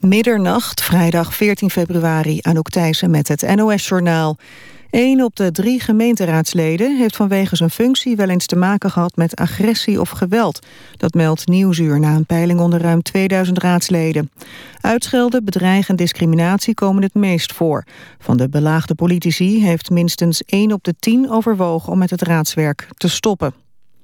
Middernacht, vrijdag 14 februari, Anouk Thijssen met het NOS-journaal. 1 op de 3 gemeenteraadsleden heeft vanwege zijn functie wel eens te maken gehad met agressie of geweld. Dat meldt Nieuwsuur na een peiling onder ruim 2000 raadsleden. Uitschelden, bedreigen en discriminatie komen het meest voor. Van de belaagde politici heeft minstens 1 op de 10 overwogen om met het raadswerk te stoppen.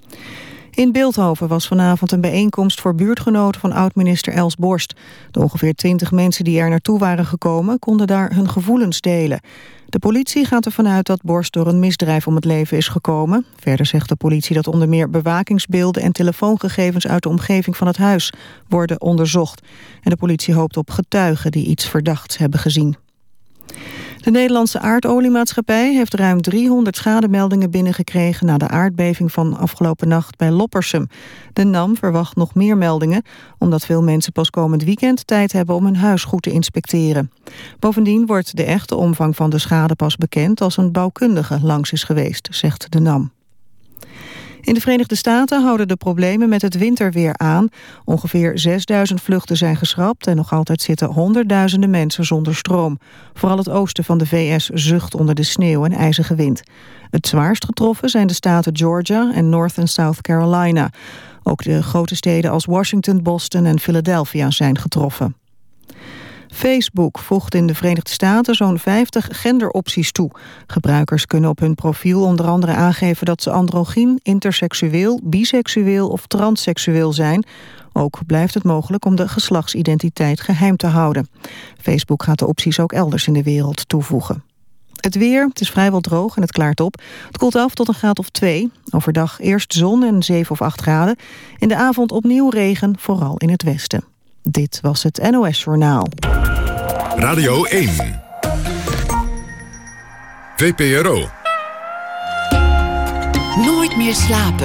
In Bilthoven was vanavond een bijeenkomst voor buurtgenoten van oud-minister Els Borst. De ongeveer 20 mensen die er naartoe waren gekomen konden daar hun gevoelens delen. De politie gaat ervan uit dat Borst door een misdrijf om het leven is gekomen. Verder zegt de politie dat onder meer bewakingsbeelden en telefoongegevens uit de omgeving van het huis worden onderzocht. En de politie hoopt op getuigen die iets verdachts hebben gezien. De Nederlandse aardoliemaatschappij heeft ruim 300 schademeldingen binnengekregen na de aardbeving van afgelopen nacht bij Loppersum. De NAM verwacht nog meer meldingen, omdat veel mensen pas komend weekend tijd hebben om hun huis goed te inspecteren. Bovendien wordt de echte omvang van de schade pas bekend als een bouwkundige langs is geweest, zegt de NAM. In de Verenigde Staten houden de problemen met het winterweer aan. Ongeveer 6000 vluchten zijn geschrapt en nog altijd zitten honderdduizenden mensen zonder stroom. Vooral het oosten van de VS zucht onder de sneeuw en ijzige wind. Het zwaarst getroffen zijn de staten Georgia en North en South Carolina. Ook de grote steden als Washington, Boston en Philadelphia zijn getroffen. Facebook voegt in de Verenigde Staten zo'n 50 genderopties toe. Gebruikers kunnen op hun profiel onder andere aangeven dat ze androgyn, interseksueel, biseksueel of transseksueel zijn. Ook blijft het mogelijk om de geslachtsidentiteit geheim te houden. Facebook gaat de opties ook elders in de wereld toevoegen. Het weer, het is vrijwel droog en het klaart op. Het koelt af tot een graad of 2. Overdag eerst zon en 7 of 8 graden. In de avond opnieuw regen, vooral in het westen. Dit was het NOS-journaal. Radio 1. VPRO. Nooit meer slapen.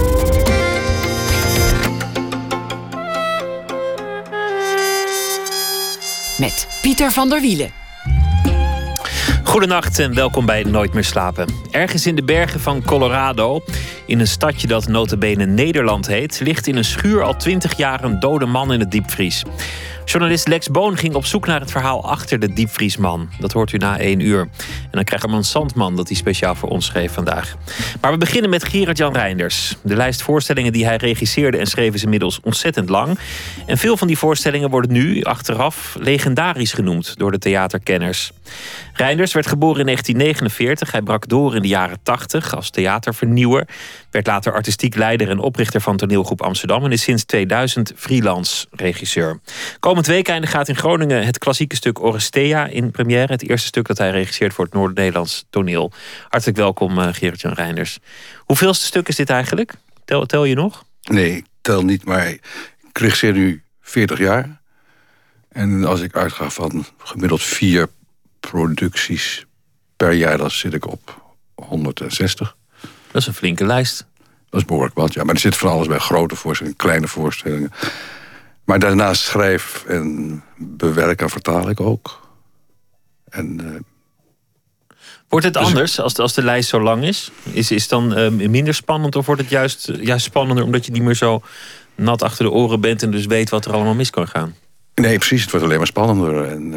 Met Pieter van der Wielen. Goedenacht en welkom bij Nooit meer slapen. Ergens in de bergen van Colorado, in een stadje dat nota bene Nederland heet, ligt in een schuur al 20 jaar een dode man in het diepvries. Journalist Lex Boon ging op zoek naar het verhaal achter de diepvriesman. Dat hoort u na 1 uur. En dan krijgt Herman Sandman dat hij speciaal voor ons schreef vandaag. Maar we beginnen met Gerard-Jan Reinders. De lijst voorstellingen die hij regisseerde en schreef is inmiddels ontzettend lang. En veel van die voorstellingen worden nu, achteraf, legendarisch genoemd door de theaterkenners. Reinders werd geboren in 1949. Hij brak door in de jaren 80 als theatervernieuwer. Werd later artistiek leider en oprichter van toneelgroep Amsterdam. En is sinds 2000 freelance regisseur. Komend weekende gaat in Groningen het klassieke stuk Oresteia in première. Het eerste stuk dat hij regisseert voor het Noord-Nederlands toneel. Hartelijk welkom Gerard-Jan Reinders. Hoeveelste stuk is dit eigenlijk? Tel je nog? Nee, ik tel niet, maar ik regisseer nu 40 jaar. En als ik uitga van gemiddeld 4 producties per jaar, dan zit ik op 160. Dat is een flinke lijst. Dat is behoorlijk wat, ja. Maar er zit van alles bij. Grote voorstellingen, kleine voorstellingen. Maar daarnaast schrijf en bewerk en vertaal ik ook. En, wordt het anders als de lijst zo lang is? Is het dan minder spannend of wordt het juist spannender omdat je niet meer zo nat achter de oren bent en dus weet wat er allemaal mis kan gaan? Nee, precies. Het wordt alleen maar spannender. En,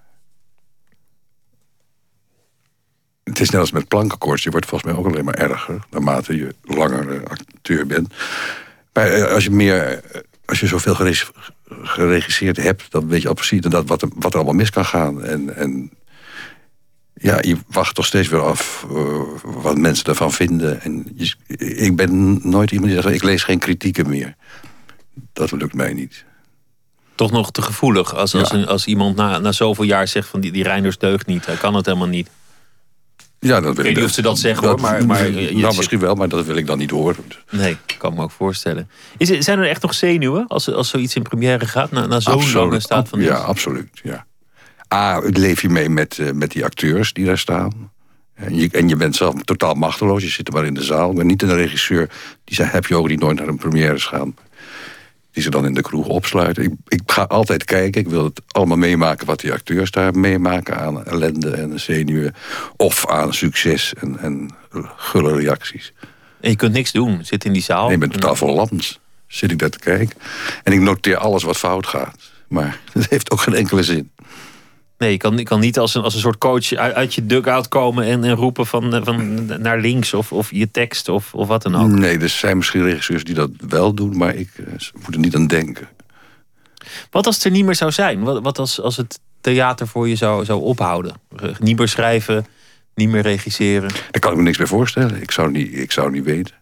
het is net als met plankenkoorts. Je wordt volgens mij ook alleen maar erger naarmate je langer acteur bent. Maar als je zoveel geregisseerd hebt, dan weet je al precies wat er allemaal mis kan gaan. En ja, je wacht toch steeds weer af wat mensen ervan vinden. En ik ben nooit iemand die zegt, ik lees geen kritieken meer. Dat lukt mij niet. Toch nog te gevoelig als iemand na zoveel jaar zegt van die Reinders deugt niet. Hij kan het helemaal niet. Ja, dat wil ik niet of ze dat zeggen hoor. Maar misschien wel, maar dat wil ik dan niet horen. Nee, kan ik me ook voorstellen. Zijn er echt nog zenuwen als zoiets in première gaat? Na zo'n lange staat van dienst? Ja, absoluut. Ja. Leef je mee met die acteurs die daar staan. En je bent zelf totaal machteloos. Je zit er maar in de zaal. Maar niet een regisseur die zei, heb je ook niet nooit naar een première gaan. Die ze dan in de kroeg opsluiten. Ik ga altijd kijken. Ik wil het allemaal meemaken wat die acteurs daar meemaken aan ellende en zenuwen. Of aan succes en gulle reacties. En je kunt niks doen. Zit in die zaal. Nee, ik ben totaal verlamd. Zit ik daar te kijken. En ik noteer alles wat fout gaat. Maar dat heeft ook geen enkele zin. Nee, je kan niet als een soort coach uit je dugout komen en roepen van naar links of je tekst of wat dan ook. Nee, er zijn misschien regisseurs die dat wel doen, maar ik moet er niet aan denken. Wat als het er niet meer zou zijn? Wat als het theater voor je zou ophouden? Niet meer schrijven, niet meer regisseren? Daar kan ik me niks bij voorstellen. Ik zou niet weten.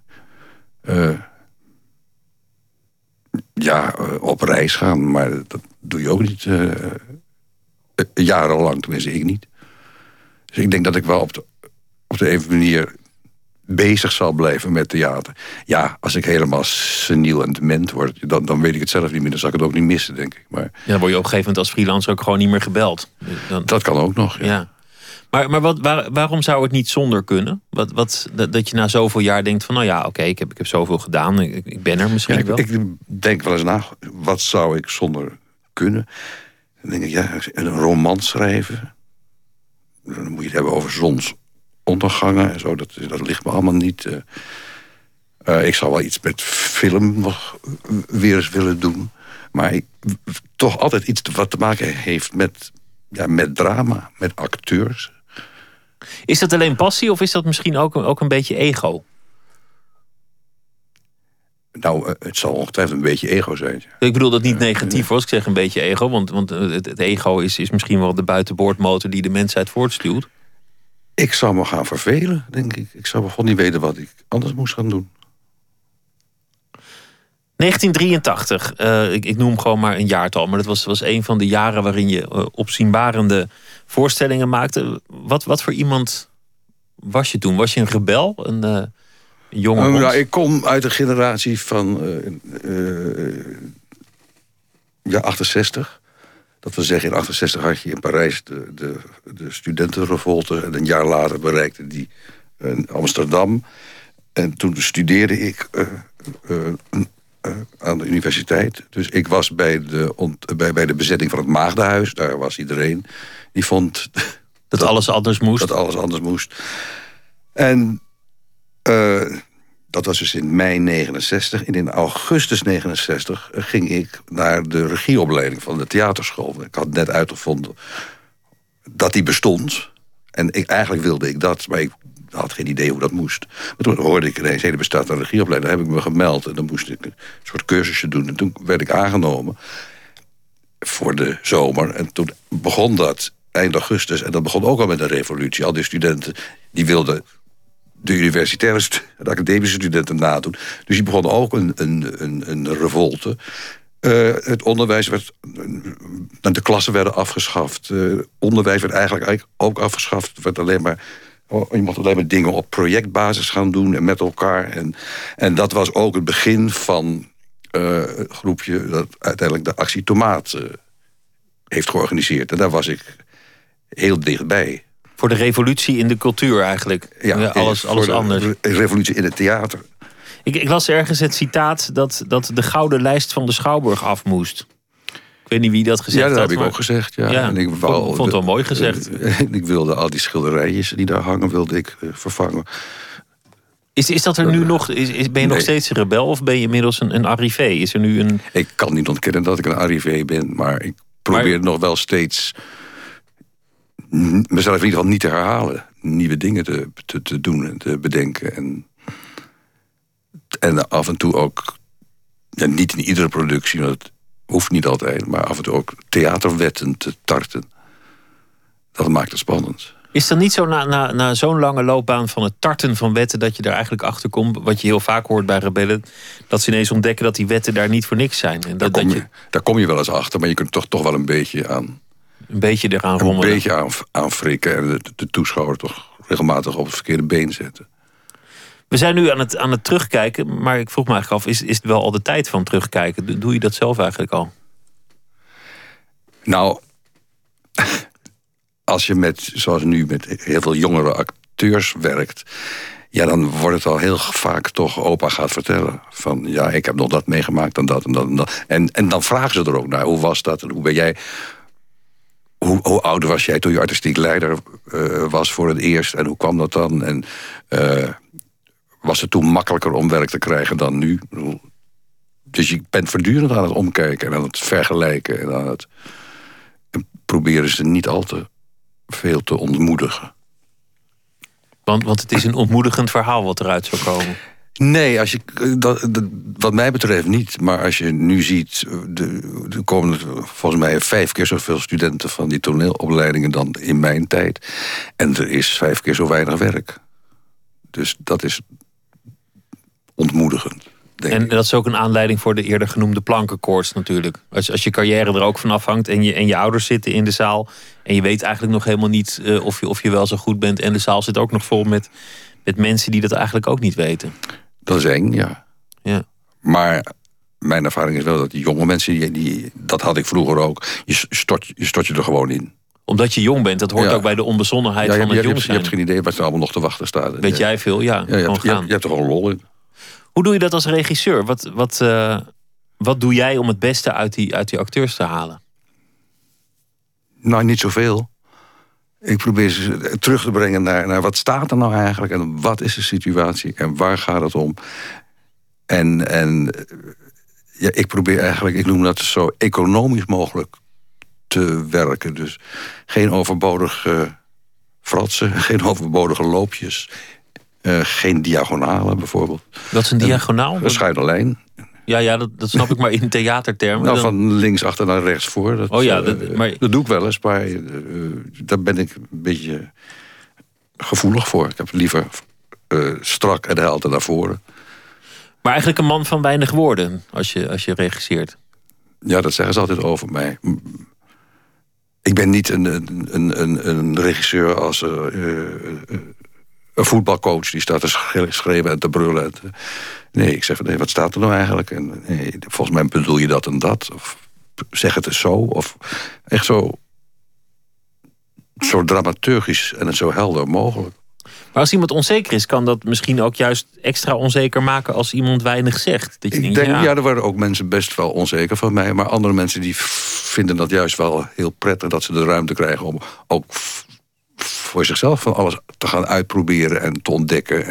Op reis gaan, maar dat doe je ook niet jarenlang, tenminste ik niet. Dus ik denk dat ik wel op de een of andere manier bezig zal blijven met theater. Ja, als ik helemaal seniel en dement word, dan weet ik het zelf niet meer. Dan zal ik het ook niet missen, denk ik. Maar ja, dan word je op een gegeven moment als freelancer ook gewoon niet meer gebeld. Dat kan ook nog, ja. Maar waarom zou het niet zonder kunnen? Dat je na zoveel jaar denkt van, nou ja, oké, ik heb zoveel gedaan. Ik ben er misschien wel. Ik denk wel eens na, wat zou ik zonder kunnen? Dan denk ik, een roman schrijven. Dan moet je het hebben over zonsondergangen en zo. Dat ligt me allemaal niet. Ik zou wel iets met film nog weer eens willen doen. Maar toch altijd iets wat te maken heeft met drama, met acteurs. Is dat alleen passie of is dat misschien ook een beetje ego? Nou, het zal ongetwijfeld een beetje ego zijn. Ja. Ik bedoel dat niet negatief als ik zeg een beetje ego. Want het ego is misschien wel de buitenboordmotor die de mensheid voortstuwt. Ik zou me gaan vervelen, denk ik. Ik zou gewoon niet weten wat ik anders moest gaan doen. 1983, ik noem gewoon maar een jaartal. Maar dat was een van de jaren waarin je opzienbarende voorstellingen maakte. Wat voor iemand was je toen? Was je een rebel? Een jonge hond? Ik kom uit een generatie van 68. Dat wil zeggen, in 68 had je in Parijs de studentenrevolte. En een jaar later bereikte die Amsterdam. En toen studeerde ik aan de universiteit. Dus ik was bij de bezetting van het Maagdenhuis. Daar was iedereen die vond dat alles anders moest. Dat alles anders moest. En dat was dus in mei 69. En in augustus 69 ging ik naar de regieopleiding van de theaterschool. Ik had net uitgevonden dat die bestond. En eigenlijk wilde ik dat, maar ik had geen idee hoe dat moest. Maar toen hoorde ik ineens, er bestaat een regieopleiding. Daar heb ik me gemeld en dan moest ik een soort cursusje doen. En toen werd ik aangenomen voor de zomer. En toen begon dat eind augustus. En dat begon ook al met een revolutie. Al die studenten die wilden de universitaire, de academische studenten nadoen. Dus die begonnen ook een revolte. Het onderwijs werd, de klassen werden afgeschaft. Onderwijs werd eigenlijk ook afgeschaft. Het werd je mocht alleen maar dingen op projectbasis gaan doen en met elkaar. En dat was ook het begin van het groepje dat uiteindelijk de Actie Tomaat heeft georganiseerd. En daar was ik heel dichtbij. Voor de revolutie in de cultuur eigenlijk. Ja, alles anders. De revolutie in het theater. Ik las ergens het citaat dat de gouden lijst van de Schouwburg af moest. Ik weet niet wie dat gezegd had. Ja, dat heb ik ook gezegd. Ja. En ik vond het wel mooi gezegd. Ik wilde al die schilderijtjes die daar hangen, wilde ik vervangen. Is dat er nu nog? Ben je nog steeds een rebel of ben je inmiddels een arrivé? Is er nu een... Ik kan niet ontkennen dat ik een arrivé ben, maar ik probeer nog wel steeds mezelf in ieder geval niet te herhalen. Nieuwe dingen te doen en te bedenken. En af en toe ook, niet in iedere productie, want het hoeft niet altijd, maar af en toe ook theaterwetten te tarten. Dat maakt het spannend. Is het niet zo na zo'n lange loopbaan van het tarten van wetten dat je daar eigenlijk achter komt, wat je heel vaak hoort bij rebellen, dat ze ineens ontdekken dat die wetten daar niet voor niks zijn? En daar kom je wel eens achter, maar je kunt toch wel een beetje aan... Een beetje eraan rommelen. Een beetje aan frikken en de toeschouwer toch regelmatig op het verkeerde been zetten. We zijn nu aan het terugkijken, maar ik vroeg me eigenlijk af, is het wel al de tijd van terugkijken? Doe je dat zelf eigenlijk al? Nou, als je zoals nu met heel veel jongere acteurs werkt, ja, dan wordt het al heel vaak toch opa gaat vertellen. Van ja, ik heb nog dat meegemaakt en dat en dat en dat. En dan vragen ze er ook naar, hoe was dat en hoe ben jij... Hoe oud was jij toen je artistiek leider was voor het eerst? En hoe kwam dat dan? En was het toen makkelijker om werk te krijgen dan nu? Dus je bent voortdurend aan het omkijken en aan het vergelijken. En proberen ze niet al te veel te ontmoedigen. Want het is een ontmoedigend verhaal wat eruit zou komen. Nee, wat mij betreft niet. Maar als je nu ziet, er komen volgens mij 5 keer zoveel studenten van die toneelopleidingen dan in mijn tijd. En er is 5 keer zo weinig werk. Dus dat is ontmoedigend. En dat is ook een aanleiding voor de eerder genoemde plankenkoorts natuurlijk. Als je carrière er ook van afhangt en je ouders zitten in de zaal en je weet eigenlijk nog helemaal niet of je wel zo goed bent. En de zaal zit ook nog vol met mensen die dat eigenlijk ook niet weten. Dat is eng, ja. Ja. Maar mijn ervaring is wel dat die jonge mensen, dat had ik vroeger ook, je stort je er gewoon in. Omdat je jong bent, dat hoort ook bij de onbezonnenheid van het jong zijn. Je hebt geen idee wat er allemaal nog te wachten staat. Weet jij veel? Ja, je hebt er gewoon lol in. Hoe doe je dat als regisseur? Wat doe jij om het beste uit die acteurs te halen? Nou, niet zoveel. Ik probeer ze terug te brengen naar wat staat er nou eigenlijk en wat is de situatie en waar gaat het om. En ik probeer eigenlijk, ik noem dat zo economisch mogelijk te werken. Dus geen overbodige fratsen, geen overbodige loopjes, geen diagonalen bijvoorbeeld. Wat is een diagonaal? Een schuine lijn. Ja, dat snap ik maar in theatertermen. Nou, van links achter naar rechts voor. Dat doe ik wel eens, maar daar ben ik een beetje gevoelig voor. Ik heb liever strak en helte naar voren. Maar eigenlijk een man van weinig woorden als je regisseert. Ja, dat zeggen ze altijd over mij. Ik ben niet een regisseur als een voetbalcoach die staat te schreeuwen en te brullen. Nee, ik zeg van, nee, wat staat er nou eigenlijk? En, nee, volgens mij bedoel je dat en dat. Of zeg het eens zo. Of echt zo dramaturgisch en zo helder mogelijk. Maar als iemand onzeker is, kan dat misschien ook juist extra onzeker maken als iemand weinig zegt. Dat je ik denk, ja, er worden ook mensen best wel onzeker van mij. Maar andere mensen die vinden dat juist wel heel prettig dat ze de ruimte krijgen om ook voor zichzelf van alles te gaan uitproberen en te ontdekken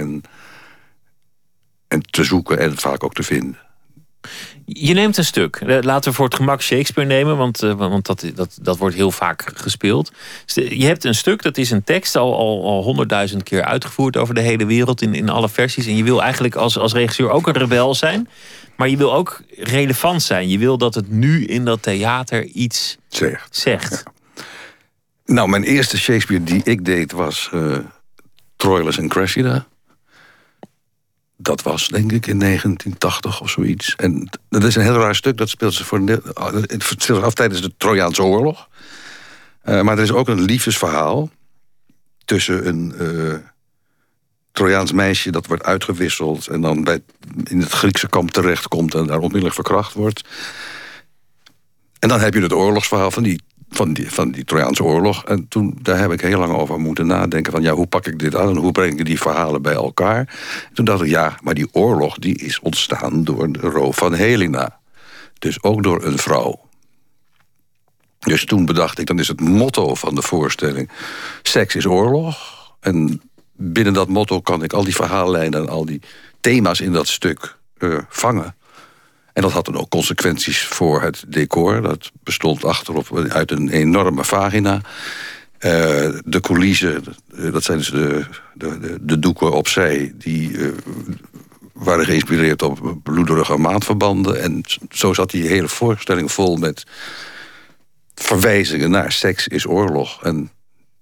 en te zoeken en het vaak ook te vinden. Je neemt een stuk. Laten we voor het gemak Shakespeare nemen, want dat wordt heel vaak gespeeld. Je hebt een stuk, dat is een tekst, al 100.000 keer uitgevoerd over de hele wereld in alle versies. En je wil eigenlijk als regisseur ook een rebel zijn, maar je wil ook relevant zijn. Je wil dat het nu in dat theater iets zegt. Ja. Nou, mijn eerste Shakespeare die ik deed was Troilus en Cressida. Dat was denk ik in 1980 of zoiets. En dat is een heel raar stuk. Dat speelt zich af tijdens de Trojaanse oorlog. Maar er is ook een liefdesverhaal tussen een Trojaans meisje dat wordt uitgewisseld en dan in het Griekse kamp terechtkomt en daar onmiddellijk verkracht wordt. En dan heb je het oorlogsverhaal van die Trojaanse oorlog. En daar heb ik heel lang over moeten nadenken van, ja, hoe pak ik dit aan en hoe breng ik die verhalen bij elkaar? En toen dacht ik, ja, maar die oorlog die is ontstaan door de roof van Helena. Dus ook door een vrouw. Dus toen bedacht ik, dan is het motto van de voorstelling seks is oorlog. En binnen dat motto kan ik al die verhaallijnen en al die thema's in dat stuk vangen. En dat had dan ook consequenties voor het decor. Dat bestond achterop uit een enorme vagina. De coulissen, dat zijn dus de doeken opzij, die waren geïnspireerd op bloederige maatverbanden. En zo zat die hele voorstelling vol met verwijzingen naar seks is oorlog. En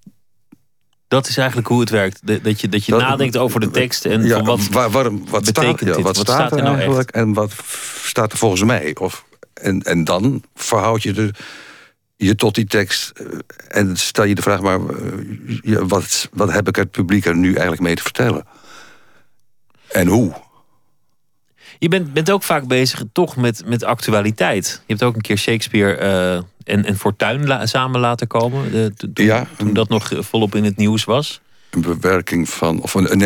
dat is eigenlijk hoe het werkt. Dat je nadenkt over de tekst en ja, van wat betekent dit? Wat staat er nou eigenlijk en wat staat er volgens mij? En dan verhoud je tot die tekst en stel je de vraag, maar wat heb ik het publiek er nu eigenlijk mee te vertellen? En hoe? Je bent ook vaak bezig toch met actualiteit. Je hebt ook een keer Shakespeare en Fortuyn samen laten komen. Toen dat nog volop in het nieuws was. Een bewerking van,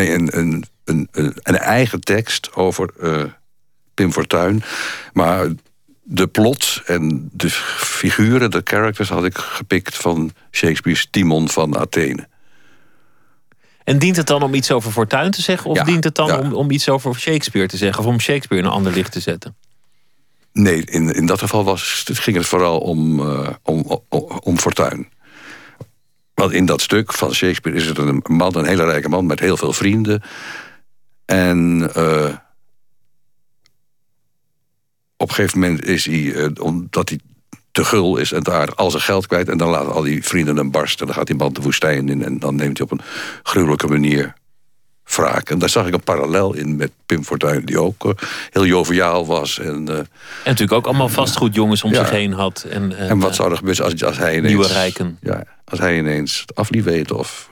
een eigen tekst over Pim Fortuyn. Maar de plot en de figuren, de characters, had ik gepikt van Shakespeare's Timon van Athene. En dient het dan om iets over Fortuyn te zeggen? Of dient het dan om iets over Shakespeare te zeggen? Of om Shakespeare in een ander licht te zetten? Nee, in dat geval ging het vooral om fortuin. Want in dat stuk van Shakespeare is het een hele rijke man met heel veel vrienden. En op een gegeven moment is hij, omdat hij te gul is en daar al zijn geld kwijt. En dan laten al die vrienden hem barsten. En dan gaat die man de woestijn in. En dan neemt hij op een gruwelijke manier wraak. En daar zag ik een parallel in met Pim Fortuyn, die ook heel joviaal was. En natuurlijk ook allemaal vastgoedjongens om zich heen had. En wat zou er gebeuren als hij ineens... Nieuwe rijken. Ja, als hij ineens het af liet weten of...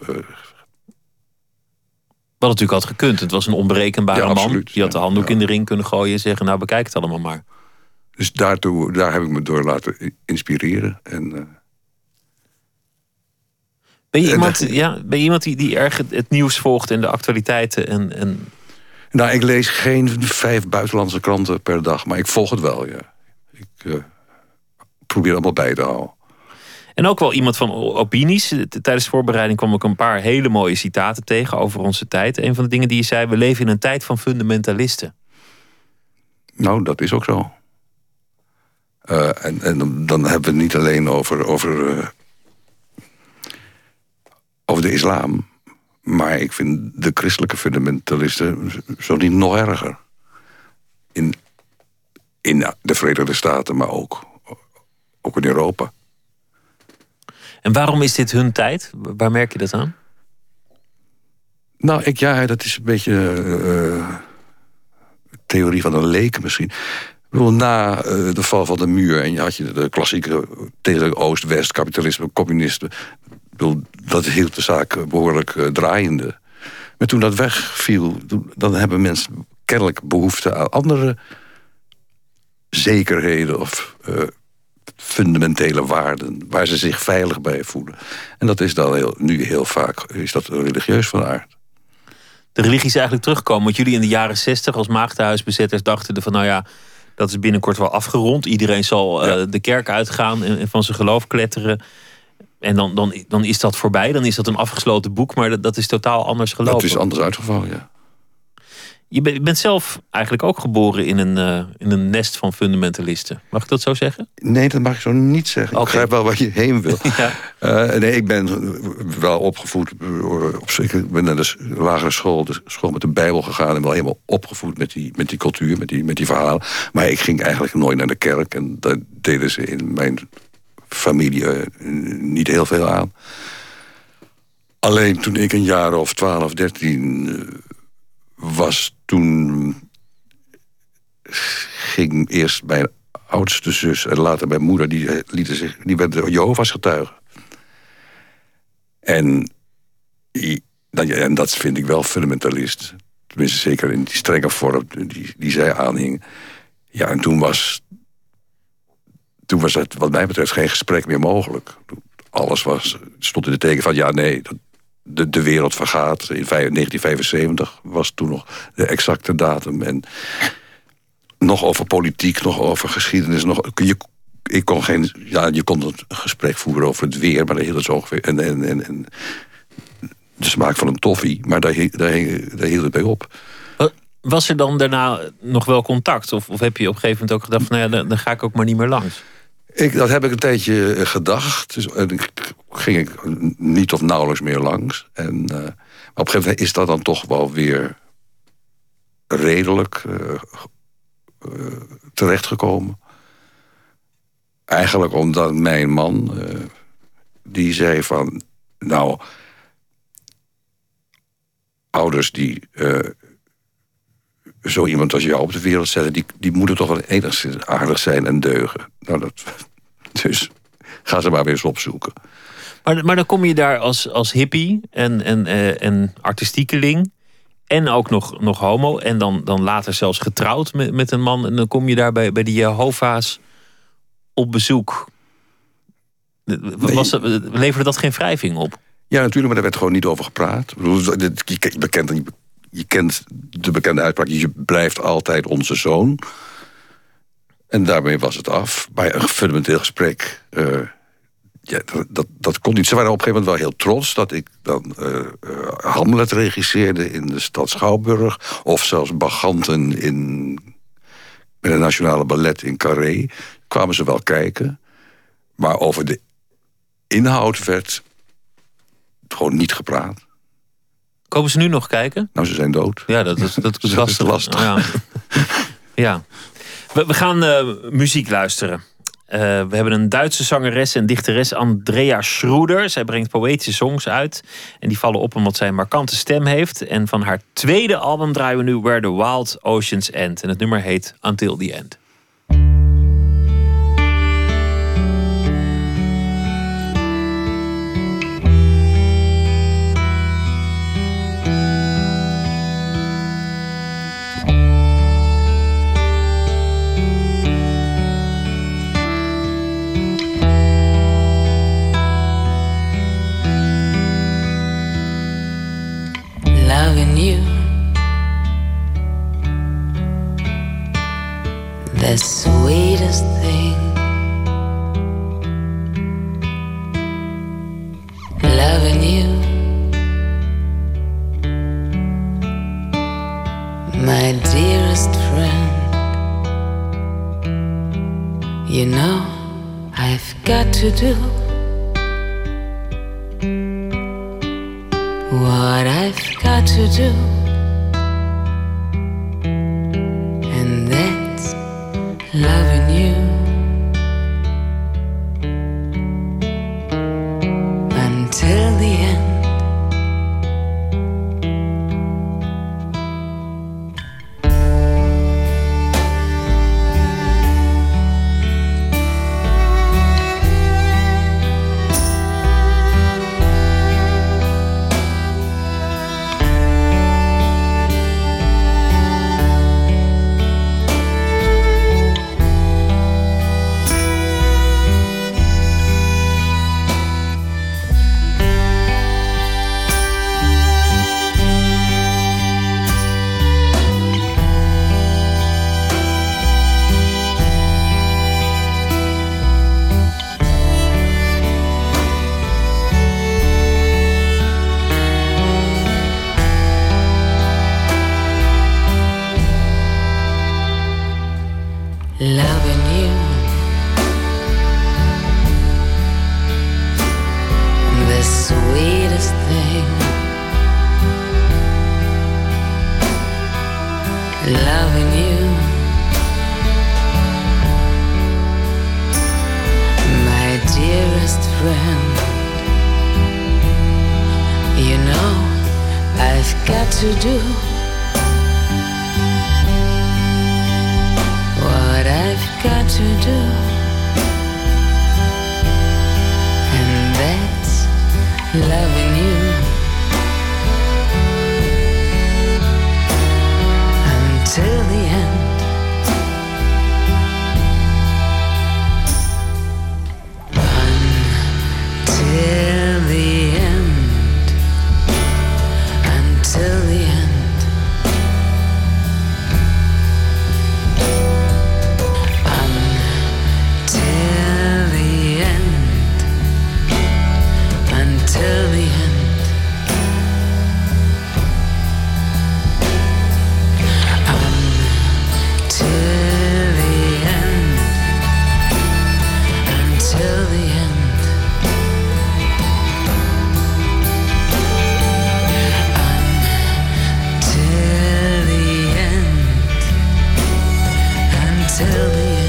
Wat natuurlijk had gekund. Het was een onberekenbare man. Absoluut, die had de handdoek in de ring kunnen gooien en zeggen, nou, bekijk het allemaal maar. Dus daar heb ik me door laten inspireren. Ben je iemand die erg het nieuws volgt en de actualiteiten? Nou, ik lees geen 5 buitenlandse kranten per dag, maar ik volg het wel, ja. Ik probeer allemaal bij te houden. En ook wel iemand van opinies. Tijdens de voorbereiding kwam ik een paar hele mooie citaten tegen over onze tijd. Een van de dingen die je zei, we leven in een tijd van fundamentalisten. Nou, dat is ook zo. En dan hebben we het niet alleen over de islam. Maar ik vind de christelijke fundamentalisten zo niet nog erger. In de Verenigde Staten, maar ook in Europa. En waarom is dit hun tijd? Waar merk je dat aan? Nou, dat is een beetje theorie van een leek misschien. Na de val van de muur en had je de klassieke tegen Oost-West, kapitalisme, communisme. Dat hield de zaak behoorlijk draaiende. Maar toen dat wegviel, dan hebben mensen kennelijk behoefte aan andere zekerheden of fundamentele waarden waar ze zich veilig bij voelen. En dat is dan nu heel vaak is dat religieus van aard. De religie is eigenlijk teruggekomen. Want jullie in de jaren 60 als maagdenhuisbezetters dachten van, nou ja, dat is binnenkort wel afgerond. Iedereen zal de kerk uitgaan en van zijn geloof kletteren. En dan is dat voorbij. Dan is dat een afgesloten boek. Maar dat is totaal anders gelopen. Dat is anders uitgevallen, ja. Je bent zelf eigenlijk ook geboren in een nest van fundamentalisten. Mag ik dat zo zeggen? Nee, dat mag ik zo niet zeggen. Okay. Ik begrijp wel waar je heen wil. Ja. Nee, ik ben wel opgevoed. Ik ben naar de lagere school, de school met de Bijbel gegaan. En wel helemaal opgevoed met die cultuur, met die verhalen. Maar ik ging eigenlijk nooit naar de kerk. En daar deden ze in mijn familie niet heel veel aan. Alleen toen ik een jaar of 12, 13... was, toen ging eerst mijn oudste zus en later mijn moeder, die werden Jehovah's getuigen. En dat vind ik wel fundamentalist. Tenminste, zeker in die strenge vorm die zij aanhing. Ja, en toen was het wat mij betreft geen gesprek meer mogelijk. Alles stond in het teken van, ja, nee, de wereld vergaat. In 1975 was toen nog de exacte datum. En nog over politiek, nog over geschiedenis. Je kon een gesprek voeren over het weer, maar daar hield het zo ongeveer. En de smaak van een toffee, maar daar hield het bij op. Was er dan daarna nog wel contact? Of heb je op een gegeven moment ook gedacht van, nou ja, dan ga ik ook maar niet meer langs? Dat heb ik een tijdje gedacht. Dus, ging ik niet of nauwelijks meer langs. Maar op een gegeven moment is dat dan toch wel weer redelijk terechtgekomen. Eigenlijk omdat mijn man, die zei van, nou, ouders die zo iemand als jou op de wereld zetten, die moeten toch wel enigszins aardig zijn en deugen. Nou, dus ga ze maar weer eens opzoeken. Maar dan kom je daar als hippie en artistiekeling en ook nog homo en dan later zelfs getrouwd met een man. En dan kom je daar bij de Jehovah's op bezoek. Leverde dat geen wrijving op? Ja, natuurlijk, maar daar werd gewoon niet over gepraat. Je kent de bekende uitspraak, je blijft altijd onze zoon. En daarmee was het af. Bij een fundamenteel gesprek, dat kon niet. Ze waren op een gegeven moment wel heel trots dat ik dan Hamlet regisseerde in de stad Schouwburg. Of zelfs Bacchanten in met het Nationale Ballet in Carré. Kwamen ze wel kijken. Maar over de inhoud werd gewoon niet gepraat. Komen ze nu nog kijken? Nou, ze zijn dood. Ja, dat is lastig. Ja. Ja. We gaan muziek luisteren. We hebben een Duitse zangeres en dichteres, Andrea Schroeder. Zij brengt poëtische songs uit. En die vallen op omdat zij een markante stem heeft. En van haar tweede album draaien we nu Where the Wild Oceans End. En het nummer heet Until the End. Loving you, the sweetest thing. Loving you, my dearest friend. You know I've got to do what I've got to do, and that's loving you until the end. Loving you, the sweetest thing. Loving you, my dearest friend. You know I've got to do what I've got to do, and that's loving you until the end. Until the end. Until the end. Till the end. Until the end. Until the end. Until the end. Until the end.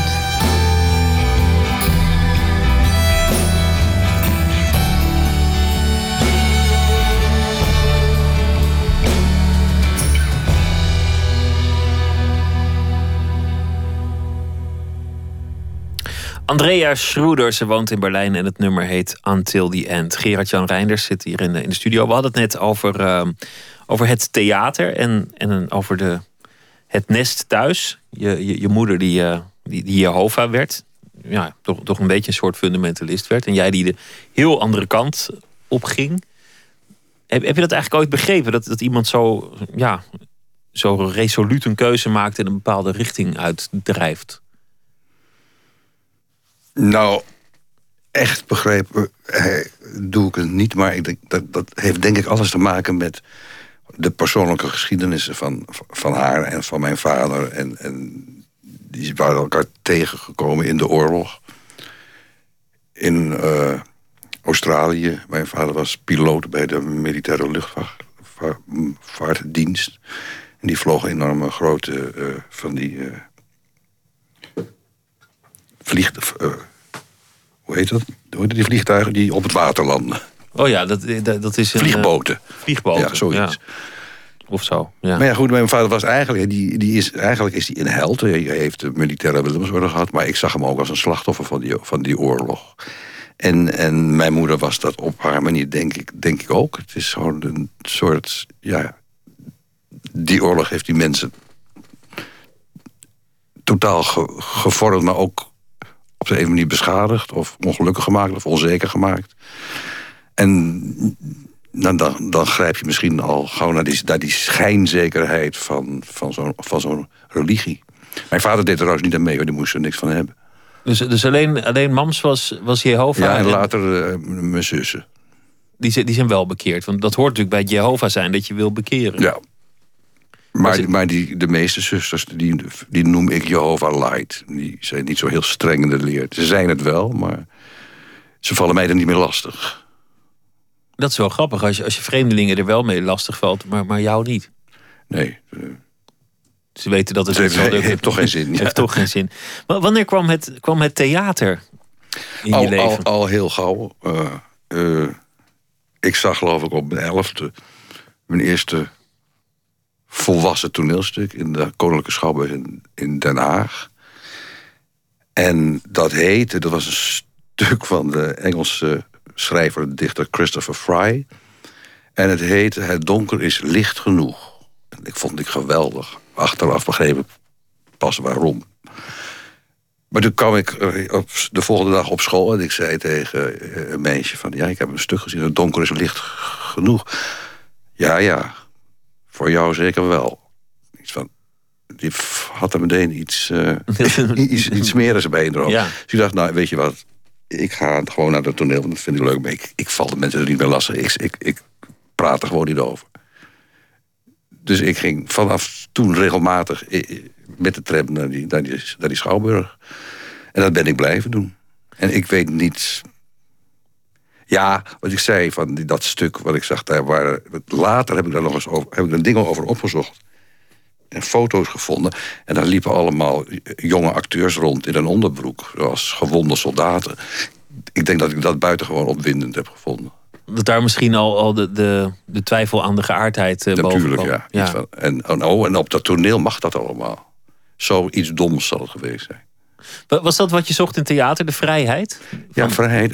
Andrea Schroeder, ze woont in Berlijn en het nummer heet Until the End. Gerard-Jan Reinders zit hier in de studio. We hadden het net over het theater en over het nest thuis. Je moeder die Jehovah werd. Ja, toch een beetje een soort fundamentalist werd. En jij die de heel andere kant op ging. Heb je dat eigenlijk ooit begrepen? Dat iemand zo resoluut een keuze maakt en een bepaalde richting uitdrijft? Nou, echt begrepen doe ik het niet. Maar ik denk, dat heeft denk ik alles te maken met de persoonlijke geschiedenissen van haar en van mijn vader. En die waren elkaar tegengekomen in de oorlog. In Australië. Mijn vader was piloot bij de militaire luchtvaartdienst. En die vlogen enorme grote van die hoe heet dat? Hoe heet die vliegtuigen die op het water landen? Oh ja, dat is een... Vliegboten. Vliegboten, ja, zoiets. Ja. Of zo, ja. Maar ja, goed, mijn vader was eigenlijk... Eigenlijk is hij een held. Hij heeft de militaire Willemsorde gehad. Maar ik zag hem ook als een slachtoffer van die oorlog. En mijn moeder was dat op haar manier, denk ik ook. Het is gewoon een soort... Ja, die oorlog heeft die mensen totaal gevormd, maar ook op de een manier beschadigd of ongelukkig gemaakt of onzeker gemaakt. En dan grijp je misschien al gauw naar die schijnzekerheid van zo'n religie. Mijn vader deed er trouwens niet aan mee, hoor. Die moest er niks van hebben. Dus alleen mams was Jehovah? Ja, en later mijn zussen. Die zijn wel bekeerd. Want dat hoort natuurlijk bij Jehovah zijn, dat je wil bekeren. Ja. Maar de meeste zusters, die noem ik Jehovah Light. Die zijn niet zo heel streng in de leer. Ze zijn het wel, maar ze vallen mij er niet meer lastig. Dat is wel grappig, als je vreemdelingen er wel mee lastig valt, maar jou niet. Nee. Ze weten dat het heeft toch geen zin. Het heeft toch geen zin. Maar wanneer kwam het theater in je leven? Al heel gauw. Ik zag geloof ik op mijn 11e mijn eerste volwassen toneelstuk in de Koninklijke Schouwburg in Den Haag. En dat was een stuk van de Engelse schrijver en dichter Christopher Fry. En het heette Het donker is licht genoeg. Ik vond het geweldig. Achteraf begreep ik pas waarom. Maar toen kwam ik de volgende dag op school en ik zei tegen een meisje van... ja, ik heb een stuk gezien, Het donker is licht genoeg. Ja, voor jou zeker wel. Die had er meteen iets smerigs bij in de hoofd. Ja. Dus ik dacht, nou, weet je wat, ik ga gewoon naar het toneel, want dat vind ik leuk. Maar ik val de mensen er niet meer lastig. Ik praat er gewoon niet over. Dus ik ging vanaf toen regelmatig met de tram naar die Schouwburg. En dat ben ik blijven doen. En ik weet niet... Ja, wat ik zei van dat stuk wat ik zag daar... Later heb ik daar nog eens over, heb ik er dingen over opgezocht. En foto's gevonden. En daar liepen allemaal jonge acteurs rond in een onderbroek. Zoals gewonde soldaten. Ik denk dat ik dat buitengewoon opwindend heb gevonden. Dat daar misschien al de twijfel aan de geaardheid boven kwam. Natuurlijk, ja. En op dat toneel mag dat allemaal. Zoiets doms zal het geweest zijn. Was dat wat je zocht in theater, de vrijheid? Ja, vrijheid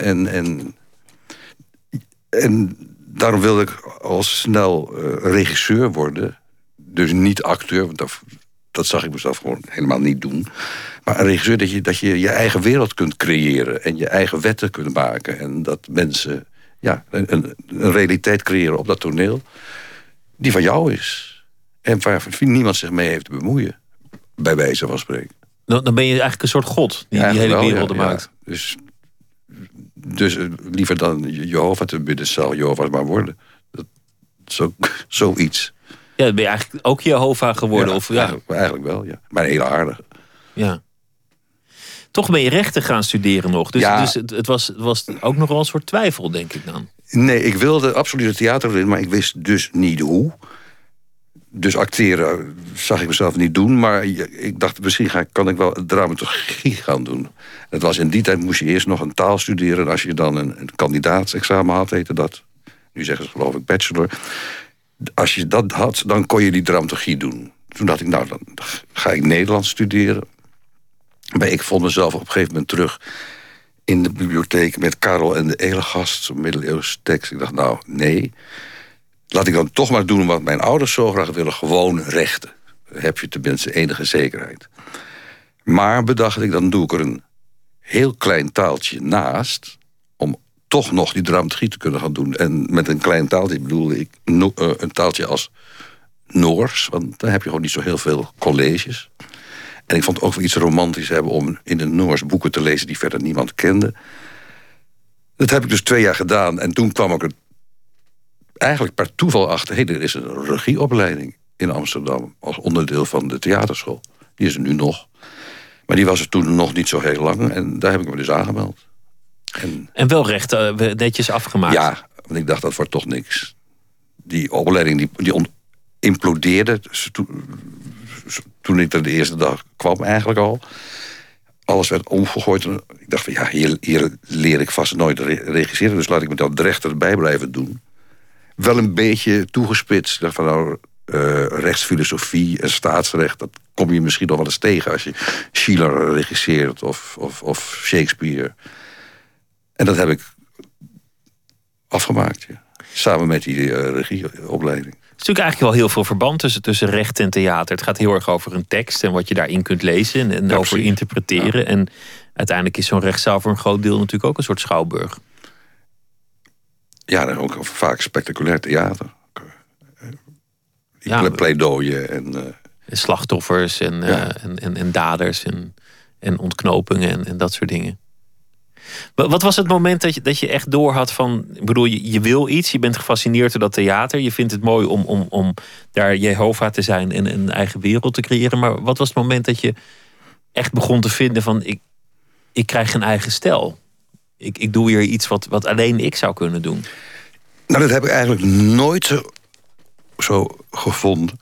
en daarom wilde ik al snel regisseur worden. Dus niet acteur, want dat zag ik mezelf gewoon helemaal niet doen. Maar een regisseur dat je je eigen wereld kunt creëren. En je eigen wetten kunt maken. En dat mensen een realiteit creëren op dat toneel. Die van jou is. En waar niemand zich mee heeft te bemoeien. Bij wijze van spreken. Dan ben je eigenlijk een soort god die die hele wereld maakt. Ja. Dus liever dan Jehovah te bidden, zal Jehovah maar worden. Zoiets. Ja, dan ben je eigenlijk ook Jehovah geworden. Ja, eigenlijk wel, ja. Maar een hele aardige. Ja. Toch ben je rechten gaan studeren nog. Dus het was ook nog wel een soort twijfel, denk ik dan. Nee, ik wilde absoluut het theater in, maar ik wist dus niet hoe. Dus acteren zag ik mezelf niet doen. Maar ik dacht, misschien kan ik wel dramaturgie gaan doen. Dat was in die tijd moest je eerst nog een taal studeren. En als je dan een kandidaatsexamen had, heette dat. Nu zeggen ze geloof ik bachelor. Als je dat had, dan kon je die dramaturgie doen. Toen dacht ik, nou, dan ga ik Nederlands studeren. Maar ik vond mezelf op een gegeven moment terug in de bibliotheek met Karel en de Elegast, zo'n middeleeuwse tekst. Ik dacht, nou, nee. Laat ik dan toch maar doen wat mijn ouders zo graag willen. Gewoon rechten. Dan heb je tenminste enige zekerheid. Maar bedacht ik, dan doe ik er een heel klein taaltje naast, om toch nog die dramaturgie te kunnen gaan doen. En met een klein taaltje bedoelde ik een taaltje als Noors. Want daar heb je gewoon niet zo heel veel colleges. En ik vond het ook wel iets romantisch hebben om in het Noors boeken te lezen die verder niemand kende. Dat heb ik dus 2 jaar gedaan. En toen kwam ik er eigenlijk per toeval achter. Hey, er is een regieopleiding in Amsterdam als onderdeel van de theaterschool. Die is er nu nog. Maar die was er toen nog niet zo heel lang. En daar heb ik me dus aangemeld. En wel recht netjes afgemaakt. Ja, want ik dacht, dat wordt toch niks. Die opleiding die implodeerde. Toen ik er de eerste dag kwam eigenlijk al. Alles werd omgegooid. Ik dacht van hier leer ik vast nooit regisseren. Dus laat ik me dan de rechter erbij blijven doen. Wel een beetje toegespitst. Ik dacht van rechtsfilosofie en staatsrecht. Dat kom je misschien nog wel eens tegen als je Schiller regisseert of Shakespeare. En dat heb ik afgemaakt, ja. Samen met die regieopleiding. Er is natuurlijk eigenlijk wel heel veel verband tussen recht en theater. Het gaat heel erg over een tekst en wat je daarin kunt lezen en over interpreteren. Ja. En uiteindelijk is zo'n rechtszaal voor een groot deel natuurlijk ook een soort schouwburg. Ja, ook vaak spectaculair theater. Pleidooien en slachtoffers en daders en ontknopingen en dat soort dingen. Wat was het moment dat je echt doorhad van... Ik bedoel, je wil iets, je bent gefascineerd door dat theater. Je vindt het mooi om daar Jehovah te zijn en een eigen wereld te creëren. Maar wat was het moment dat je echt begon te vinden van... Ik krijg een eigen stijl. Ik doe hier iets wat alleen ik zou kunnen doen. Nou, dat heb ik eigenlijk nooit zo gevonden.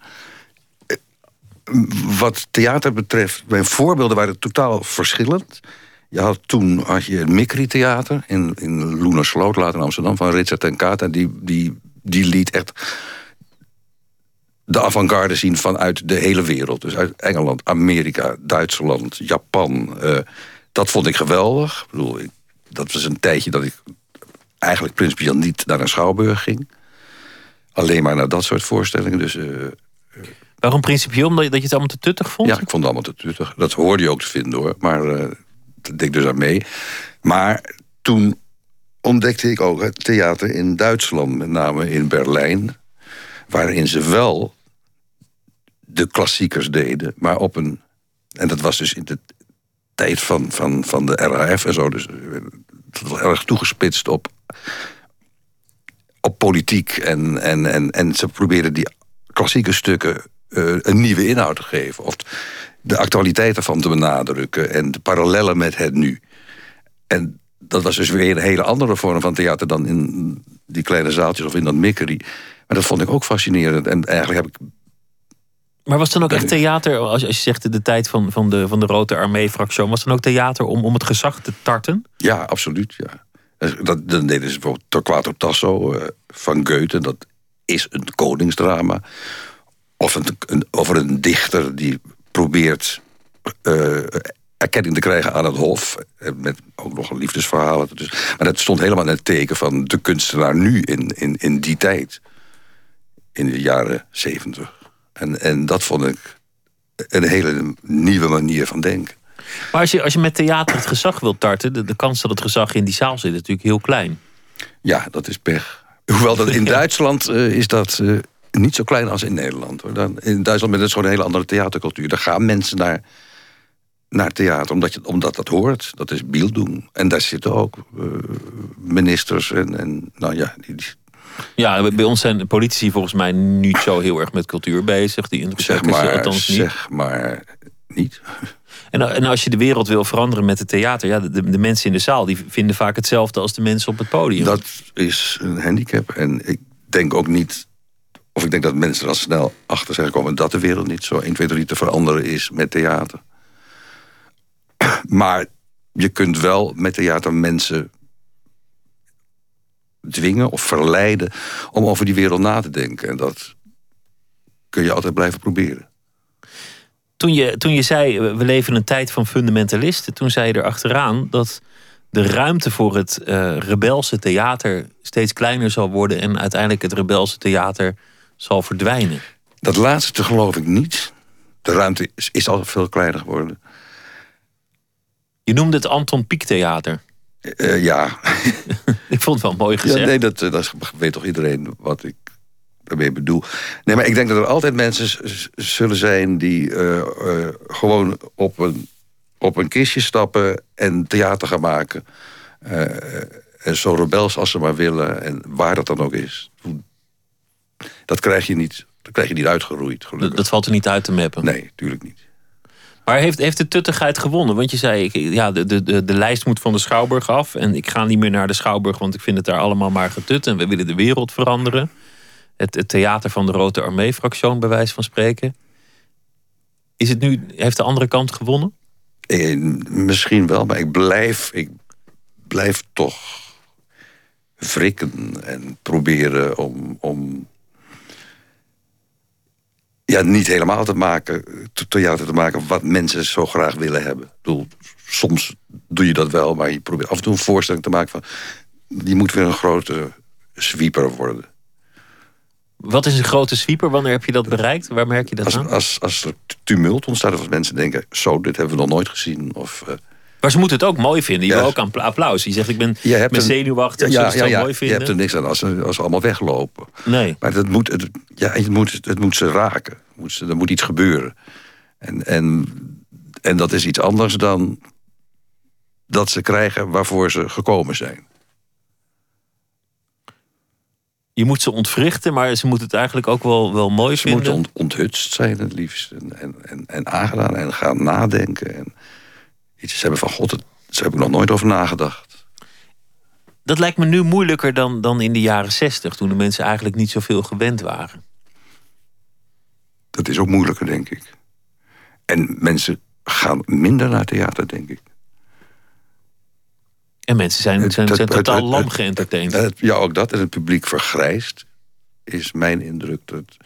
Wat theater betreft, mijn voorbeelden waren totaal verschillend. Toen had je het Mikri Theater in Loenersloot, later in Amsterdam, van Richard ten Kate. Die liet echt de avant-garde zien vanuit de hele wereld. Dus uit Engeland, Amerika, Duitsland, Japan. Dat vond ik geweldig. Ik bedoel, dat was een tijdje dat ik eigenlijk principieel niet naar een schouwburg ging. Alleen maar naar dat soort voorstellingen. Dus, waarom principieel? Omdat je het allemaal te tuttig vond? Ja, ik vond het allemaal te tuttig. Dat hoorde je ook te vinden, hoor. Maar dat deed ik dus aan mee. Maar toen ontdekte ik ook het theater in Duitsland. Met name in Berlijn. Waarin ze wel de klassiekers deden. Maar op een... En dat was dus in de tijd van de RAF en zo. Dus het was erg toegespitst op politiek. En ze probeerden die klassieke stukken een nieuwe inhoud te geven. Of de actualiteit ervan te benadrukken. En de parallellen met het nu. En dat was dus weer een hele andere vorm van theater dan in die kleine zaaltjes of in dat Mikri. Maar dat vond ik ook fascinerend. En eigenlijk heb ik... Maar was dan ook echt theater, als je zegt de tijd van de Rode Armee-fractie, was dan ook theater om het gezag te tarten? Ja, absoluut, ja. Dan deden ze bijvoorbeeld Torquato Tasso van Goethe. Dat is een koningsdrama. Of een dichter die probeert erkenning te krijgen aan het hof. Met ook nog een liefdesverhaal. Dus, maar dat stond helemaal in het teken van de kunstenaar nu in die tijd. In de jaren 70. En dat vond ik een hele nieuwe manier van denken. Maar als je met theater het gezag wilt tarten, de kans dat het gezag in die zaal zit, is natuurlijk heel klein. Ja, dat is pech. Hoewel dat in Duitsland is dat niet zo klein als in Nederland. Hoor. In Duitsland is het gewoon een hele andere theatercultuur. Daar gaan mensen naar theater, omdat dat hoort. Dat is Bildung. En daar zitten ook ministers en nou ja... Ja, bij ons zijn politici volgens mij niet zo heel erg met cultuur bezig. Die interesseert althans niet. Zeg maar niet. En als je de wereld wil veranderen met het theater... Ja, de mensen in de zaal die vinden vaak hetzelfde als de mensen op het podium. Dat is een handicap. En ik denk ook niet... Of ik denk dat mensen er al snel achter zijn gekomen... dat de wereld niet zo 1, 2, 3 te veranderen is met theater. Maar je kunt wel met theater mensen dwingen of verleiden om over die wereld na te denken. En dat kun je altijd blijven proberen. Toen je zei, we leven in een tijd van fundamentalisten... toen zei je erachteraan dat de ruimte voor het rebelse theater steeds kleiner zal worden... en uiteindelijk het rebelse theater zal verdwijnen. Dat laatste geloof ik niet. De ruimte is al veel kleiner geworden. Je noemde het Anton Pieck Theater. Ja. Ik vond het wel mooi gezegd. Ja, nee, dat weet toch iedereen wat ik daarmee bedoel. Nee, maar ik denk dat er altijd mensen zullen zijn die gewoon op een kistje stappen en theater gaan maken. En zo rebels als ze maar willen en waar dat dan ook is. Dat krijg je niet uitgeroeid, gelukkig. Dat valt er niet uit te mappen? Nee, natuurlijk niet. Maar heeft de tuttigheid gewonnen? Want je zei, de lijst moet van de Schouwburg af. En ik ga niet meer naar de Schouwburg, want ik vind het daar allemaal maar getut. En we willen de wereld veranderen. Het theater van de Rode Armee-fractie, bij wijze van spreken. Is het nu, heeft de andere kant gewonnen? Misschien wel, maar ik blijf toch wrikken en proberen om niet helemaal theater te maken wat mensen zo graag willen hebben. Ik bedoel, soms doe je dat wel, maar je probeert af en toe een voorstelling te maken van die moet weer een grote sweeper worden. Wat is een grote sweeper? Wanneer heb je dat bereikt? Waar merk je dat aan? Als er tumult ontstaat, of als mensen denken, zo, dit hebben we nog nooit gezien. Maar ze moeten het ook mooi vinden. Je wil ook applaus. Je zegt, ik ben zenuwachtig. Ze het zo mooi vinden. Je hebt er niks aan als ze allemaal weglopen. Nee. Maar het moet ze raken. Er moet iets gebeuren. En dat is iets anders dan dat ze krijgen waarvoor ze gekomen zijn. Je moet ze ontwrichten, maar ze moeten het eigenlijk ook wel mooi vinden. Ze moeten onthutst zijn het liefst. En aangedaan en gaan nadenken. En iets hebben van God, daar heb ik nog nooit over nagedacht. Dat lijkt me nu moeilijker dan in de jaren 60... toen de mensen eigenlijk niet zoveel gewend waren. Dat is ook moeilijker, denk ik. En mensen gaan minder naar theater, denk ik. En mensen zijn totaal lam geëntertained. Ja, ook dat. En het publiek vergrijst, is mijn indruk.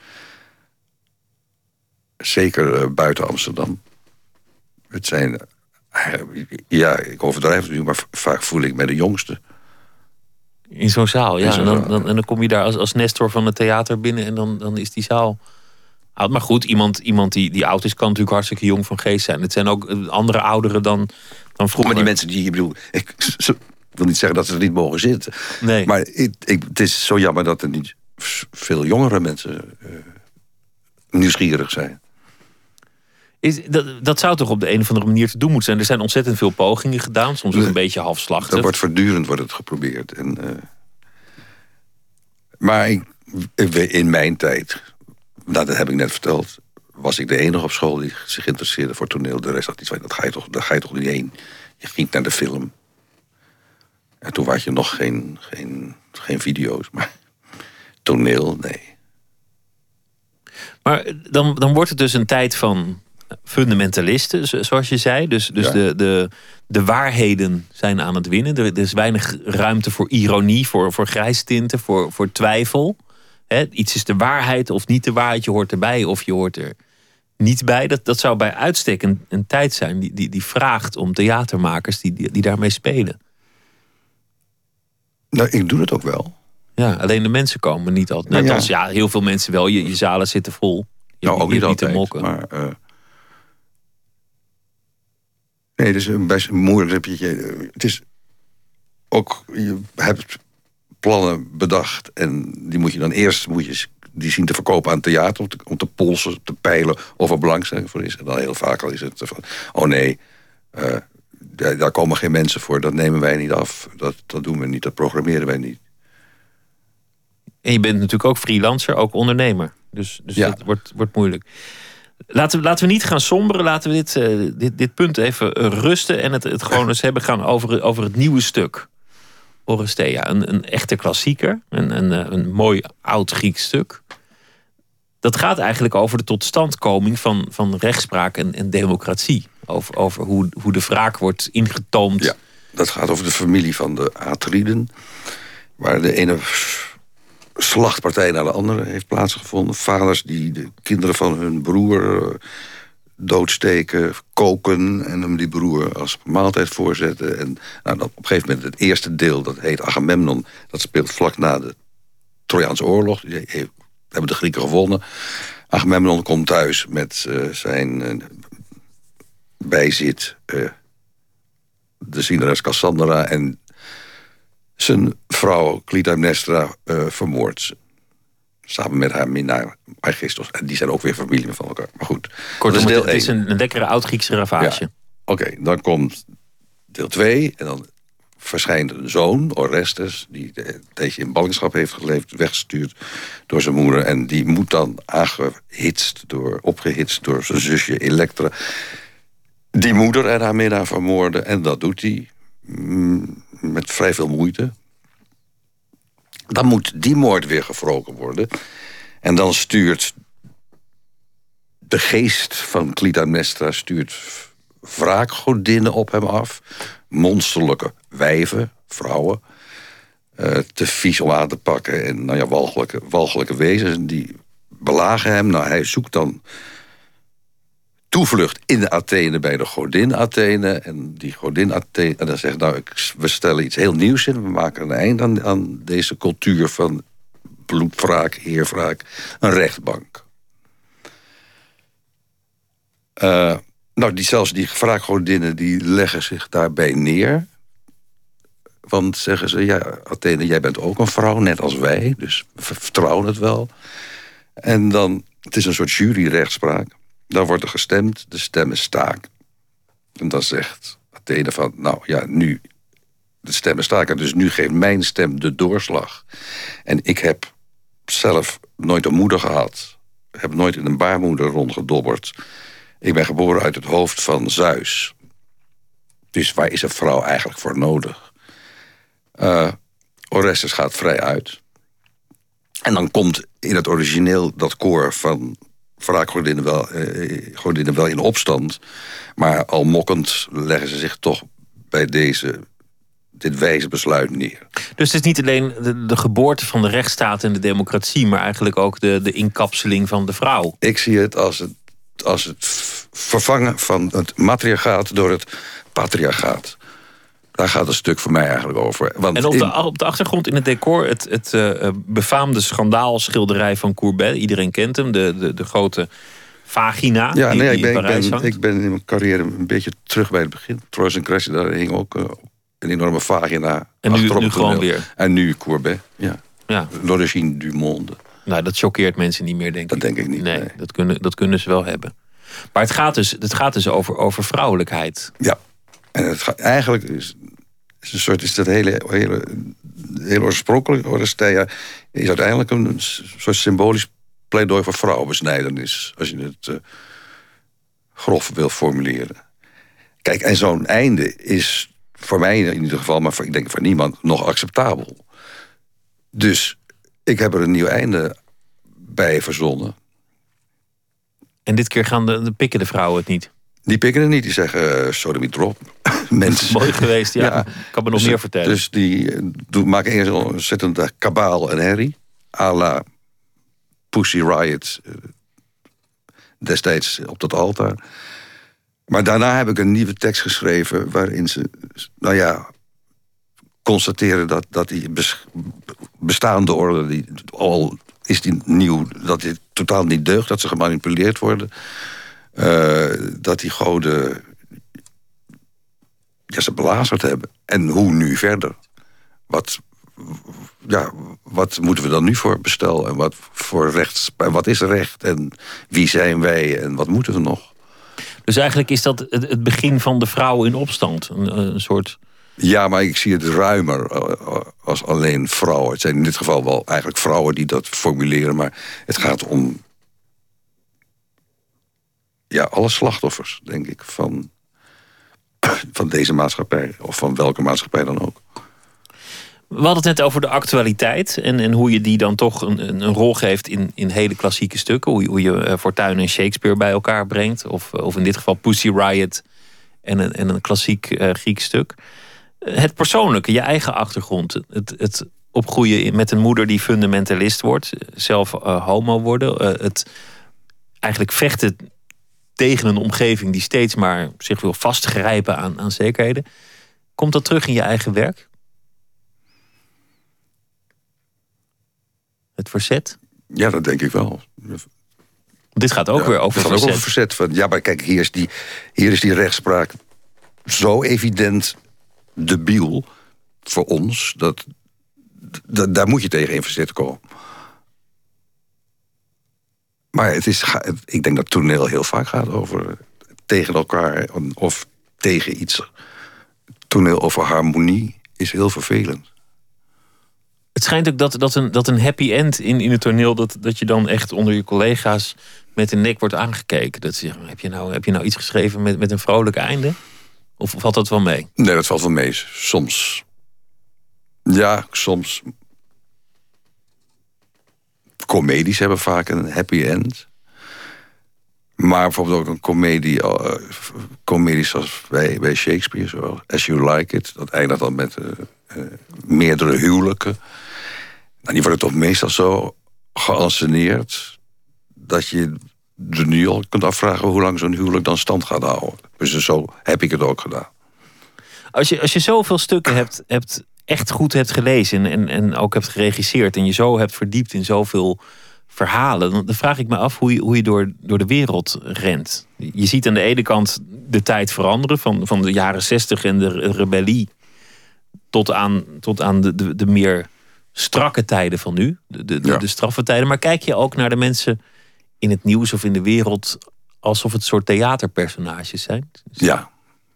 Zeker buiten Amsterdam. Het zijn... Ja, ik overdrijf het nu, maar vaak voel ik mij de jongste. In zo'n zaal, ja. En dan kom je daar als Nestor van het theater binnen... en dan is die zaal oud. Maar goed, iemand die oud is... kan natuurlijk hartstikke jong van geest zijn. Het zijn ook andere ouderen dan vroeger. Maar die mensen die... Ik bedoel, ik wil niet zeggen dat ze er niet mogen zitten. Nee. Maar het is zo jammer dat er niet veel jongere mensen nieuwsgierig zijn. Dat zou toch op de een of andere manier te doen moeten zijn. Er zijn ontzettend veel pogingen gedaan. Soms ook een beetje halfslachtig. Voortdurend wordt het geprobeerd. Maar in mijn tijd, dat heb ik net verteld... was ik de enige op school die zich interesseerde voor toneel. De rest had iets van, daar ga je toch niet heen. Je ging naar de film. En toen had je nog geen video's. Maar toneel, nee. Maar dan wordt het dus een tijd van... fundamentalisten, zoals je zei. Dus de waarheden zijn aan het winnen. Er is weinig ruimte voor ironie, voor grijstinten, voor twijfel. Iets is de waarheid of niet de waarheid. Je hoort erbij of je hoort er niet bij. Dat zou bij uitstek een tijd zijn die vraagt om theatermakers die daarmee spelen. Nou, ik doe het ook wel. Ja, alleen de mensen komen niet altijd. Althans, heel veel mensen wel. Je zalen zitten vol. Ook niet altijd, te mokken. Maar... Nee, het is best moeilijk. Het is ook, je hebt plannen bedacht en die moet je dan eerst die zien te verkopen aan het theater om te polsen, te peilen of er belangstelling voor is. En dan heel vaak al is het van, oh nee, daar komen geen mensen voor, dat nemen wij niet af, dat doen we niet, dat programmeren wij niet. En je bent natuurlijk ook freelancer, ook ondernemer. Dus dat wordt moeilijk. Laten we niet gaan somberen. Laten we dit punt even rusten. En het gewoon eens hebben gaan over het nieuwe stuk. Oresteia. Een echte klassieker. Een mooi oud Grieks stuk. Dat gaat eigenlijk over de totstandkoming van rechtspraak en democratie. Over hoe de wraak wordt ingetoomd. Ja, dat gaat over de familie van de Atriden. Waar de ene slachtpartij naar de andere heeft plaatsgevonden. Vaders die de kinderen van hun broer doodsteken, koken en hem die broer als maaltijd voorzetten. En op een gegeven moment het eerste deel, dat heet Agamemnon, dat speelt vlak na de Trojaanse oorlog. Die hebben de Grieken gewonnen. Agamemnon komt thuis met zijn bijzit, de zieneres Cassandra, en zijn vrouw Clytemnestra vermoordt ze. Samen met haar minnaar Aegisthos. En die zijn ook weer familie van elkaar. Maar goed. Kortom, het is een lekkere oud-Griekse ravage. Ja. Oké, dan komt deel 2. En dan verschijnt een zoon, Orestes, die een tijdje in ballingschap heeft geleefd, weggestuurd door zijn moeder. En die moet dan opgehitst door zijn zusje Elektra. die moeder en haar minnaar vermoorden. En dat doet hij met vrij veel moeite. Dan moet die moord weer gewroken worden. En dan stuurt de geest van Clytemnestra wraakgodinnen op hem af. Monsterlijke wijven, vrouwen. Te vies om aan te pakken. En walgelijke wezens. Die belagen hem. Nou, hij zoekt dan toevlucht in Athene bij de godin Athene. En die godin Athene... En dan zegt, we stellen iets heel nieuws in. We maken een eind aan deze cultuur van bloedwraak, eerwraak. Een rechtbank. Zelfs die wraakgodinnen die leggen zich daarbij neer. Want zeggen ze, ja, Athene, jij bent ook een vrouw, net als wij. Dus we vertrouwen het wel. En dan, het is een soort juryrechtspraak. Dan wordt er gestemd, de stemmen staken. En dan zegt Athene van, nou ja, nu de stemmen staken. Dus nu geeft mijn stem de doorslag. En ik heb zelf nooit een moeder gehad. Heb nooit in een baarmoeder rondgedobberd. Ik ben geboren uit het hoofd van Zeus. Dus waar is een vrouw eigenlijk voor nodig? Orestes gaat vrij uit. En dan komt in het origineel dat koor van wraakgodinnen wel in opstand. Maar al mokkend leggen ze zich toch bij dit wijze besluit neer. Dus het is niet alleen de geboorte van de rechtsstaat en de democratie, maar eigenlijk ook de inkapseling van de vrouw. Ik zie het als het vervangen van het matriarchaat door het patriarchaat. Daar gaat het stuk voor mij eigenlijk over. Want en op de achtergrond in het decor het befaamde schandaalschilderij van Courbet. Iedereen kent hem, de grote vagina die in Parijs hangt. Ik ben in mijn carrière een beetje terug bij het begin. Troyes en Cressy, daar hing ook een enorme vagina. En nu gewoon weer. En nu Courbet, ja. L'origine du monde. Nou, dat choqueert mensen niet meer, denk ik. Dat denk ik niet. Nee. Dat kunnen ze wel hebben. Maar het gaat dus over vrouwelijkheid. Ja. En eigenlijk is dat hele oorspronkelijke Oresteia is uiteindelijk een soort symbolisch pleidooi voor vrouwenbesnijdenis. Als je het grof wil formuleren. Kijk, en zo'n einde is voor mij in ieder geval, maar ik denk voor niemand, nog acceptabel. Dus ik heb er een nieuw einde bij verzonnen. En dit keer gaan pikken de vrouwen het niet? Die pikken het niet, die zeggen sodomiet erop. Mensen. Mooi geweest, ja. Ik kan me nog meer vertellen. Dus die maken eerst een ontzettende kabaal en herrie. À la Pussy Riot destijds op dat altaar. Maar daarna heb ik een nieuwe tekst geschreven waarin ze, constateren dat die bestaande orde, al is die nieuw, dat dit totaal niet deugt, dat ze gemanipuleerd worden. Dat die goden ze belazerd hebben. En hoe nu verder? Wat moeten we dan nu voor bestel? En wat is recht? En wie zijn wij? En wat moeten we nog? Dus eigenlijk is dat het begin van de vrouw in opstand? Een soort... Ja, maar ik zie het ruimer als alleen vrouwen. Het zijn in dit geval wel eigenlijk vrouwen die dat formuleren. Maar het gaat om alle slachtoffers, denk ik, van deze maatschappij. Of van welke maatschappij dan ook. We hadden het net over de actualiteit. En hoe je die dan toch een rol geeft in hele klassieke stukken. Hoe je Fortuyn en Shakespeare bij elkaar brengt. Of in dit geval Pussy Riot en een klassiek Grieks stuk. Het persoonlijke, je eigen achtergrond. Het opgroeien met een moeder die fundamentalist wordt. Zelf homo worden. Het eigenlijk vechten tegen een omgeving die steeds maar zich wil vastgrijpen aan zekerheden. Komt dat terug in je eigen werk? Het verzet? Ja, dat denk ik wel. Dit gaat ook weer over verzet. Ook over verzet. Maar kijk, hier is die rechtspraak zo evident debiel voor ons. Daar moet je tegen in verzet komen. Maar ik denk dat toneel heel vaak gaat over tegen elkaar of tegen iets. Toneel over harmonie is heel vervelend. Het schijnt ook dat een happy end in het toneel... dat je dan echt onder je collega's met een nek wordt aangekeken. Dat ze zeggen, heb je nou iets geschreven met een vrolijk einde? Of valt dat wel mee? Nee, dat valt wel mee. Soms. Ja, soms. Comedies hebben vaak een happy end. Maar bijvoorbeeld ook een comedie zoals bij Shakespeare, zoals As You Like It. Dat eindigt dan met meerdere huwelijken. Nou, die worden toch meestal zo geanceneerd dat je er nu al kunt afvragen hoe lang zo'n huwelijk dan stand gaat houden. Dus zo heb ik het ook gedaan. Als je zoveel stukken echt goed hebt gelezen en ook hebt geregisseerd en je zo hebt verdiept in zoveel verhalen, dan vraag ik me af hoe je door de wereld rent. Je ziet aan de ene kant de tijd veranderen van de jaren 60 en de rebellie tot aan de meer strakke tijden van nu, de straffe tijden. Maar kijk je ook naar de mensen in het nieuws of in de wereld alsof het soort theaterpersonages zijn? Ja.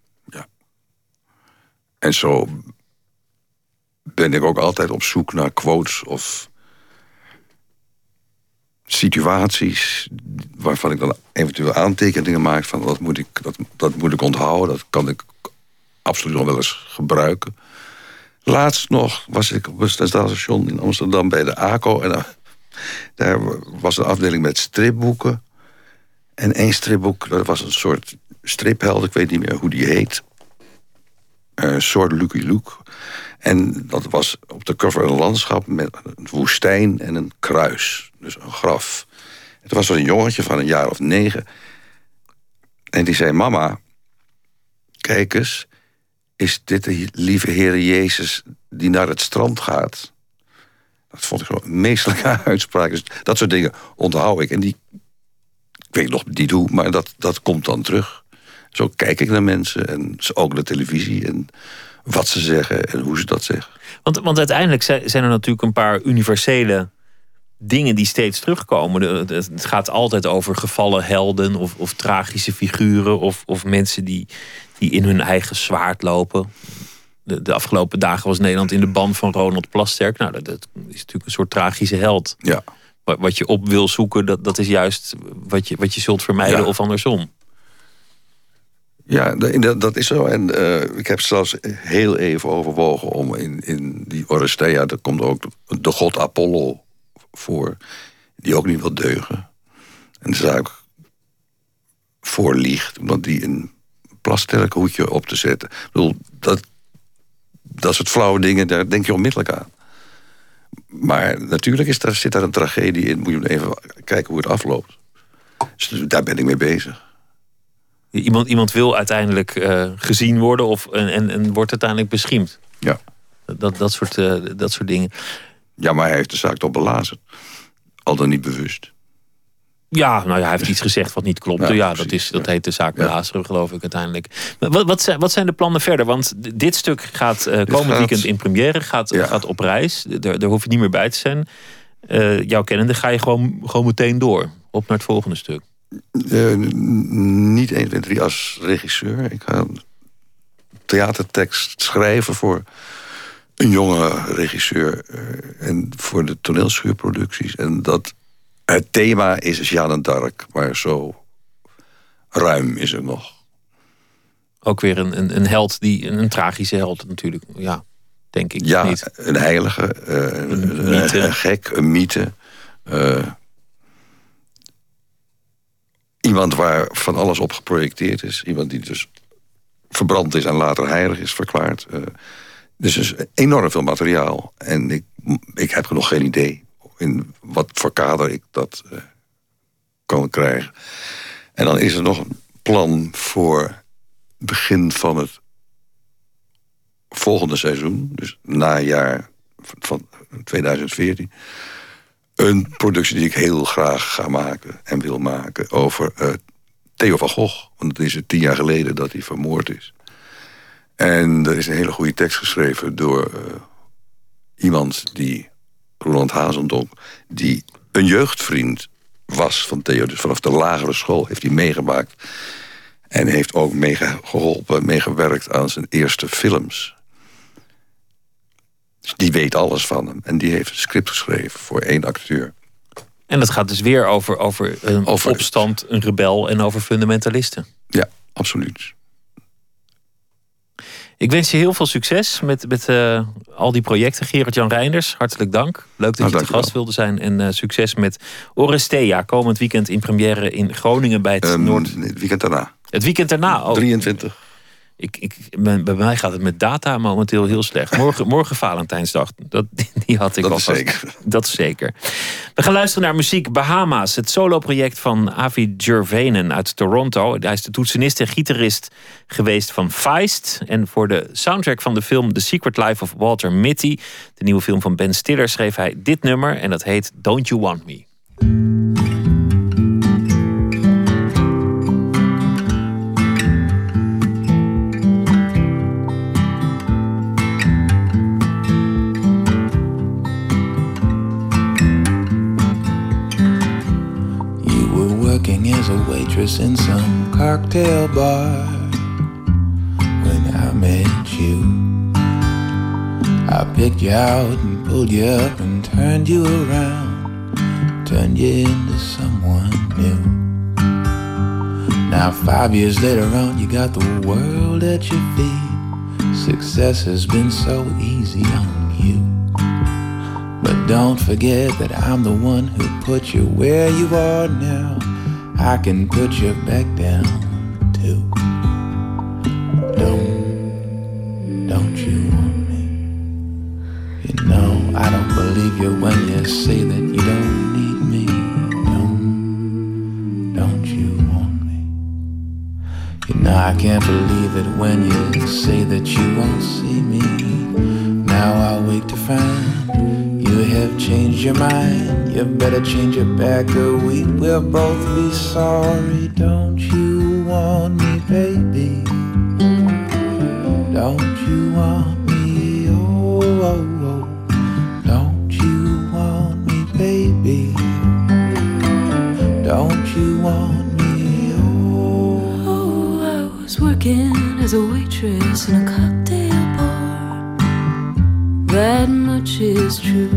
En zo ben ik ook altijd op zoek naar quotes of situaties waarvan ik dan eventueel aantekeningen maak van dat moet ik onthouden, dat kan ik absoluut nog wel eens gebruiken. Laatst nog was ik op een station in Amsterdam bij de ACO en daar was een afdeling met stripboeken. En één stripboek, dat was een soort stripheld, ik weet niet meer hoe die heet. Een soort Lucky Luke. En dat was op de cover een landschap met een woestijn en een kruis. Dus een graf. Het was een jongetje van een jaar of 9. En die zei, mama, kijk eens, is dit de lieve Heer Jezus die naar het strand gaat? Dat vond ik een meestelijke uitspraak. Dus dat soort dingen onthoud ik. En ik weet nog niet hoe, maar dat komt dan terug. Zo kijk ik naar mensen en ook naar televisie en wat ze zeggen en hoe ze dat zeggen. Want uiteindelijk zijn er natuurlijk een paar universele dingen die steeds terugkomen. Het gaat altijd over gevallen helden of tragische figuren of mensen die in hun eigen zwaard lopen. De afgelopen dagen was Nederland in de ban van Ronald Plasterk. Nou, dat is natuurlijk een soort tragische held. Ja. Wat je op wil zoeken, dat is juist wat je zult vermijden of andersom. Ja, dat is zo. En ik heb zelfs heel even overwogen om in die Oresteia, daar komt ook de god Apollo voor, die ook niet wil deugen. En de zaak voor liegt, omdat die een plasterk hoedje op te zetten. Ik bedoel, dat soort flauwe dingen, daar denk je onmiddellijk aan. Maar natuurlijk zit daar een tragedie in. Moet je even kijken hoe het afloopt. Dus daar ben ik mee bezig. Iemand wil uiteindelijk gezien worden en wordt uiteindelijk beschimpt. Ja. Dat soort dingen. Ja, maar hij heeft de zaak toch belazerd. Al dan niet bewust. Ja, nou ja, hij heeft iets gezegd wat niet klopt. Ja, precies, dat heet de zaak belazeren, geloof ik uiteindelijk. Maar wat zijn de plannen verder? Want dit stuk gaat komend weekend in première, gaat op reis. Daar hoef je niet meer bij te zijn. Jouw kennende ga je gewoon meteen door. Op naar het volgende stuk. Niet 1, 2, 3 als regisseur. Ik ga een theatertekst schrijven voor een jonge regisseur en voor de toneelschuurproducties. En het thema is Jeanne d'Arc, maar zo ruim is het nog. Ook weer een held, een tragische held natuurlijk, ja, denk ik. Ja, niet. Een heilige, een gek, een mythe. Iemand waar van alles op geprojecteerd is. Iemand die dus verbrand is en later heilig is verklaard. Dus er is enorm veel materiaal. En ik heb nog geen idee in wat voor kader ik dat kan krijgen. En dan is er nog een plan voor begin van het volgende seizoen. Dus najaar van 2014. Een productie die ik heel graag ga maken en wil maken over Theo van Gogh. Want het is 10 jaar geleden dat hij vermoord is. En er is een hele goede tekst geschreven door iemand die, Roland Hazendonk, die een jeugdvriend was van Theo. Dus vanaf de lagere school heeft hij meegemaakt. En heeft ook meegewerkt aan zijn eerste films. Dus die weet alles van hem. En die heeft een script geschreven voor 1 acteur. En dat gaat dus weer over een opstand, een rebel en over fundamentalisten. Ja, absoluut. Ik wens je heel veel succes met al die projecten. Gerard-Jan Reinders, hartelijk dank. Leuk dat je te gast wilde zijn. En succes met Oresteia. Komend weekend in première in Groningen bij het Het weekend daarna. Het weekend daarna ook. 23. Bij mij gaat het met data momenteel heel slecht. Morgen Valentijnsdag. Die had ik dat alvast. Is zeker. Dat is zeker. We gaan luisteren naar muziek. Bahama's, het soloproject van Avi Gervainen uit Toronto. Hij is de toetsenist en gitarist geweest van Feist. En voor de soundtrack van de film The Secret Life of Walter Mitty, de nieuwe film van Ben Stiller, schreef hij dit nummer. En dat heet Don't You Want Me. As a waitress in some cocktail bar when I met you. I picked you out and pulled you up and turned you around, turned you into someone new. Now 5 years later on, you got the world at your feet. Success has been so easy on you. But don't forget that I'm the one who put you where you are now. I can put you back down too. Don't you want me? You know I don't believe you when you say that you don't need me. Don't you want me? You know I can't believe it when you say that you won't see me. Now I wake to find you have changed your mind. You better change it back or we will both be sorry. Don't you want me, baby? Don't you want me? Oh, oh, oh. Don't you want me, baby? Don't you want me? Oh, oh, I was working as a waitress in a cocktail bar. That much is true.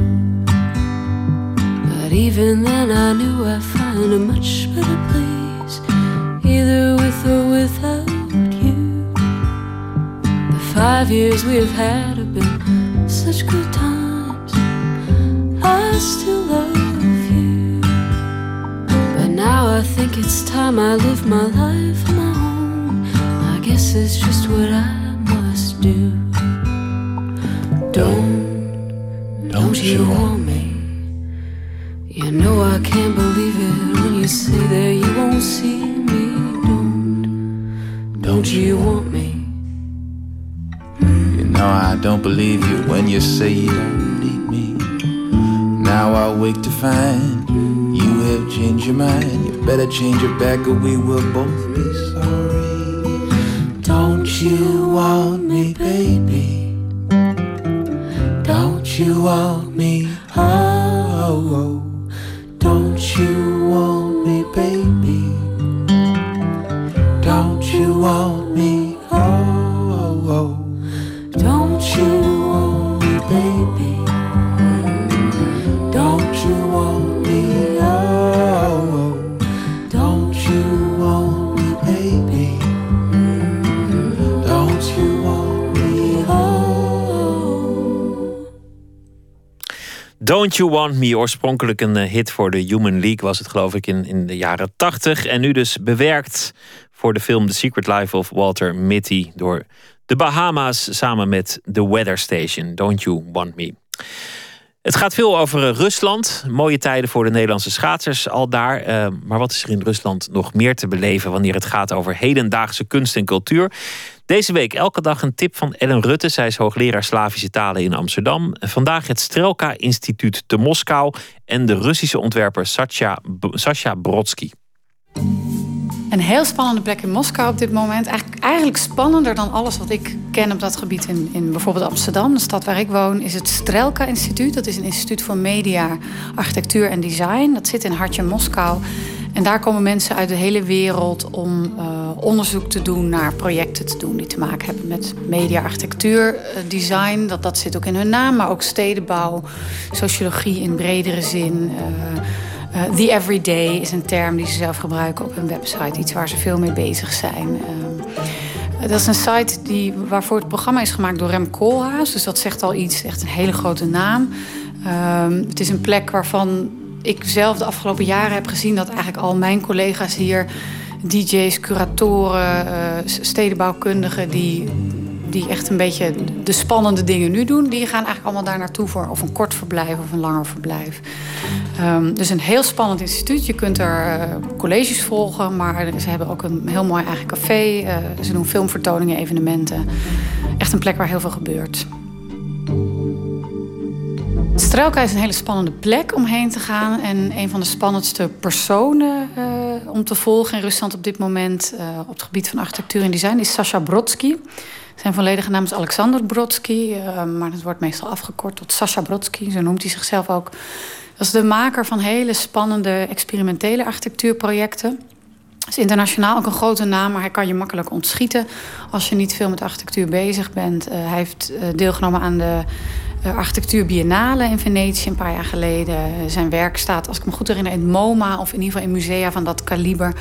But even then I knew I'd find a much better place, either with or without you. The 5 years we've had have been such good times. I still love you, but now I think it's time I live my life on my own. I guess it's just what I must do. Don't you want me? You know I can't believe it when you say that you won't see me. Don't you want me? You know I don't believe you when you say you don't need me. Now I wake to find you have changed your mind. You better change it back or we will both be sorry. Don't you want me, baby? Don't you want me? Oh, oh. Don't you want me, baby? Don't you want me? Oh, oh, oh. Don't you want me, baby? Don't you want me? Oh, oh. Don't you want me, baby? Don't you want me? Oh. Don't You Want Me, oorspronkelijk een hit voor de Human League was het geloof ik in de jaren 80. En nu dus bewerkt voor de film The Secret Life of Walter Mitty door de Bahama's samen met The Weather Station. Don't You Want Me. Het gaat veel over Rusland. Mooie tijden voor de Nederlandse schaatsers al daar. Maar wat is er in Rusland nog meer te beleven wanneer het gaat over hedendaagse kunst en cultuur? Deze week elke dag een tip van Ellen Rutte. Zij is hoogleraar Slavische talen in Amsterdam. Vandaag het Strelka Instituut te Moskou en de Russische ontwerper Sasha Brodsky. Een heel spannende plek in Moskou op dit moment. Eigenlijk spannender dan alles wat ik ken op dat gebied in bijvoorbeeld Amsterdam, de stad waar ik woon, is het Strelka Instituut. Dat is een instituut voor media, architectuur en design. Dat zit in hartje Moskou. En daar komen mensen uit de hele wereld om onderzoek te doen naar projecten te doen die te maken hebben met media, architectuur, design. Dat zit ook in hun naam, maar ook stedenbouw, sociologie in bredere zin. The Everyday is een term die ze zelf gebruiken op hun website. Iets waar ze veel mee bezig zijn. Dat is een site waarvoor het programma is gemaakt door Rem Koolhaas. Dus dat zegt al iets, echt een hele grote naam. Het is een plek waarvan ik zelf de afgelopen jaren heb gezien dat eigenlijk al mijn collega's hier, DJ's, curatoren, stedenbouwkundigen, die echt een beetje de spannende dingen nu doen, die gaan eigenlijk allemaal daar naartoe voor of een kort verblijf of een langer verblijf. Dus een heel spannend instituut. Je kunt er colleges volgen, maar ze hebben ook een heel mooi eigen café. Ze doen filmvertoningen, evenementen. Echt een plek waar heel veel gebeurt. Strelka is een hele spannende plek om heen te gaan. En een van de spannendste personen om te volgen in Rusland op dit moment op het gebied van architectuur en design is Sasha Brodsky. Zijn volledige naam is Alexander Brodsky, maar dat wordt meestal afgekort tot Sasha Brodsky. Zo noemt hij zichzelf ook. Dat is de maker van hele spannende experimentele architectuurprojecten. Dat is internationaal ook een grote naam, maar hij kan je makkelijk ontschieten als je niet veel met architectuur bezig bent. Hij heeft deelgenomen aan de Architectuur Biennale in Venetië een paar jaar geleden. Zijn werk staat, als ik me goed herinner, in het MoMA of in ieder geval in musea van dat kaliber.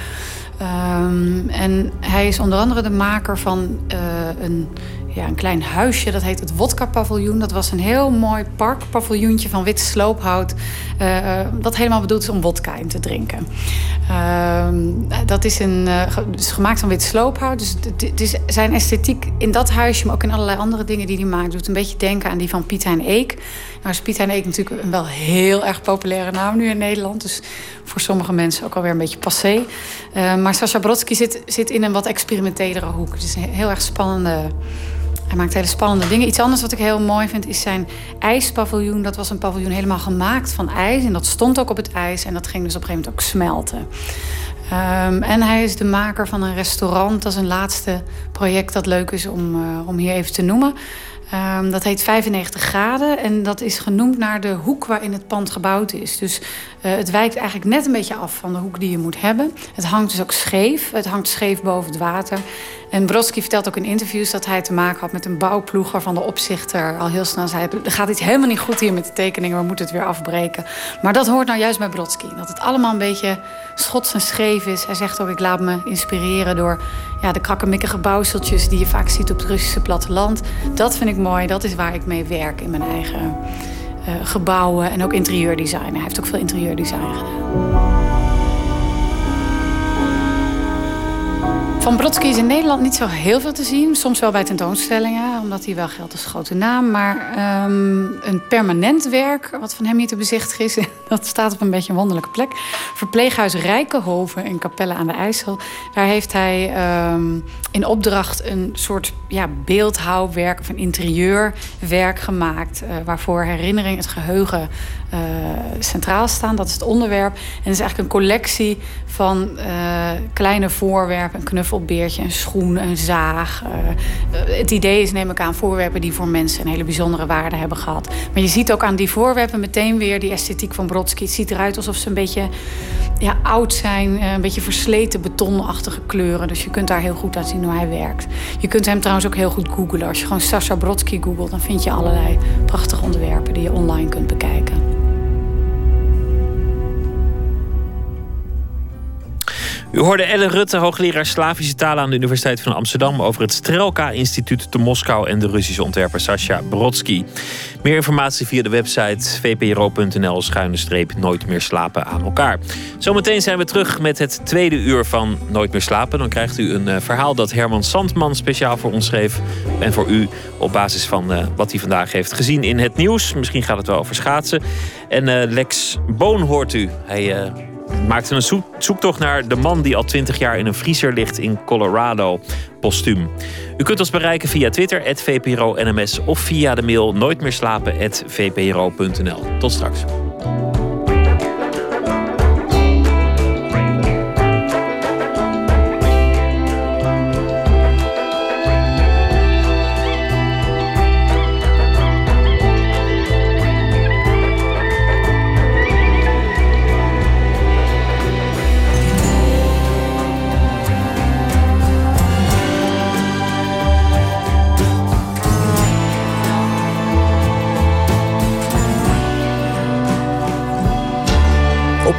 En hij is onder andere de maker van een klein huisje, dat heet het Wodka-paviljoen. Dat was een heel mooi parkpaviljoentje van wit sloophout, dat helemaal bedoeld is om wodka in te drinken. Dat is is gemaakt van wit sloophout. Dus het is zijn esthetiek in dat huisje, maar ook in allerlei andere dingen die hij maakt, doet een beetje denken aan die van Piet Hein Eek. Nou is Piet Hein Eek natuurlijk een wel heel erg populaire naam nu in Nederland. Dus voor sommige mensen ook alweer een beetje passé. Maar Sasha Brodsky zit in een wat experimentelere hoek. Het is een heel erg spannende. Hij maakt hele spannende dingen. Iets anders wat ik heel mooi vind is zijn ijspaviljoen. Dat was een paviljoen helemaal gemaakt van ijs. En dat stond ook op het ijs. En dat ging dus op een gegeven moment ook smelten. En hij is de maker van een restaurant. Dat is een laatste project dat leuk is om hier even te noemen. Dat heet 95 graden en dat is genoemd naar de hoek waarin het pand gebouwd is. Dus het wijkt eigenlijk net een beetje af van de hoek die je moet hebben. Het hangt dus ook scheef. Het hangt scheef boven het water. En Brodsky vertelt ook in interviews dat hij te maken had met een bouwploeg waarvan de opzichter al heel snel zei: er gaat iets helemaal niet goed hier met de tekeningen, we moeten het weer afbreken. Maar dat hoort nou juist bij Brodsky. Dat het allemaal een beetje schots en scheef is. Hij zegt ook: ik laat me inspireren door de krakkemikkige bouwseltjes die je vaak ziet op het Russische platteland. Dat vind ik mooi, dat is waar ik mee werk in mijn eigen gebouwen en ook interieurdesign. Hij heeft ook veel interieurdesign gedaan. Van Brodsky is in Nederland niet zo heel veel te zien. Soms wel bij tentoonstellingen, omdat hij wel geldt als grote naam. Maar een permanent werk wat van hem hier te bezichtigen is, dat staat op een beetje een wonderlijke plek. Verpleeghuis Rijkenhoven in Capelle aan de IJssel. Daar heeft hij in opdracht een soort beeldhouwwerk of een interieurwerk gemaakt. Waarvoor herinnering, het geheugen centraal staan. Dat is het onderwerp. En het is eigenlijk een collectie van kleine voorwerpen. Een knuffelbeertje, een schoen, een zaag. Het idee is, neem ik aan, voorwerpen die voor mensen een hele bijzondere waarde hebben gehad. Maar je ziet ook aan die voorwerpen meteen weer die esthetiek van Brodsky. Het ziet eruit alsof ze een beetje oud zijn. Een beetje versleten betonachtige kleuren. Dus je kunt daar heel goed aan zien hoe hij werkt. Je kunt hem trouwens ook heel goed googlen. Als je gewoon Sasha Brodsky googelt, dan vind je allerlei prachtige ontwerpen die je online kunt bekijken. U hoorde Ellen Rutte, hoogleraar Slavische talen aan de Universiteit van Amsterdam, over het Strelka-instituut te Moskou en de Russische ontwerper Sasha Brodsky. Meer informatie via de website vpro.nl/nooit meer slapen aan elkaar. Zometeen zijn we terug met het tweede uur van Nooit meer slapen. Dan krijgt u een verhaal dat Herman Sandman speciaal voor ons schreef. En voor u op basis van wat hij vandaag heeft gezien in het nieuws. Misschien gaat het wel over schaatsen. En Lex Boon hoort u. Hij maakte een zoektocht naar de man die al 20 jaar in een vriezer ligt in Colorado, postuum. U kunt ons bereiken via Twitter, @VPRO-NMS, of via de mail nooitmeerslapen@vpro.nl. Tot straks.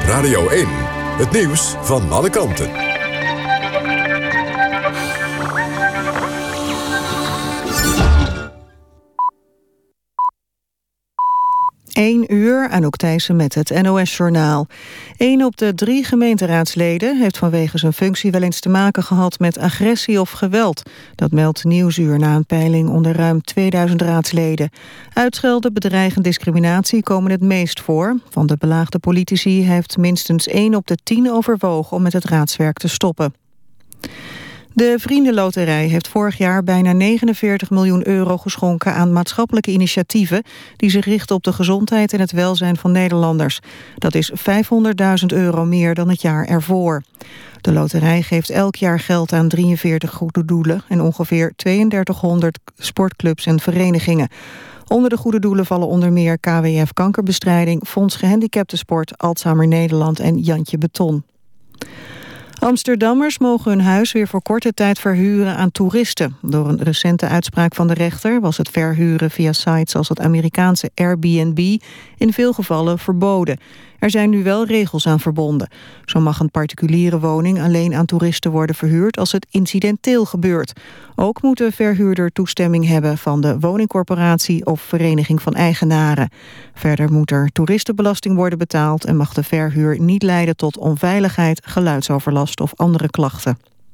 Radio 1. Het nieuws van alle kanten. 1 uur, Anouk Thijssen met het NOS-journaal. 1 op de 3 gemeenteraadsleden heeft vanwege zijn functie wel eens te maken gehad met agressie of geweld. Dat meldt Nieuwsuur na een peiling onder ruim 2000 raadsleden. Uitschelden, bedreiging, discriminatie komen het meest voor. Van de belaagde politici heeft minstens 1 op de 10 overwogen om met het raadswerk te stoppen. De Vriendenloterij heeft vorig jaar bijna 49 miljoen euro geschonken aan maatschappelijke initiatieven die zich richten op de gezondheid en het welzijn van Nederlanders. Dat is 500.000 euro meer dan het jaar ervoor. De loterij geeft elk jaar geld aan 43 goede doelen en ongeveer 3200 sportclubs en verenigingen. Onder de goede doelen vallen onder meer KWF Kankerbestrijding, Fonds Gehandicaptensport, Alzheimer Nederland en Jantje Beton. Amsterdammers mogen hun huis weer voor korte tijd verhuren aan toeristen. Door een recente uitspraak van de rechter was het verhuren via sites als het Amerikaanse Airbnb in veel gevallen verboden. Er zijn nu wel regels aan verbonden. Zo mag een particuliere woning alleen aan toeristen worden verhuurd als het incidenteel gebeurt. Ook moet de verhuurder toestemming hebben van de woningcorporatie of vereniging van eigenaren. Verder moet er toeristenbelasting worden betaald en mag de verhuur niet leiden tot onveiligheid, geluidsoverlast of andere klachten.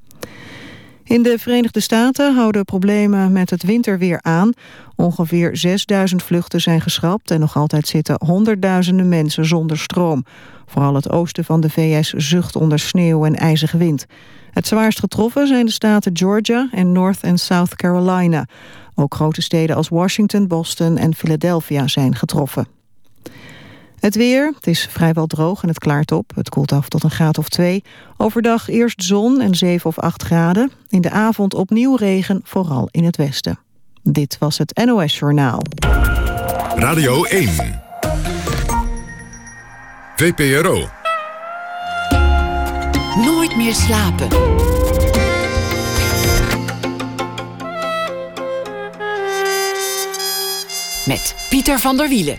In de Verenigde Staten houden problemen met het winterweer aan. Ongeveer 6000 vluchten zijn geschrapt en nog altijd zitten honderdduizenden mensen zonder stroom. Vooral het oosten van de VS zucht onder sneeuw en ijzige wind. Het zwaarst getroffen zijn de staten Georgia en North en South Carolina. Ook grote steden als Washington, Boston en Philadelphia zijn getroffen. Het weer, het is vrijwel droog en het klaart op. Het koelt af tot een graad of 2. Overdag eerst zon en 7 of 8 graden. In de avond opnieuw regen, vooral in het westen. Dit was het NOS Journaal. Radio 1. VPRO. Nooit meer slapen. Met Pieter van der Wielen.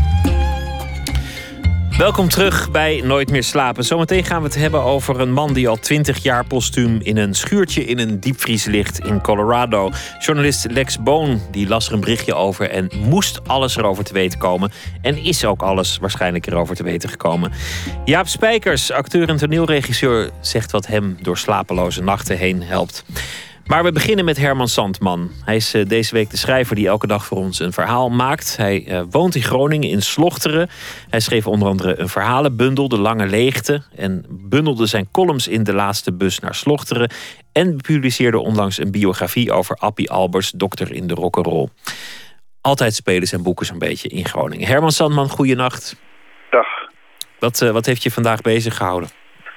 Welkom terug bij Nooit meer slapen. Zometeen gaan we het hebben over een man die al 20 jaar postuum in een schuurtje in een diepvries ligt in Colorado. Journalist Lex Boon die las er een berichtje over en moest alles erover te weten komen. En is ook alles waarschijnlijk erover te weten gekomen. Jaap Spijkers, acteur en toneelregisseur, zegt wat hem door slapeloze nachten heen helpt. Maar we beginnen met Herman Sandman. Hij is deze week de schrijver die elke dag voor ons een verhaal maakt. Hij woont in Groningen, in Slochteren. Hij schreef onder andere een verhalenbundel, De Lange Leegte. En bundelde zijn columns in De Laatste Bus naar Slochteren. En publiceerde onlangs een biografie over Appie Albers, dokter in de rock'n'roll. Altijd spelen zijn boeken zo'n beetje in Groningen. Herman Sandman, goeienacht. Dag. Wat heeft je vandaag bezig gehouden?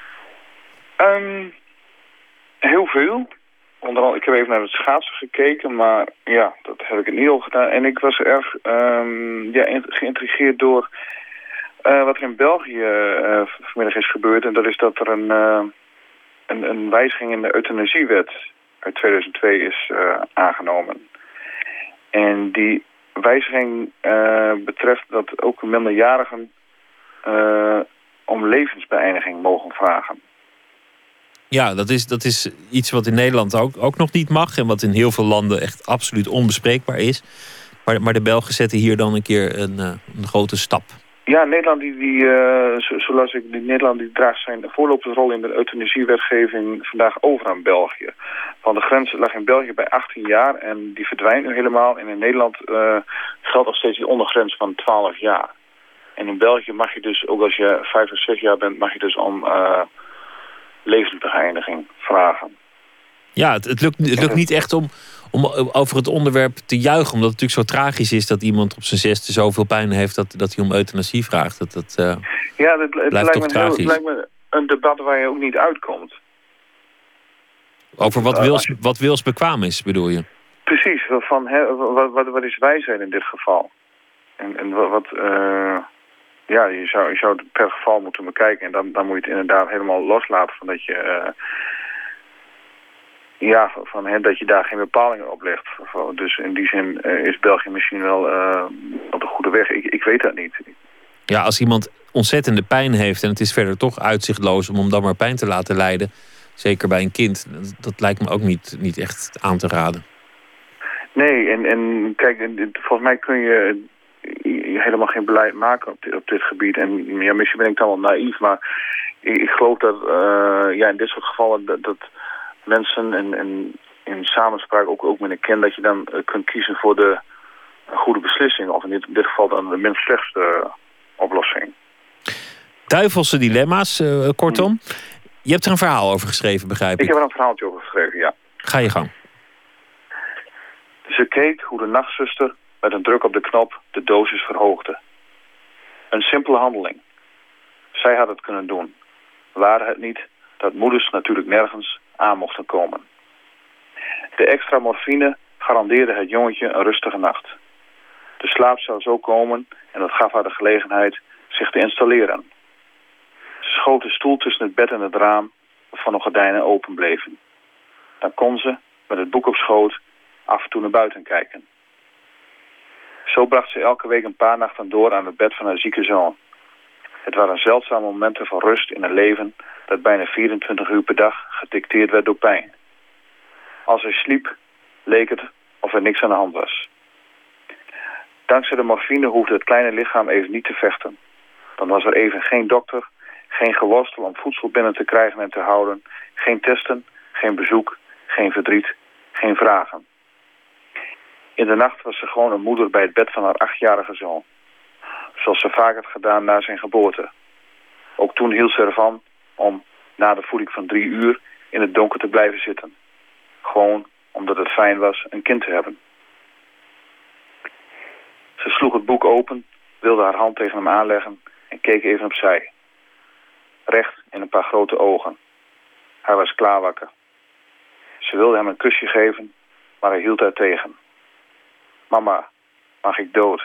Heel veel. Ik heb even naar het schaatsen gekeken, maar ja, dat heb ik niet al gedaan. En ik was erg geïntrigeerd door wat er in België vanmiddag is gebeurd. En dat is dat er een wijziging in de euthanasiewet uit 2002 is aangenomen. En die wijziging betreft dat ook minderjarigen om levensbeëindiging mogen vragen. Ja, dat is iets wat in Nederland ook nog niet mag. En wat in heel veel landen echt absoluut onbespreekbaar is. Maar de Belgen zetten hier dan een keer een grote stap. Ja, Nederland Nederland die draagt zijn voorlopersrol in de euthanasiewetgeving vandaag over aan België. Van de grens lag in België bij 18 jaar en die verdwijnt nu helemaal. En in Nederland geldt nog steeds die ondergrens van 12 jaar. En in België mag je dus, ook als je 5 of 6 jaar bent, mag je dus om levensbeëindiging vragen. Ja, het lukt niet echt om over het onderwerp te juichen. Omdat het natuurlijk zo tragisch is dat iemand op zijn 6e zoveel pijn heeft dat hij om euthanasie vraagt. Het blijft toch tragisch. Het lijkt me een debat waar je ook niet uitkomt. Over wat wilsbekwaam is, bedoel je? Precies, wat is wijsheid in dit geval? En wat... Ja, je zou het per geval moeten bekijken. En dan moet je het inderdaad helemaal loslaten van dat je... dat je daar geen bepalingen op legt. Dus in die zin is België misschien wel op de goede weg. Ik weet dat niet. Ja, als iemand ontzettende pijn heeft en het is verder toch uitzichtloos om hem dan maar pijn te laten lijden, zeker bij een kind, dat lijkt me ook niet echt aan te raden. Nee, en kijk, volgens mij kun je helemaal geen beleid maken op dit gebied. En ja, misschien ben ik dan wel naïef, maar ik geloof dat in dit soort gevallen dat mensen en in samenspraak ook met een kind, dat je dan kunt kiezen voor de goede beslissing. Of in dit geval dan de minst slechtste oplossing. Duivelse dilemma's, kortom. Je hebt er een verhaal over geschreven, begrijp ik? Ik heb er een verhaaltje over geschreven, ja. Ga je gang. Ze keek hoe de nachtzuster met een druk op de knop de dosis verhoogde. Een simpele handeling. Zij had het kunnen doen. Ware het niet dat moeders natuurlijk nergens aan mochten komen. De extra morfine garandeerde het jongetje een rustige nacht. De slaap zou zo komen en dat gaf haar de gelegenheid zich te installeren. Ze schoot de stoel tussen het bed en het raam waarvan de gordijnen open bleven. Dan kon ze, met het boek op schoot, af en toe naar buiten kijken. Zo bracht ze elke week een paar nachten door aan het bed van haar zieke zoon. Het waren zeldzame momenten van rust in een leven dat bijna 24 uur per dag gedicteerd werd door pijn. Als hij sliep, leek het of er niks aan de hand was. Dankzij de morfine hoefde het kleine lichaam even niet te vechten. Dan was er even geen dokter, geen geworstel om voedsel binnen te krijgen en te houden, geen testen, geen bezoek, geen verdriet, geen vragen. In de nacht was ze gewoon een moeder bij het bed van haar 8-jarige zoon. Zoals ze vaak had gedaan na zijn geboorte. Ook toen hield ze ervan om na de voeding van 3 uur in het donker te blijven zitten. Gewoon omdat het fijn was een kind te hebben. Ze sloeg het boek open, wilde haar hand tegen hem aanleggen en keek even opzij. Recht in een paar grote ogen. Hij was klaar wakker. Ze wilde hem een kusje geven, maar hij hield haar tegen. Mama, mag ik dood?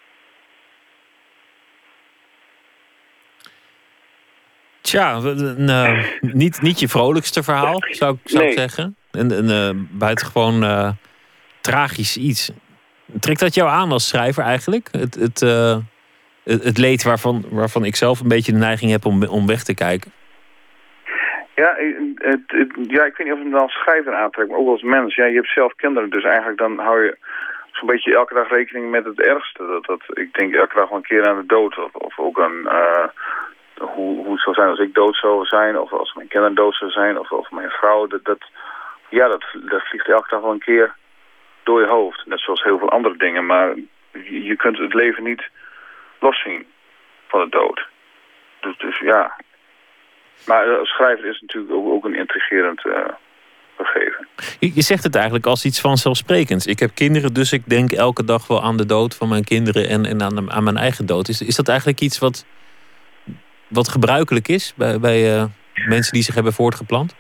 Tja, niet je vrolijkste verhaal, zou ik zeggen. Een buitengewoon tragisch iets. Trekt dat jou aan als schrijver eigenlijk? Het leed waarvan ik zelf een beetje de neiging heb om weg te kijken? Ja, ik weet niet of het me dan als schrijver aantrekt, maar ook als mens. Ja, je hebt zelf kinderen, dus eigenlijk dan hou je zo'n beetje elke dag rekening met het ergste. Ik denk elke dag wel een keer aan de dood. Of ook aan hoe het zou zijn als ik dood zou zijn. Of als mijn kinderen dood zou zijn. Of mijn vrouw. Dat vliegt elke dag wel een keer door je hoofd. Net zoals heel veel andere dingen. Maar je kunt het leven niet loszien van de dood. Dus ja. Maar als schrijver is het natuurlijk ook een intrigerend gegeven. Je zegt het eigenlijk als iets vanzelfsprekends. Ik heb kinderen, dus ik denk elke dag wel aan de dood van mijn kinderen en aan mijn eigen dood. Is dat eigenlijk iets wat gebruikelijk is bij mensen die zich hebben voortgeplant?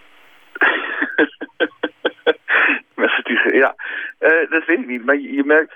Mensen die, ja, dat weet ik niet. Maar je merkt,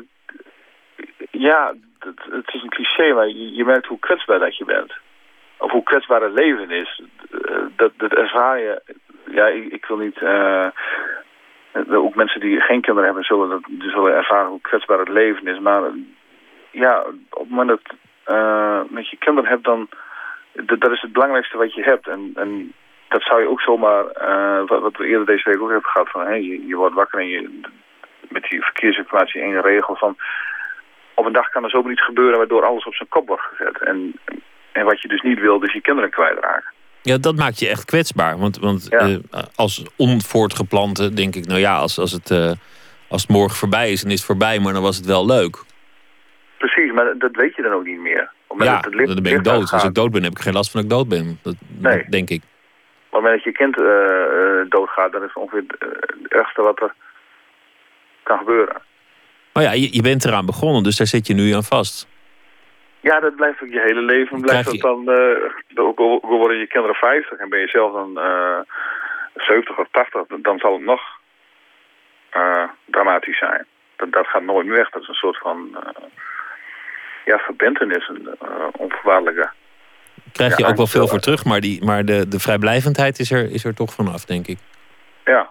het is een cliché, maar je merkt hoe kwetsbaar dat je bent. Of hoe kwetsbaar het leven is. Dat ervaar je. Ja, ik wil niet. Ook mensen die geen kinderen hebben zullen ervaren hoe kwetsbaar het leven is. Maar ja, op het moment dat met je kinderen hebt, dan dat is het belangrijkste wat je hebt. En dat zou je ook zomaar, wat we eerder deze week ook hebben gehad, van je wordt wakker en met die verkeersinformatie één regel van op een dag kan er zomaar iets gebeuren waardoor alles op zijn kop wordt gezet. En wat je dus niet wil, is je kinderen kwijtraken. Ja, dat maakt je echt kwetsbaar. Want ja. Als onvoortgeplante denk ik, nou ja, als het morgen voorbij is, dan is het voorbij, maar dan was het wel leuk. Precies, maar dat weet je dan ook niet meer. Ja, dan ben ik dood. Als ik dood ben, heb ik geen last van dat ik dood ben. Nee. Denk ik. Maar als je kind doodgaat, dan is het ongeveer het ergste wat er kan gebeuren. Maar ja, je bent eraan begonnen, dus daar zit je nu aan vast. Ja, dat blijft ook je hele leven. Ook worden je kinderen 50 en ben je zelf dan 70 of 80, dan zal het nog dramatisch zijn. Dat gaat nooit meer weg. Dat is een soort van verbintenis, een onvoorwaardelijke. Krijg je ook wel veel voor terug, maar de vrijblijvendheid is er toch vanaf, denk ik. Ja.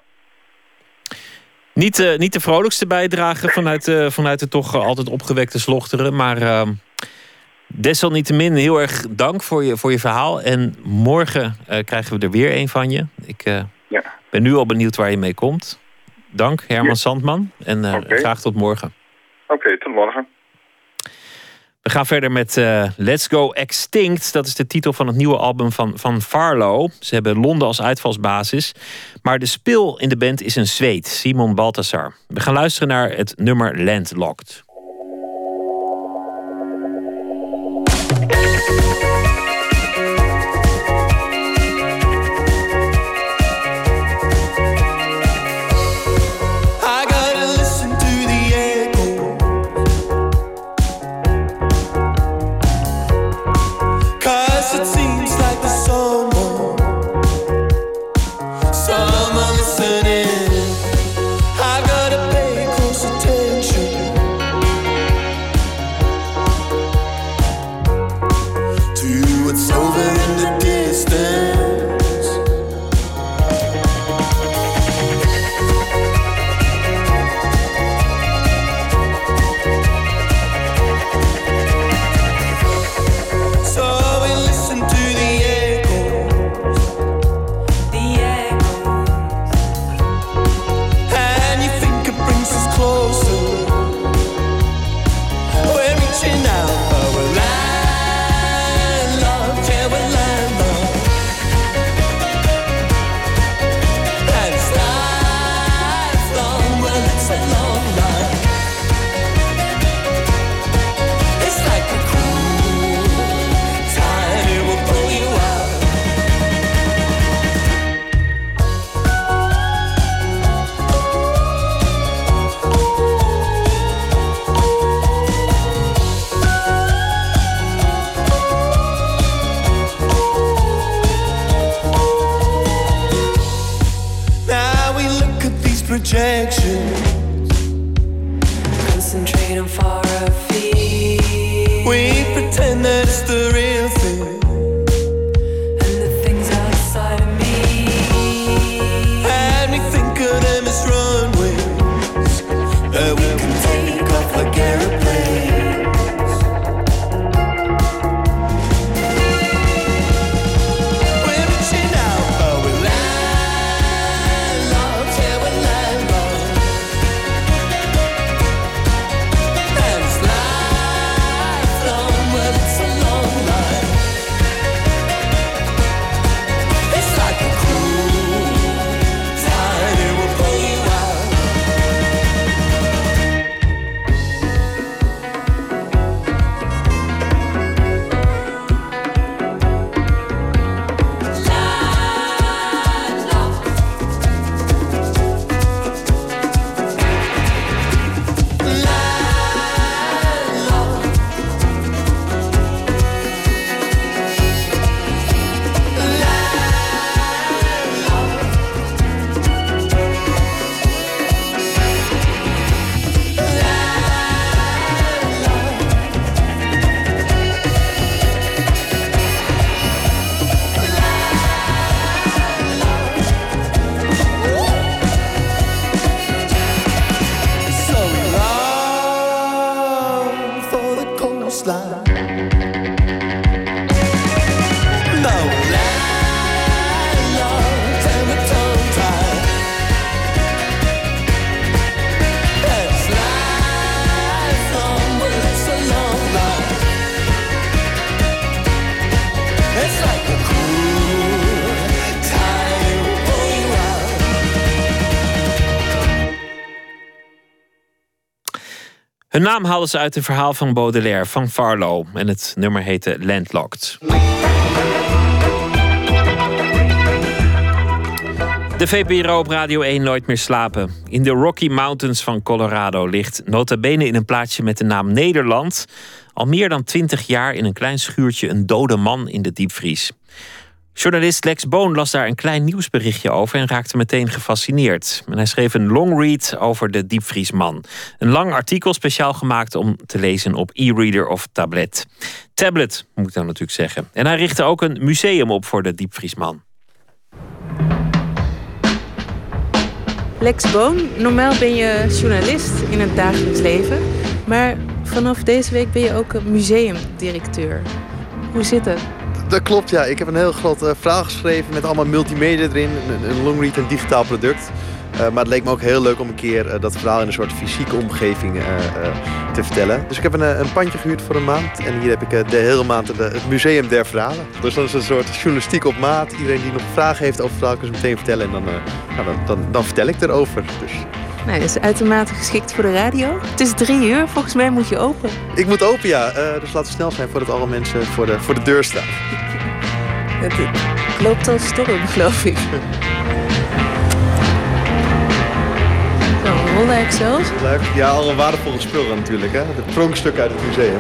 Niet de vrolijkste bijdrage vanuit de toch altijd opgewekte Slochteren, maar Desalniettemin heel erg dank voor je verhaal. En morgen krijgen we er weer een van je. Ik ben nu al benieuwd waar je mee komt. Dank, Herman Sandman. En graag tot morgen. Oké, tot morgen. We gaan verder met Let's Go Extinct. Dat is de titel van het nieuwe album van Farlow. Ze hebben Londen als uitvalsbasis. Maar de spil in de band is een Zweed, Simon Balthasar. We gaan luisteren naar het nummer Landlocked. Concentrate on far our feet. We pretend that it's the real thing, and the things outside of me. And we think of them as runways that we can take off like airplanes. We're reaching out, but we're landlocked. Yeah, we're landlocked. And it's lifelong, well, it's a long life. It's like a cruel tide, it will pull you out. So long for the coastline. No landlocked and we're tongue-tied. And it's lifelong, well, it's a long life. It's like a cruel tide, it will pull you out. Hun naam haalden ze uit een verhaal van Baudelaire, van Farlow. En het nummer heette Landlocked. De VPRO op Radio 1 Nooit meer slapen. In de Rocky Mountains van Colorado ligt nota bene in een plaatsje met de naam Nederland al meer dan 20 jaar in een klein schuurtje een dode man in de diepvries. Journalist Lex Boon las daar een klein nieuwsberichtje over en raakte meteen gefascineerd. En hij schreef een longread over de diepvriesman. Een lang artikel speciaal gemaakt om te lezen op e-reader of tablet. Tablet, moet ik dan natuurlijk zeggen. En hij richtte ook een museum op voor de diepvriesman. Lex Boon, normaal ben je journalist in het dagelijks leven. Maar vanaf deze week ben je ook museumdirecteur. Hoe zit het? Dat klopt, ja. Ik heb een heel groot verhaal geschreven met allemaal multimedia erin. Een longread, een digitaal product. Maar het leek me ook heel leuk om een keer dat verhaal in een soort fysieke omgeving te vertellen. Dus ik heb een pandje gehuurd voor een maand. En hier heb ik de hele maand het Museum der Verhalen. Dus dat is een soort journalistiek op maat. Iedereen die nog vragen heeft over het verhaal kan ze meteen vertellen. En dan vertel ik erover. Dus. Nou, dat is uitermate geschikt voor de radio. Het is 3:00, volgens mij moet je open. Ik moet open, ja. Dus laten we snel zijn voordat alle mensen voor de deur staan. Het loopt al storm, geloof ik. Zo, rolluik zelfs. Ja, al een waardevolle spullen natuurlijk, hè. Het pronkstuk uit het museum.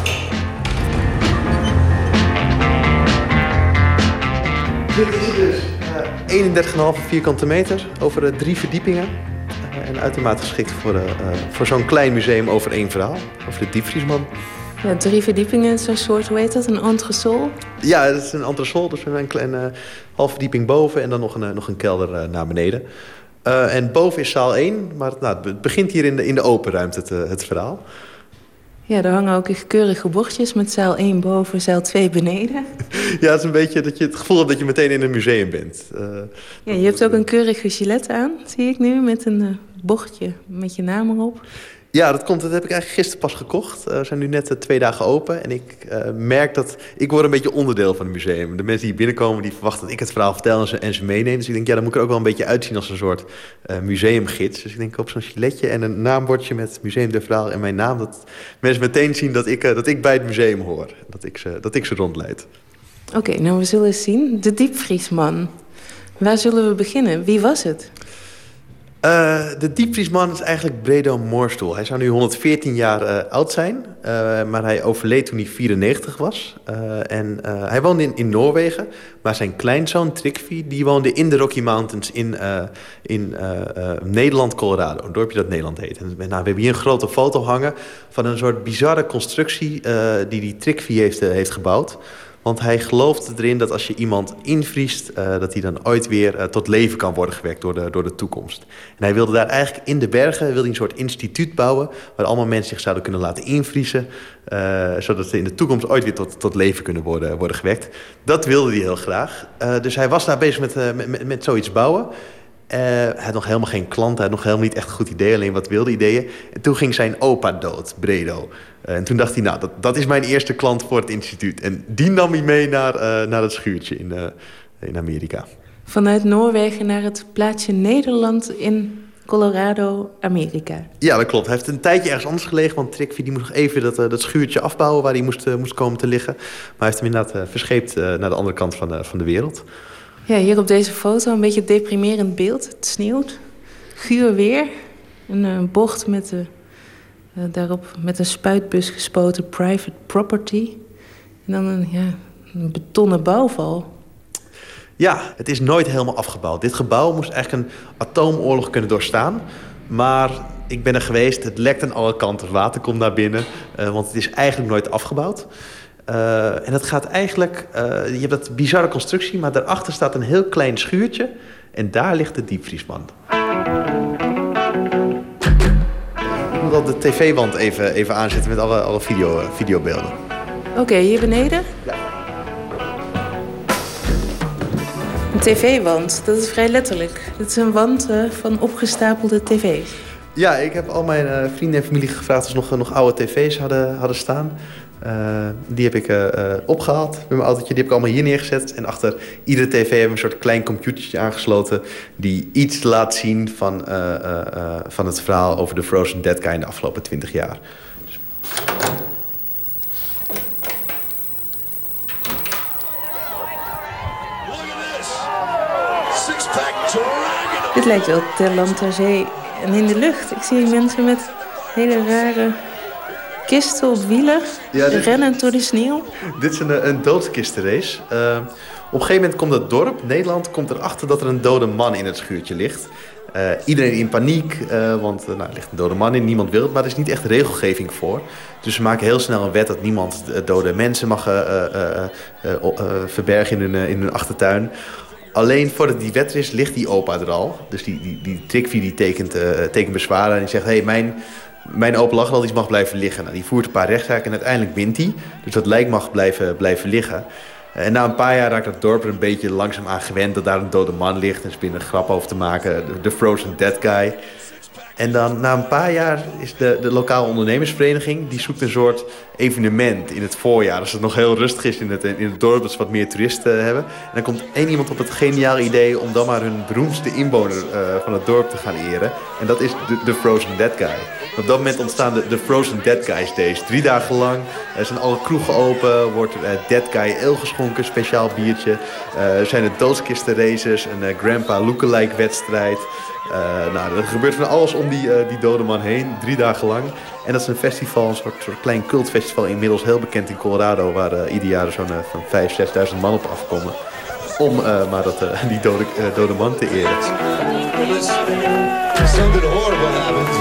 Dit is dus 31,5 vierkante meter over 3 verdiepingen. En uitermate geschikt voor zo'n klein museum over 1 verhaal. Over de diepvriesman. Ja, 3 verdiepingen, zo'n soort, hoe heet dat? Een entresol? Ja, het is een entresol. Dus we hebben een kleine halve verdieping boven en dan nog een kelder naar beneden. En boven is zaal 1, maar het begint hier in de open ruimte het verhaal. Ja, er hangen ook keurige bordjes met zaal 1 boven, zaal 2 beneden. Ja, het is een beetje dat je het gevoel hebt dat je meteen in een museum bent. Ja, je hebt ook een keurige gilet aan, zie ik nu, met een bordje met je naam erop. Ja, dat heb ik eigenlijk gisteren pas gekocht. We zijn nu net 2 dagen open. En ik merk dat ik word een beetje onderdeel van het museum. De mensen die hier binnenkomen, die verwachten dat ik het verhaal vertel en ze meeneem. Dus ik denk, ja, dan moet ik er ook wel een beetje uitzien als een soort museumgids. Dus ik denk op zo'n giletje en een naambordje met Museum der Verhaal en mijn naam. Dat mensen meteen zien dat ik bij het museum hoor. Dat ik ze rondleid. Oké, nou we zullen eens zien. De diepvriesman. Waar zullen we beginnen? Wie was het? De diepvriesman is eigenlijk Bredo Moorstoel. Hij zou nu 114 jaar oud zijn, maar hij overleed toen hij 94 was. Hij woonde in Noorwegen, maar zijn kleinzoon Trygve die woonde in de Rocky Mountains in Nederland, Colorado. Een dorpje dat Nederland heet. En, we hebben hier een grote foto hangen van een soort bizarre constructie die Trygve heeft gebouwd. Want hij gelooft erin dat als je iemand invriest, dat hij dan ooit weer tot leven kan worden gewekt door de toekomst. En hij wilde daar eigenlijk in de bergen een soort instituut bouwen waar allemaal mensen zich zouden kunnen laten invriezen, zodat ze in de toekomst ooit weer tot leven kunnen worden gewekt. Dat wilde hij heel graag. Dus hij was daar bezig met zoiets bouwen. Hij had nog helemaal geen klant, hij had nog helemaal niet echt een goed idee, alleen wat wilde ideeën. En toen ging zijn opa dood, Bredo. En toen dacht hij, nou, dat is mijn eerste klant voor het instituut. En die nam hij mee naar het schuurtje in Amerika. Vanuit Noorwegen naar het plaatsje Nederland in Colorado, Amerika. Ja, dat klopt. Hij heeft een tijdje ergens anders gelegen, want Trygve die moest nog even dat schuurtje afbouwen waar hij moest komen te liggen. Maar hij heeft hem inderdaad verscheept naar de andere kant van de wereld. Ja, hier op deze foto een beetje deprimerend beeld. Het sneeuwt, guur weer. Een bocht met daarop met een spuitbus gespoten private property. En dan een betonnen bouwval. Ja, het is nooit helemaal afgebouwd. Dit gebouw moest eigenlijk een atoomoorlog kunnen doorstaan. Maar ik ben er geweest, het lekt aan alle kanten. Het water komt naar binnen, want het is eigenlijk nooit afgebouwd. En het gaat eigenlijk... je hebt dat bizarre constructie, maar daarachter staat een heel klein schuurtje. En daar ligt de diepvriesman. Ik moet al de tv-wand even aanzetten met alle videobeelden. Oké, hier beneden? Ja. Een tv-wand, dat is vrij letterlijk. Dat is een wand van opgestapelde tv's. Ja, ik heb al mijn vrienden en familie gevraagd of ze nog oude tv's hadden staan. Die heb ik opgehaald met mijn autootje. Die heb ik allemaal hier neergezet. En achter iedere tv hebben we een soort klein computertje aangesloten die iets laat zien van het verhaal over de Frozen Dead Guy in de afgelopen 20 jaar. Dus. Dit lijkt wel ter land ter zee en in de lucht. Ik zie mensen met hele rare kisten op wielen, rennend door de sneeuw. Dit is een doodskistenrace. Op een gegeven moment komt het dorp, Nederland, komt erachter dat er een dode man in het schuurtje ligt. Iedereen in paniek, want er ligt een dode man in, niemand wil het, maar er is niet echt regelgeving voor. Dus ze maken heel snel een wet dat niemand dode mensen mag verbergen in hun achtertuin. Alleen voordat die wet er is, ligt die opa er al. Dus die Trygve die tekent bezwaren en die zegt, hey, Mijn opa lag al, die mag blijven liggen. Nou, die voert een paar rechtszaken en uiteindelijk wint hij. Dus dat lijk mag blijven liggen. En na een paar jaar raakt het dorp er een beetje langzaam aan gewend dat daar een dode man ligt. En ze beginnen een grap over te maken, de Frozen Dead Guy. En dan na een paar jaar is de lokale ondernemersvereniging, die zoekt een soort evenement in het voorjaar. Als het nog heel rustig is in het dorp, dat ze wat meer toeristen hebben. En dan komt één iemand op het geniale idee om dan maar hun beroemdste inwoner van het dorp te gaan eren. En dat is de Frozen Dead Guy. Op dat moment ontstaan de Frozen Dead Guys Days. 3 dagen lang zijn alle kroegen open, wordt Dead Guy ale geschonken, speciaal biertje. Zijn er doodskistenraces, een Grandpa Lookalike wedstrijd. Er gebeurt van alles om die dode man heen, 3 dagen lang. En dat is een festival, een soort klein cultfestival, inmiddels heel bekend in Colorado, waar ieder jaar zo'n 5.000-6.000 man op afkomen. Om die dode man te eren. Something horrible happened.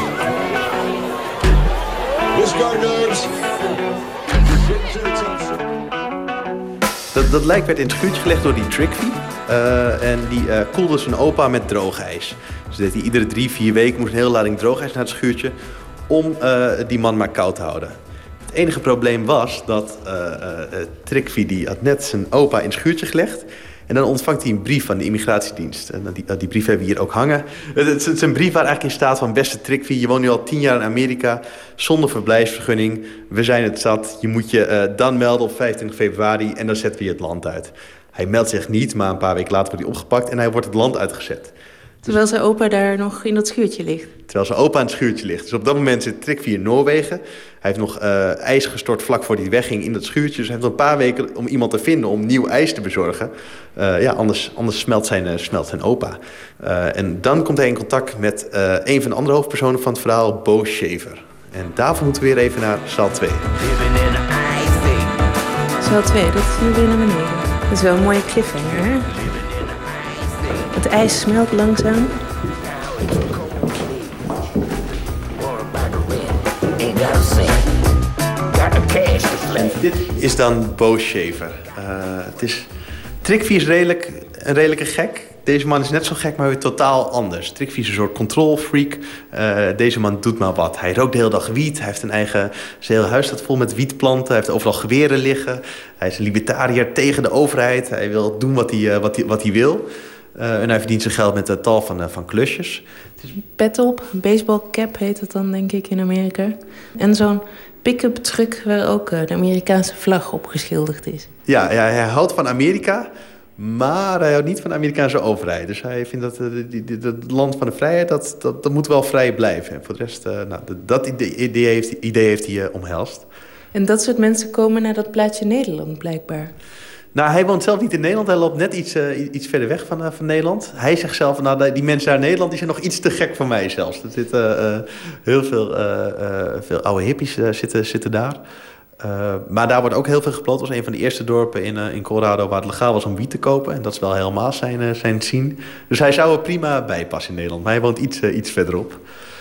Dat lijk werd in het schuurtje gelegd door die Trickfeed. En die koelde zijn opa met droogijs. Dus deed hij iedere 3-4 weken moest een hele lading droogijs naar het schuurtje om die man maar koud te houden. Het enige probleem was dat Trickfeed die had net zijn opa in het schuurtje gelegd. En dan ontvangt hij een brief van de immigratiedienst. En die brief hebben we hier ook hangen. Het is een brief waar eigenlijk in staat van: beste Trickfeed, je woont nu al 10 jaar in Amerika zonder verblijfsvergunning. We zijn het zat. Je moet je dan melden op 25 februari en dan zetten we je het land uit. Hij meldt zich niet, maar een paar weken later wordt hij opgepakt en hij wordt het land uitgezet. Terwijl zijn opa daar nog in dat schuurtje ligt. Terwijl zijn opa in het schuurtje ligt. Dus op dat moment zit Trickfeed in Noorwegen. Hij heeft nog ijs gestort vlak voor hij wegging in dat schuurtje. Dus hij heeft nog een paar weken om iemand te vinden om nieuw ijs te bezorgen. Anders smelt zijn opa. En dan komt hij in contact met een van de andere hoofdpersonen van het verhaal, Bo Shaver. En daarvoor moeten we weer even naar zaal 2. Zaal 2, dat is nu weer naar beneden. Dat is wel een mooie cliffhanger, hè? Het ijs smelt langzaam. En dit is dan Bo Shaver. Trickfeed is een redelijke gek. Deze man is net zo gek, maar weer totaal anders. Trickfeed is een soort control freak. Deze man doet maar wat. Hij rookt de hele dag wiet. Hij heeft zijn hele huis staat vol met wietplanten. Hij heeft overal geweren liggen. Hij is een libertariër tegen de overheid. Hij wil doen wat hij wil. En hij verdient zijn geld met een tal van klusjes. Pet op, een baseballcap heet het dan, denk ik, in Amerika. En zo'n pick-up truck waar ook de Amerikaanse vlag op geschilderd is. Ja, hij houdt van Amerika, maar hij houdt niet van de Amerikaanse overheid. Dus hij vindt dat het land van de vrijheid, dat moet wel vrij blijven. En voor de rest, dat idee heeft hij omhelst. En dat soort mensen komen naar dat plaatsje Nederland, blijkbaar. Nou, hij woont zelf niet in Nederland. Hij loopt net iets verder weg van Nederland. Hij zegt zelf, die mensen daar in Nederland die zijn nog iets te gek voor mij zelfs. Er zitten heel veel oude hippies zitten daar. Maar daar wordt ook heel veel geploot. Het was een van de eerste dorpen in Colorado waar het legaal was om wiet te kopen. En dat is wel helemaal zijn scene. Dus hij zou er prima bij passen in Nederland. Maar hij woont iets verderop.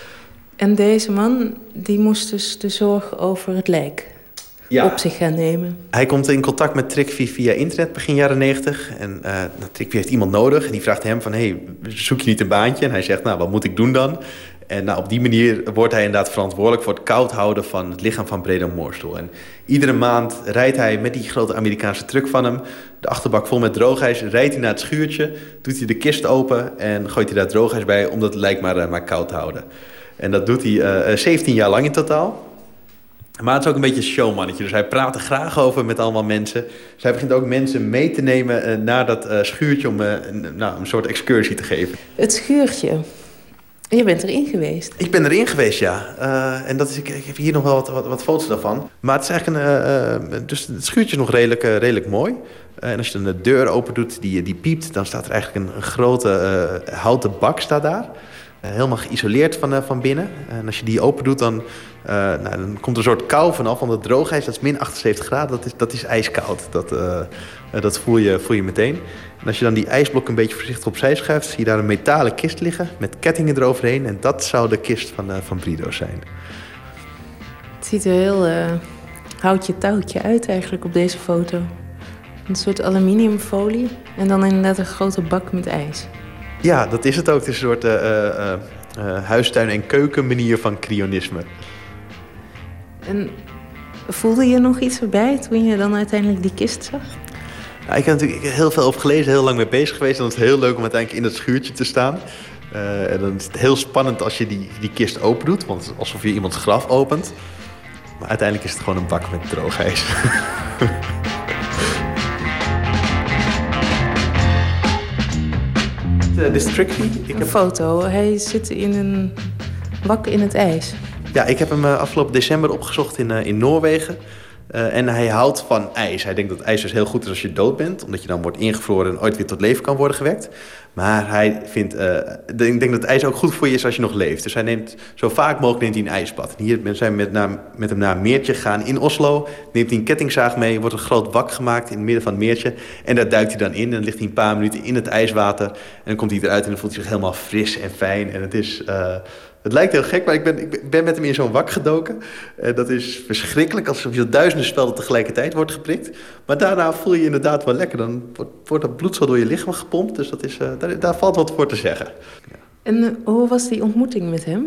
En deze man, die moest dus de zorg over het lijk op zich gaan nemen. Hij komt in contact met Trickfeed via internet begin jaren 90. En Trickfeed heeft iemand nodig. En die vraagt hem van, zoek je niet een baantje? En hij zegt, wat moet ik doen dan? En op die manier wordt hij inderdaad verantwoordelijk voor het koud houden van het lichaam van Bredo Morstoel. En iedere maand rijdt hij met die grote Amerikaanse truck van hem, de achterbak vol met droogijs, rijdt hij naar het schuurtje, doet hij de kist open en gooit hij daar droogijs bij om dat lijk maar koud te houden. En dat doet hij 17 jaar lang in totaal. Maar het is ook een beetje een showmannetje. Dus hij praat er graag over met allemaal mensen. Dus hij begint ook mensen mee te nemen naar dat schuurtje om een soort excursie te geven. Het schuurtje. Je bent erin geweest. Ik ben erin geweest, ja. En ik heb hier nog wel wat foto's daarvan. Maar het is eigenlijk dus het schuurtje is nog redelijk mooi. En als je dan de deur open doet, die piept, dan staat er eigenlijk een grote houten bak staat daar. Helemaal geïsoleerd van binnen. En als je die open doet, dan komt er een soort kou vanaf. Want het droogijs, dat is min 78 graden. Dat is ijskoud. Dat voel je meteen. En als je dan die ijsblok een beetje voorzichtig opzij schuift, zie je daar een metalen kist liggen met kettingen eroverheen. En dat zou de kist van Bredo zijn. Het ziet er heel houtje touwtje uit eigenlijk op deze foto. Een soort aluminiumfolie en dan inderdaad een grote bak met ijs. Ja, dat is het ook. Het is een soort huistuin- en keukenmanier van cryonisme. En voelde je nog iets erbij toen je dan uiteindelijk die kist zag? Nou, ik heb natuurlijk heel veel over gelezen, heel lang mee bezig geweest. En het is heel leuk om uiteindelijk in dat schuurtje te staan. En dan is het heel spannend als je die kist open doet. Want het is alsof je iemands graf opent. Maar uiteindelijk is het gewoon een bak met droog ijs. Strictly. Een foto. Hij zit in een bak in het ijs. Ja, ik heb hem afgelopen december opgezocht in Noorwegen. En hij houdt van ijs. Hij denkt dat ijs dus heel goed is als je dood bent. Omdat je dan wordt ingevroren en ooit weer tot leven kan worden gewekt. Maar hij vindt, ik denk dat ijs ook goed voor je is als je nog leeft. Dus hij neemt zo vaak mogelijk een ijsbad. En hier zijn we met hem naar een meertje gegaan in Oslo. Neemt hij een kettingzaag mee, wordt een groot wak gemaakt in het midden van het meertje. En daar duikt hij dan in en dan ligt hij een paar minuten in het ijswater. En dan komt hij eruit en dan voelt hij zich helemaal fris en fijn. En het is... Het lijkt heel gek, maar ik ben met hem in zo'n wak gedoken. Dat is verschrikkelijk, alsof je duizenden spelden tegelijkertijd wordt geprikt. Maar daarna voel je je inderdaad wel lekker. Dan wordt dat bloed zo door je lichaam gepompt. Dus dat is, daar valt wat voor te zeggen. Ja. En hoe was die ontmoeting met hem?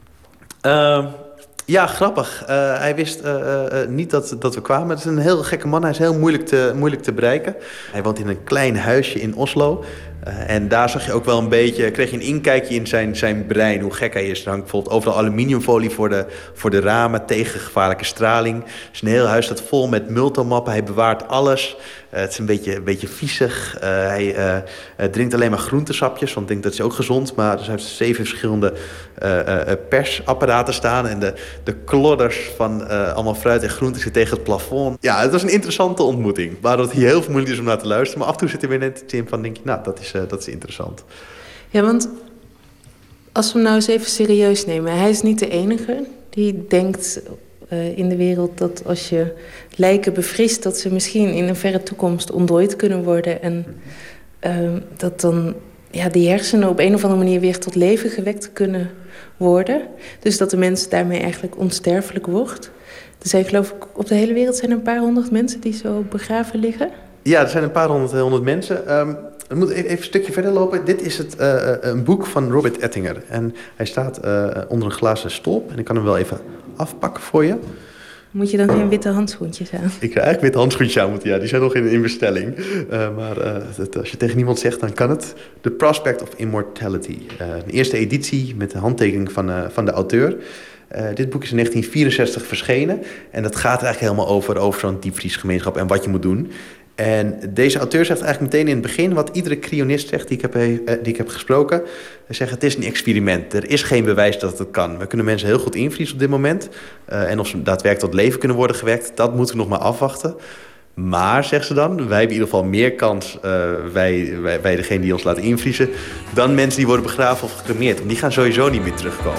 Ja, grappig. Hij wist niet dat we kwamen. Het is een heel gekke man. Hij is heel moeilijk te bereiken. Hij woont in een klein huisje in Oslo. En daar zag je ook wel een beetje, kreeg je een inkijkje in zijn brein, hoe gek hij is. Er hangt bijvoorbeeld overal aluminiumfolie voor de ramen tegen gevaarlijke straling. Zijn hele huis staat vol met multomappen, hij bewaart alles. Het is een beetje viezig. Hij drinkt alleen maar groentesapjes, want ik denk dat is ook gezond. Maar er zijn 7 verschillende persapparaten staan. En de klodders van allemaal fruit en groenten zitten tegen het plafond. Ja, het was een interessante ontmoeting. Waardoor het hier heel moeilijk is om naar te luisteren. Maar af en toe zit er weer net iets in van, denk je, nou, dat is interessant. Ja, want als we hem nou eens even serieus nemen. Hij is niet de enige die denkt in de wereld dat als je lijken bevriest, dat ze misschien in een verre toekomst ontdooid kunnen worden. En dat dan die hersenen op een of andere manier weer tot leven gewekt kunnen worden. Dus dat de mens daarmee eigenlijk onsterfelijk wordt. Er zijn, geloof ik, op de hele wereld zijn er een paar honderd mensen die zo begraven liggen. Ja, er zijn een paar honderd mensen. We moeten even een stukje verder lopen. Dit is een boek van Robert Ettinger. En hij staat onder een glazen stolp. En ik kan hem wel even afpakken voor je. Moet je dan geen witte handschoentjes aan? Ik krijg eigenlijk witte handschoentjes aan moeten. Ja, die zijn nog in bestelling. Maar als je tegen niemand zegt, dan kan het. The Prospect of Immortality. Een eerste editie met de handtekening van de auteur. Dit boek is in 1964 verschenen. En dat gaat er eigenlijk helemaal over zo'n diepvriesgemeenschap en wat je moet doen. En deze auteur zegt eigenlijk meteen in het begin wat iedere cryonist zegt die ik heb gesproken. Hij zegt, het is een experiment. Er is geen bewijs dat het kan. We kunnen mensen heel goed invriezen op dit moment. En of ze daadwerkelijk tot leven kunnen worden gewekt, dat moeten we nog maar afwachten. Maar, zegt ze dan, wij hebben in ieder geval meer kans, wij degene die ons laten invriezen, dan mensen die worden begraven of gecremeerd. Want die gaan sowieso niet meer terugkomen.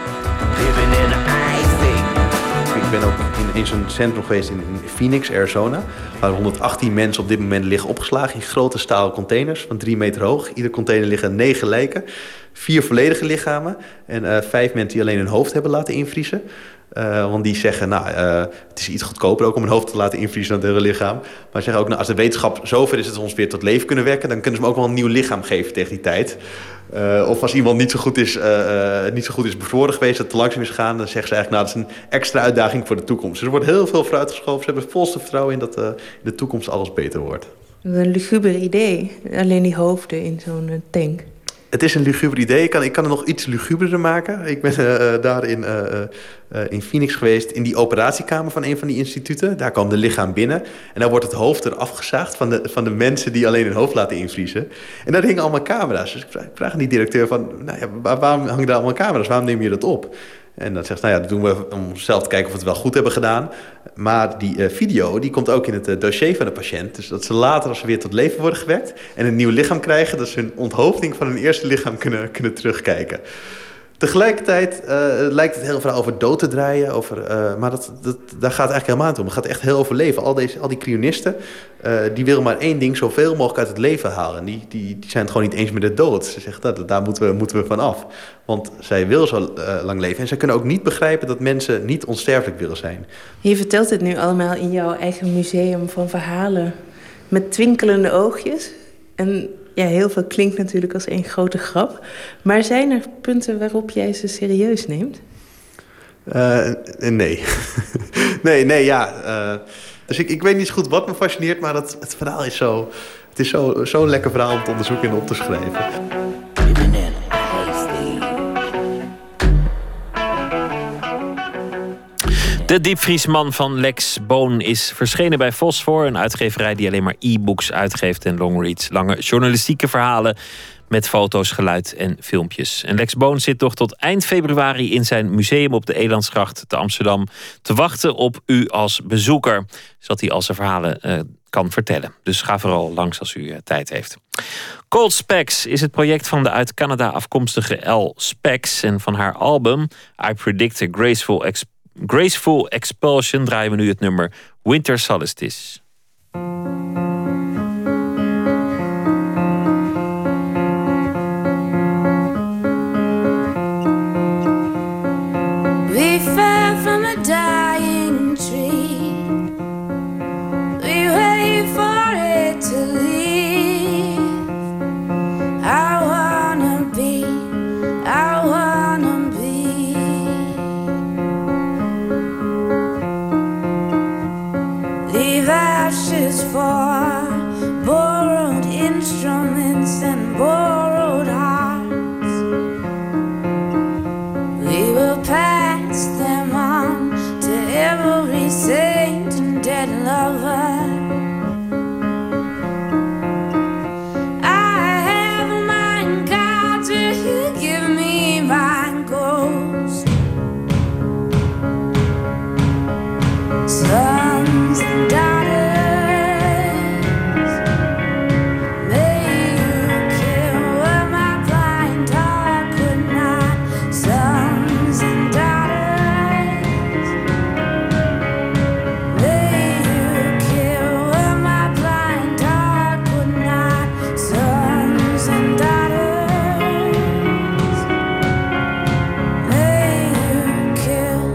Ik ben ook in zo'n centrum geweest in Phoenix, Arizona, waar 118 mensen op dit moment liggen opgeslagen in grote stalen containers van 3 meter hoog. Ieder container liggen 9 lijken, 4 volledige lichamen en 5 mensen die alleen hun hoofd hebben laten invriezen. Want die zeggen, het is iets goedkoper ook om een hoofd te laten invriezen dan het hele lichaam. Maar zeggen ook, als de wetenschap zover is dat ze ons weer tot leven kunnen wekken, dan kunnen ze hem ook wel een nieuw lichaam geven tegen die tijd. Of als iemand niet zo goed is bevroren geweest, dat het te langzaam is gegaan, dan zeggen ze eigenlijk, dat is een extra uitdaging voor de toekomst. Dus er wordt heel veel vooruitgeschoven. Ze hebben volste vertrouwen in dat in de toekomst alles beter wordt. Een luguber idee, alleen die hoofden in zo'n tank. Het is een luguber idee. Ik kan het nog iets luguberder maken. Ik ben daar in Phoenix geweest, in die operatiekamer van een van die instituten. Daar kwam de lichaam binnen. En daar wordt het hoofd eraf gezaagd van de mensen die alleen hun hoofd laten invriezen. En daar hingen allemaal camera's. Dus ik vraag aan die directeur van, waarom hangen daar allemaal camera's? Waarom neem je dat op? En dan zegt dat doen we om zelf te kijken of we het wel goed hebben gedaan. Maar die video die komt ook in het dossier van de patiënt. Dus dat ze later, als ze weer tot leven worden gewekt en een nieuw lichaam krijgen, dat ze hun onthoofding van hun eerste lichaam kunnen terugkijken. Tegelijkertijd lijkt het heel veel over dood te draaien. Maar daar gaat het eigenlijk helemaal niet om. Het gaat echt heel over leven. Al die cryonisten, die willen maar één ding, zoveel mogelijk uit het leven halen. En die zijn het gewoon niet eens met de dood. Ze zeggen, daar moeten we van af. Want zij willen zo lang leven. En zij kunnen ook niet begrijpen dat mensen niet onsterfelijk willen zijn. Je vertelt dit nu allemaal in jouw eigen museum van verhalen. Met twinkelende oogjes. En heel veel klinkt natuurlijk als één grote grap. Maar zijn er punten waarop jij ze serieus neemt? Nee. nee, ja. Dus ik weet niet zo goed wat me fascineert, maar het verhaal is zo... Het is zo'n lekker verhaal om te onderzoeken en op te schrijven. De diepvriesman van Lex Boon is verschenen bij Fosfor, een uitgeverij die alleen maar e-books uitgeeft en longreads. Lange journalistieke verhalen met foto's, geluid en filmpjes. En Lex Boon zit nog tot eind februari in zijn museum op de Elandsgracht te Amsterdam te wachten op u als bezoeker, zodat hij al zijn verhalen kan vertellen. Dus ga vooral langs als u tijd heeft. Cold Specs is het project van de uit Canada afkomstige Elle Specs. En van haar album I Predict a Graceful Expulsion draaien we nu het nummer Winter Solstice. We fell from a dying tree. We wait for it to leave. I wanna be. Leave ashes for borrowed instruments and borrowed hearts. We will pass them on to every saint and dead lover. I have a mind, God, to give me my ghost. Sons and daughters, may you kill where my blind heart could not. Sons and daughters, may you kill where my blind heart could not. Sons and daughters, may you kill.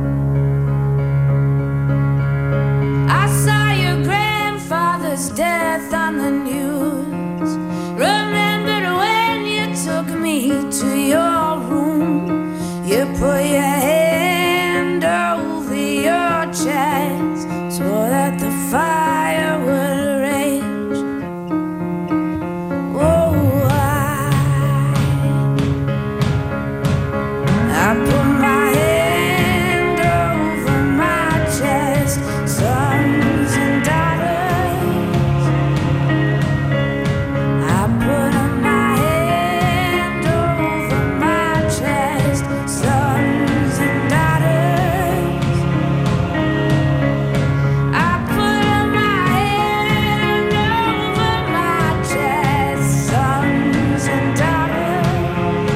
I saw your grandfather's death on the news. Remembered when you took me to your room. You put your hand over your chest, swore that the fire would rage. Oh, I put my hand over my chest. Sons and daughters, I put my hand over my chest. Sons and daughters, I put my hand over my chest. Sons and daughters,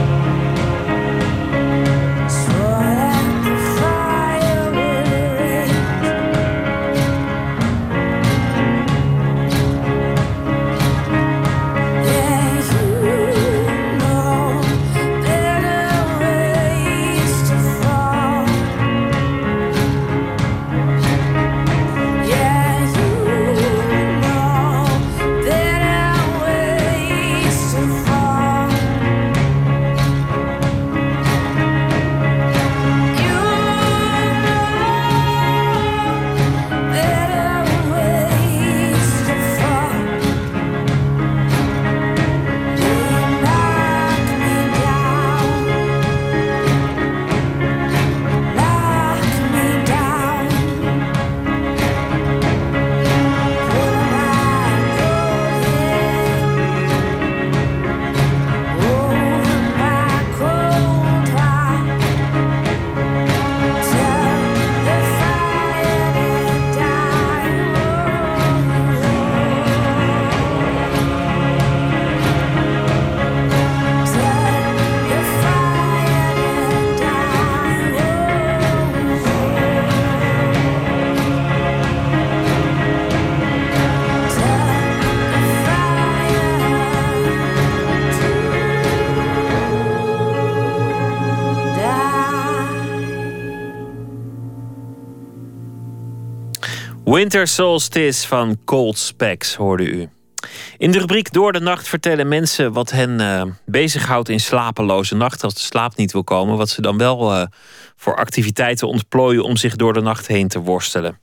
swore that the fire would rage. Yeah, you know better ways to fall. Yeah, you know better ways to fall. You know better ways to fall. Winter Solstice van Cold Specs hoorde u. In de rubriek Door de Nacht vertellen mensen wat hen bezighoudt in slapeloze nachten. Als de slaap niet wil komen, wat ze dan wel voor activiteiten ontplooien om zich door de nacht heen te worstelen.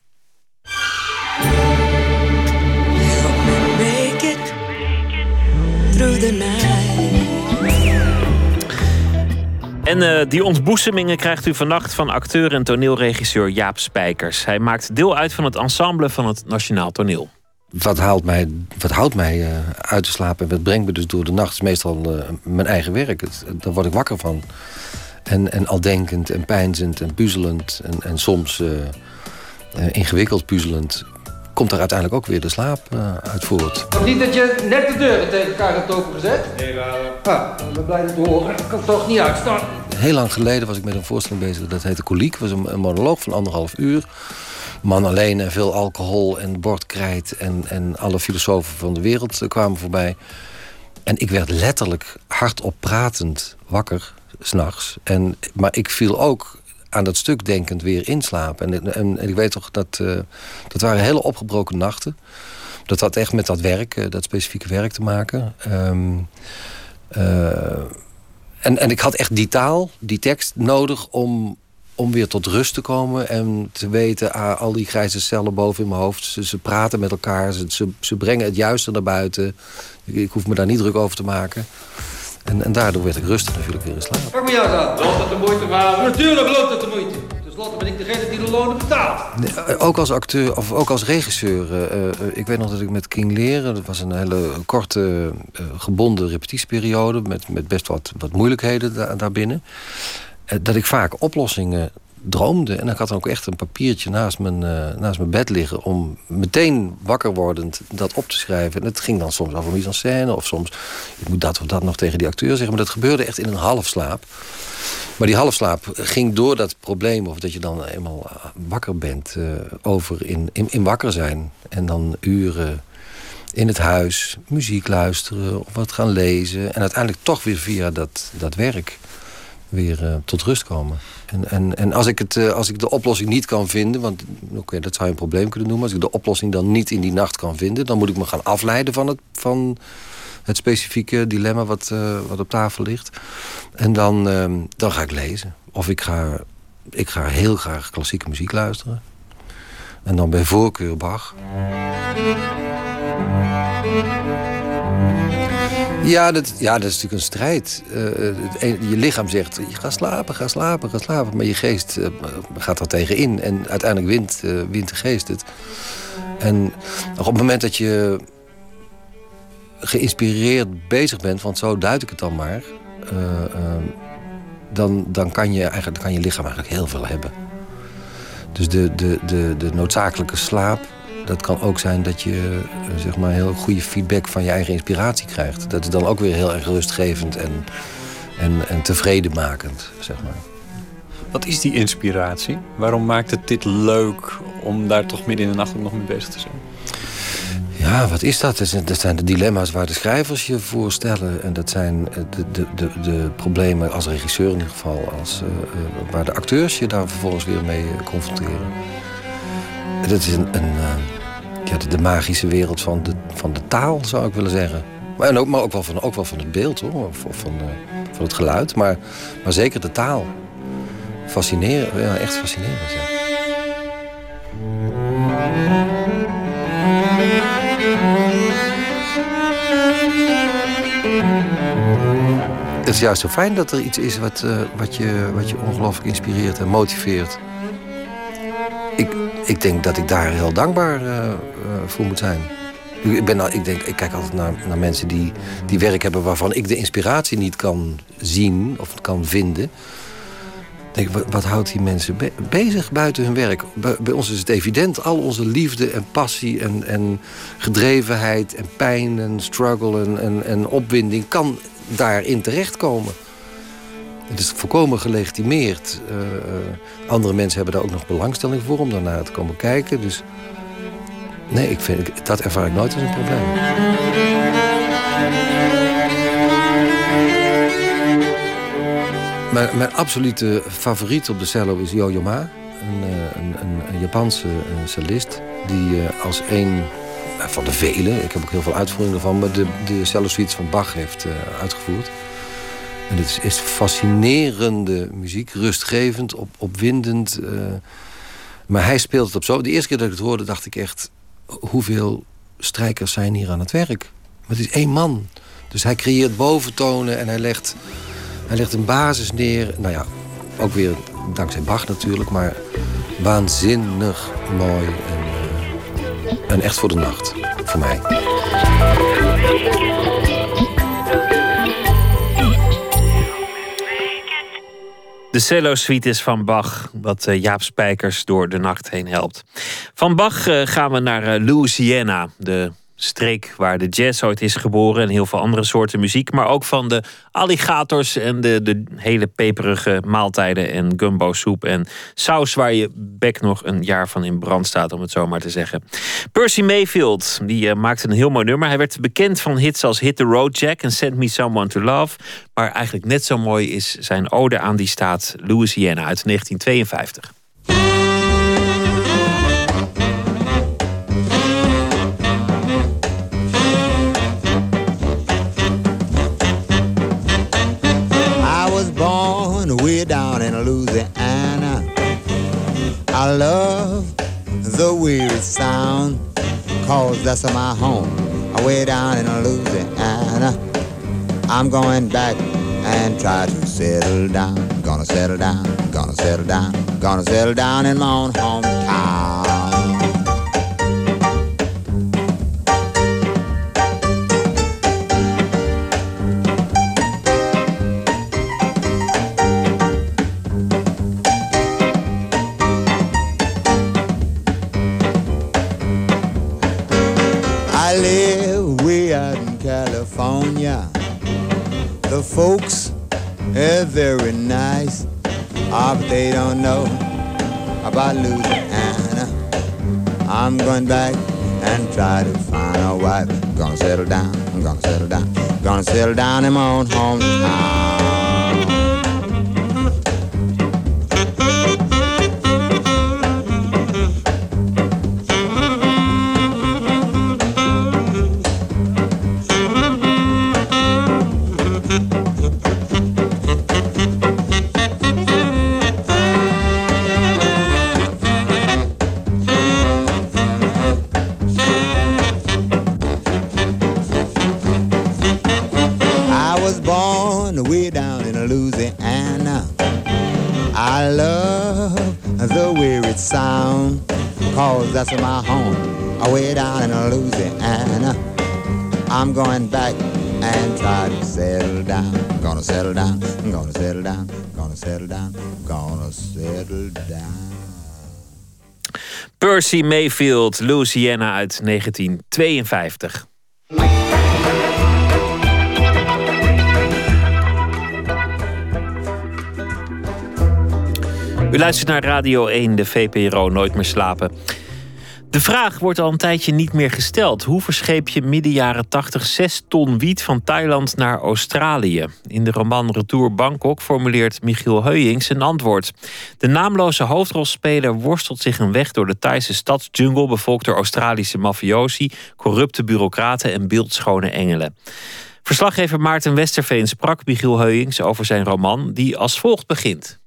En die ontboezemingen krijgt u vannacht van acteur en toneelregisseur Jaap Spijkers. Hij maakt deel uit van het ensemble van het Nationaal Toneel. Wat houdt mij uit te slapen en wat brengt me dus door de nacht is meestal mijn eigen werk. Daar word ik wakker van. En al denkend en peinzend en puzzelend en soms ingewikkeld puzzelend komt er uiteindelijk ook weer de slaap uit voort. Niet dat je net de deuren tegen elkaar hebt opengezet? Nee, wel. Ik ben blij dat te horen. Ik kan toch niet uitstaan. Heel lang geleden was ik met een voorstelling bezig. Dat heette Koliek. Dat was een monoloog van 1,5 uur. Man alleen en veel alcohol en bordkrijt en alle filosofen van de wereld kwamen voorbij. En ik werd letterlijk hardop pratend wakker, 's nachts. Maar ik viel ook aan dat stuk denkend weer inslapen. En ik weet toch dat waren hele opgebroken nachten. Dat had echt met dat werk, dat specifieke werk te maken. En ik had echt die taal, die tekst nodig om weer tot rust te komen. En te weten, al die grijze cellen boven in mijn hoofd. Ze praten met elkaar, ze brengen het juiste naar buiten. Ik hoef me daar niet druk over te maken. En daardoor werd ik rustig natuurlijk weer in slaap. Pak me jou aan. Loont het de moeite, vader? Natuurlijk loont het de moeite. Ten slotte ben ik degene die de lonen betaalt. Ook als acteur, of ook als regisseur. Ik weet nog dat ik met King Lear, dat was een hele korte, gebonden repetitieperiode met best wat moeilijkheden daarbinnen. Dat ik vaak oplossingen droomde. En ik had dan ook echt een papiertje naast mijn bed liggen om meteen wakker wordend dat op te schrijven. En het ging dan soms over mise en scène of soms ik moet dat of dat nog tegen die acteur zeggen. Maar dat gebeurde echt in een halfslaap. Maar die halfslaap ging door dat probleem of dat je dan eenmaal wakker bent over in wakker zijn. En dan uren in het huis muziek luisteren of wat gaan lezen. En uiteindelijk toch weer via dat werk weer tot rust komen. En als ik de oplossing niet kan vinden, want oké, dat zou je een probleem kunnen noemen. Als ik de oplossing dan niet in die nacht kan vinden, dan moet ik me gaan afleiden van het specifieke dilemma wat op tafel ligt. En dan ga ik lezen. Of ik ga heel graag klassieke muziek luisteren. En dan bij voorkeur Bach. Ja, dat is natuurlijk een strijd. Je lichaam zegt, je gaat slapen. Maar je geest gaat er tegenin. En uiteindelijk wint de geest het. En op het moment dat je geïnspireerd bezig bent, want zo duid ik het dan maar, dan kan je lichaam eigenlijk heel veel hebben. Dus de noodzakelijke slaap, dat kan ook zijn dat je zeg maar heel goede feedback van je eigen inspiratie krijgt. Dat is dan ook weer heel erg rustgevend en tevredenmakend, zeg maar. Wat is die inspiratie? Waarom maakt het dit leuk om daar toch midden in de nacht ook nog mee bezig te zijn? Ja, wat is dat? Dat zijn de dilemma's waar de schrijvers je voor stellen. En dat zijn de problemen als regisseur in ieder geval. Waar de acteurs je daar vervolgens weer mee confronteren. Dat is de magische wereld van de taal, zou ik willen zeggen. Maar ook wel van het beeld, hoor. Of van het geluid. Maar zeker de taal. Fascinerend, ja, echt fascinerend, ja. Het is juist zo fijn dat er iets is wat je ongelooflijk inspireert en motiveert. Ik denk dat ik daar heel dankbaar voor moet zijn. Ik kijk altijd naar mensen die werk hebben waarvan ik de inspiratie niet kan zien of kan vinden. Denk, wat houdt die mensen bezig buiten hun werk? Bij ons is het evident. Al onze liefde en passie en gedrevenheid en pijn en struggle en opwinding kan daarin terechtkomen. Het is volkomen gelegitimeerd. Andere mensen hebben daar ook nog belangstelling voor om daarnaar te komen kijken. Dus nee, dat ervaar ik nooit als een probleem. Mijn absolute favoriet op de cello is Yo-Yo Ma. Een Japanse cellist die als een van de vele. Ik heb ook heel veel uitvoeringen ervan. Maar de cello-suites van Bach heeft uitgevoerd. En het is fascinerende muziek. Rustgevend, opwindend. Maar hij speelt het op zo. De eerste keer dat ik het hoorde, dacht ik echt... hoeveel strijkers zijn hier aan het werk? Maar het is 1 man. Dus hij creëert boventonen en hij legt een basis neer. Nou ja, ook weer dankzij Bach natuurlijk, maar waanzinnig mooi en echt voor de nacht, voor mij. De cello-suites van Bach, wat Jaap Spijkers door de nacht heen helpt. Van Bach gaan we naar Louisiana, de streek waar de jazz ooit is geboren en heel veel andere soorten muziek, maar ook van de alligators en de hele peperige maaltijden en gumbo soep en saus waar je bek nog een jaar van in brand staat, om het zo maar te zeggen. Percy Mayfield, die maakte een heel mooi nummer. Hij werd bekend van hits als Hit the Road Jack en Send Me Someone to Love, maar eigenlijk net zo mooi is zijn ode aan die staat Louisiana uit 1952. Way down in Louisiana, I love the weird sound, 'cause that's my home. Way down in Louisiana, I'm going back and try to settle down. Gonna settle down, gonna settle down, gonna settle down in my own hometown. California, the folks are very nice, but they don't know about Louisiana. I'm going back and try to find a wife. Gonna settle down, I'm gonna settle down, gonna settle down in my own hometown. That's my home, way down in Louisiana. I'm going back and try to settle down. Gonna settle down, I'm gonna settle down, gonna settle down, gonna settle down. Percy Mayfield, Louisiana uit 1952. U luistert naar Radio 1, de VPRO Nooit meer slapen. De vraag wordt al een tijdje niet meer gesteld. Hoe verscheep je midden jaren 80 6 ton wiet van Thailand naar Australië? In de roman Retour Bangkok formuleert Michiel Heuyings een antwoord. De naamloze hoofdrolspeler worstelt zich een weg door de Thaise stadsjungle, bevolkt door Australische mafiosi, corrupte bureaucraten en beeldschone engelen. Verslaggever Maarten Westerveen sprak Michiel Heuyings over zijn roman, die als volgt begint.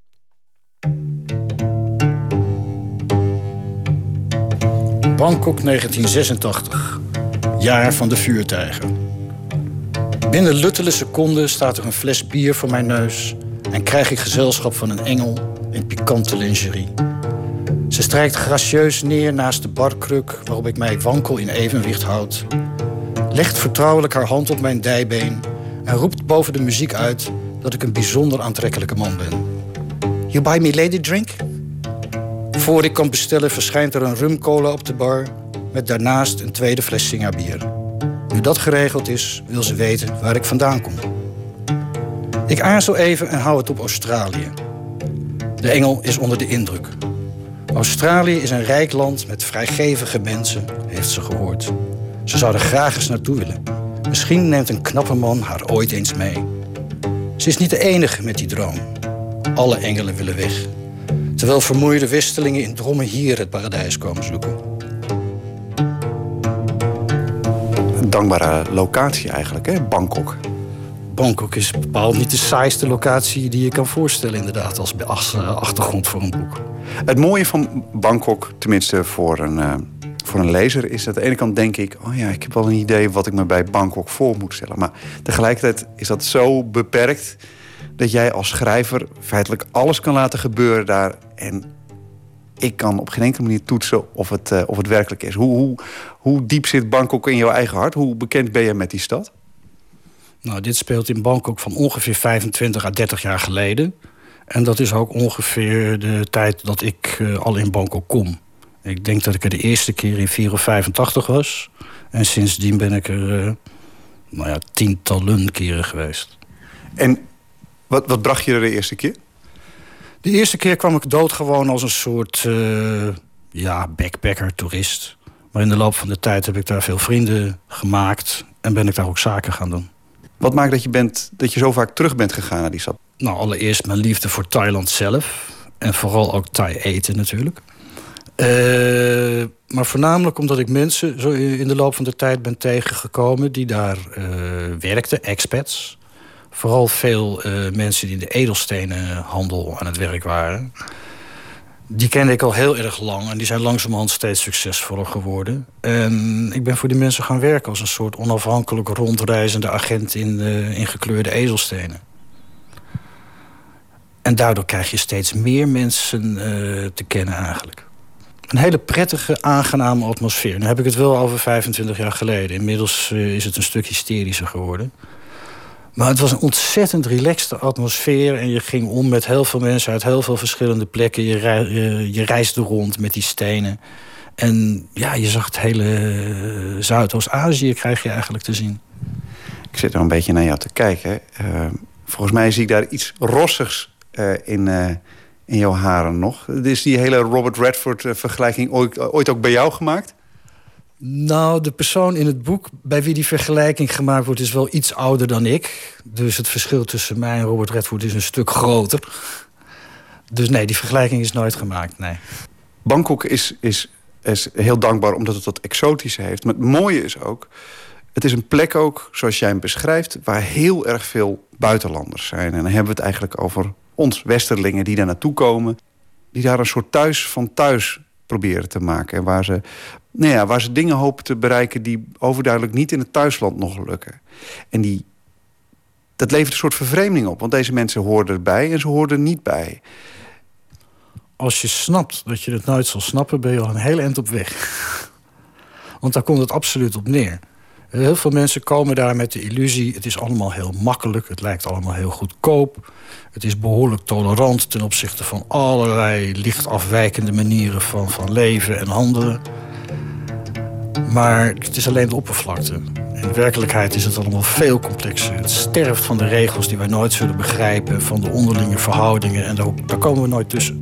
Bangkok 1986. Jaar van de vuurtijger. Binnen luttele seconden staat er een fles bier voor mijn neus en krijg ik gezelschap van een engel in pikante lingerie. Ze strijkt gracieus neer naast de barkruk waarop ik mij wankel in evenwicht houd, legt vertrouwelijk haar hand op mijn dijbeen en roept boven de muziek uit dat ik een bijzonder aantrekkelijke man ben. You buy me lady drink? Voor ik kan bestellen verschijnt er een rumcola op de bar met daarnaast een tweede fles Singabier. Nu dat geregeld is, wil ze weten waar ik vandaan kom. Ik aarzel even en hou het op Australië. De engel is onder de indruk. Australië is een rijk land met vrijgevige mensen, heeft ze gehoord. Ze zou er graag eens naartoe willen. Misschien neemt een knappe man haar ooit eens mee. Ze is niet de enige met die droom. Alle engelen willen weg. Terwijl vermoeide westelingen in drommen hier het paradijs komen zoeken. dankbare locatie eigenlijk, hè? Bangkok. Bangkok is bepaald niet de saaiste locatie die je kan voorstellen, inderdaad, als achtergrond voor een boek. Het mooie van Bangkok, tenminste voor een lezer, is dat aan de ene kant denk ik, oh ja, ik heb wel een idee wat ik me bij Bangkok voor moet stellen. Maar tegelijkertijd is dat zo beperkt dat jij als schrijver feitelijk alles kan laten gebeuren daar. En ik kan op geen enkele manier toetsen of het werkelijk is. Hoe diep zit Bangkok in jouw eigen hart? Hoe bekend ben je met die stad? Nou, dit speelt in Bangkok van ongeveer 25 à 30 jaar geleden. En dat is ook ongeveer de tijd dat ik al in Bangkok kom. Ik denk dat ik er de eerste keer in 4 of 85 was. En sindsdien ben ik er tientallen keren geweest. En wat bracht je er de eerste keer? De eerste keer kwam ik doodgewoon als een soort backpacker, toerist. Maar in de loop van de tijd heb ik daar veel vrienden gemaakt en ben ik daar ook zaken gaan doen. Wat maakt dat je zo vaak terug bent gegaan naar die stad? Nou, allereerst mijn liefde voor Thailand zelf. En vooral ook Thai eten natuurlijk. Maar voornamelijk omdat ik mensen zo in de loop van de tijd ben tegengekomen die daar werkten, expats. Vooral veel mensen die in de edelstenenhandel aan het werk waren. Die kende ik al heel erg lang en die zijn langzamerhand steeds succesvoller geworden. En ik ben voor die mensen gaan werken als een soort onafhankelijk rondreizende agent in gekleurde edelstenen. En daardoor krijg je steeds meer mensen te kennen eigenlijk. Een hele prettige, aangename atmosfeer. Nu heb ik het wel over 25 jaar geleden. Inmiddels is het een stuk hysterischer geworden. Maar het was een ontzettend relaxte atmosfeer. En je ging om met heel veel mensen uit heel veel verschillende plekken. Je reisde rond met die stenen. En ja, je zag het hele Zuidoost-Azië krijg je eigenlijk te zien. Ik zit er een beetje naar jou te kijken. Volgens mij zie ik daar iets rossigs in jouw haren nog. Is die hele Robert Redford-vergelijking ooit ook bij jou gemaakt? Nou, de persoon in het boek bij wie die vergelijking gemaakt wordt is wel iets ouder dan ik. Dus het verschil tussen mij en Robert Redford is een stuk groter. Dus nee, die vergelijking is nooit gemaakt, nee. Bangkok is heel dankbaar omdat het dat exotische heeft. Maar het mooie is ook, het is een plek ook, zoals jij hem beschrijft, waar heel erg veel buitenlanders zijn. En dan hebben we het eigenlijk over ons, westerlingen, die daar naartoe komen. Die daar een soort thuis van thuis proberen te maken. En waar ze dingen hopen te bereiken die overduidelijk niet in het thuisland nog lukken. En dat levert een soort vervreemding op. Want deze mensen hoorden erbij en ze hoorden er niet bij. Als je snapt dat je het nooit zal snappen, ben je al een heel eind op weg. Want daar komt het absoluut op neer. Heel veel mensen komen daar met de illusie, het is allemaal heel makkelijk, het lijkt allemaal heel goedkoop. Het is behoorlijk tolerant ten opzichte van allerlei licht afwijkende manieren van leven en handelen. Maar het is alleen de oppervlakte. In werkelijkheid is het allemaal veel complexer. Het sterft van de regels die wij nooit zullen begrijpen, van de onderlinge verhoudingen, en daar komen we nooit tussen.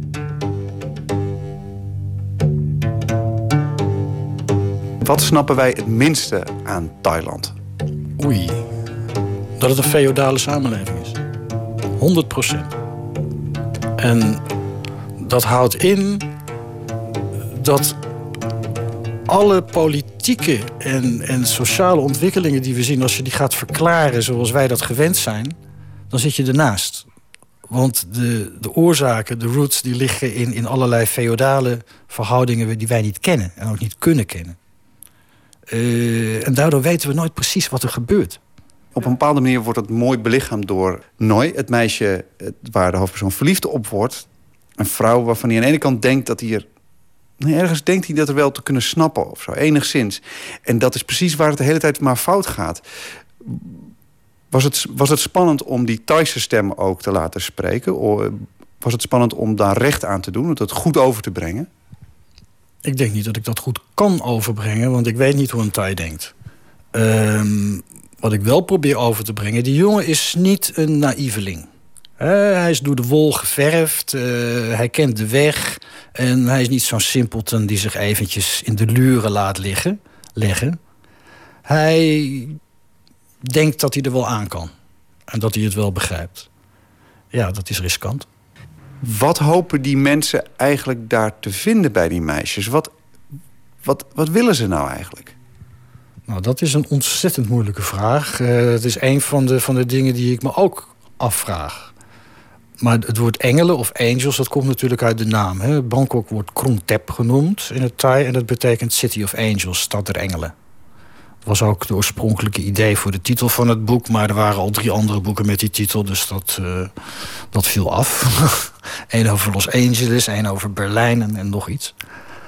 Wat snappen wij het minste aan Thailand? Oei, dat het een feodale samenleving is. 100%. En dat houdt in dat alle politieke en sociale ontwikkelingen die we zien, als je die gaat verklaren zoals wij dat gewend zijn, dan zit je ernaast. Want de oorzaken, de roots, die liggen in allerlei feodale verhoudingen die wij niet kennen en ook niet kunnen kennen. En daardoor weten we nooit precies wat er gebeurt. Op een bepaalde manier wordt het mooi belichaamd door Noi, het meisje waar de hoofdpersoon verliefd op wordt. Een vrouw waarvan hij aan de ene kant denkt dat hij er... ergens denkt hij dat er wel te kunnen snappen of zo, enigszins. En dat is precies waar het de hele tijd maar fout gaat. Was het spannend om die Thaise stem ook te laten spreken? Was het spannend om daar recht aan te doen, om dat goed over te brengen? Ik denk niet dat ik dat goed kan overbrengen, want ik weet niet hoe een Thai denkt. Wat ik wel probeer over te brengen, die jongen is niet een naïveling. Hij is door de wol geverfd, hij kent de weg en hij is niet zo'n simpleton die zich eventjes in de luren laat leggen. Hij denkt dat hij er wel aan kan en dat hij het wel begrijpt. Ja, dat is riskant. Wat hopen die mensen eigenlijk daar te vinden bij die meisjes? Wat willen ze nou eigenlijk? Nou, dat is een ontzettend moeilijke vraag. Het is een van de dingen die ik me ook afvraag. Maar het woord engelen of angels, dat komt natuurlijk uit de naam. Hè? Bangkok wordt Krung Thep genoemd in het Thai. En dat betekent City of Angels, stad der engelen. Dat was ook het oorspronkelijke idee voor de titel van het boek. Maar er waren al 3 andere boeken met die titel, dus dat viel af. Eén over Los Angeles, één over Berlijn en nog iets.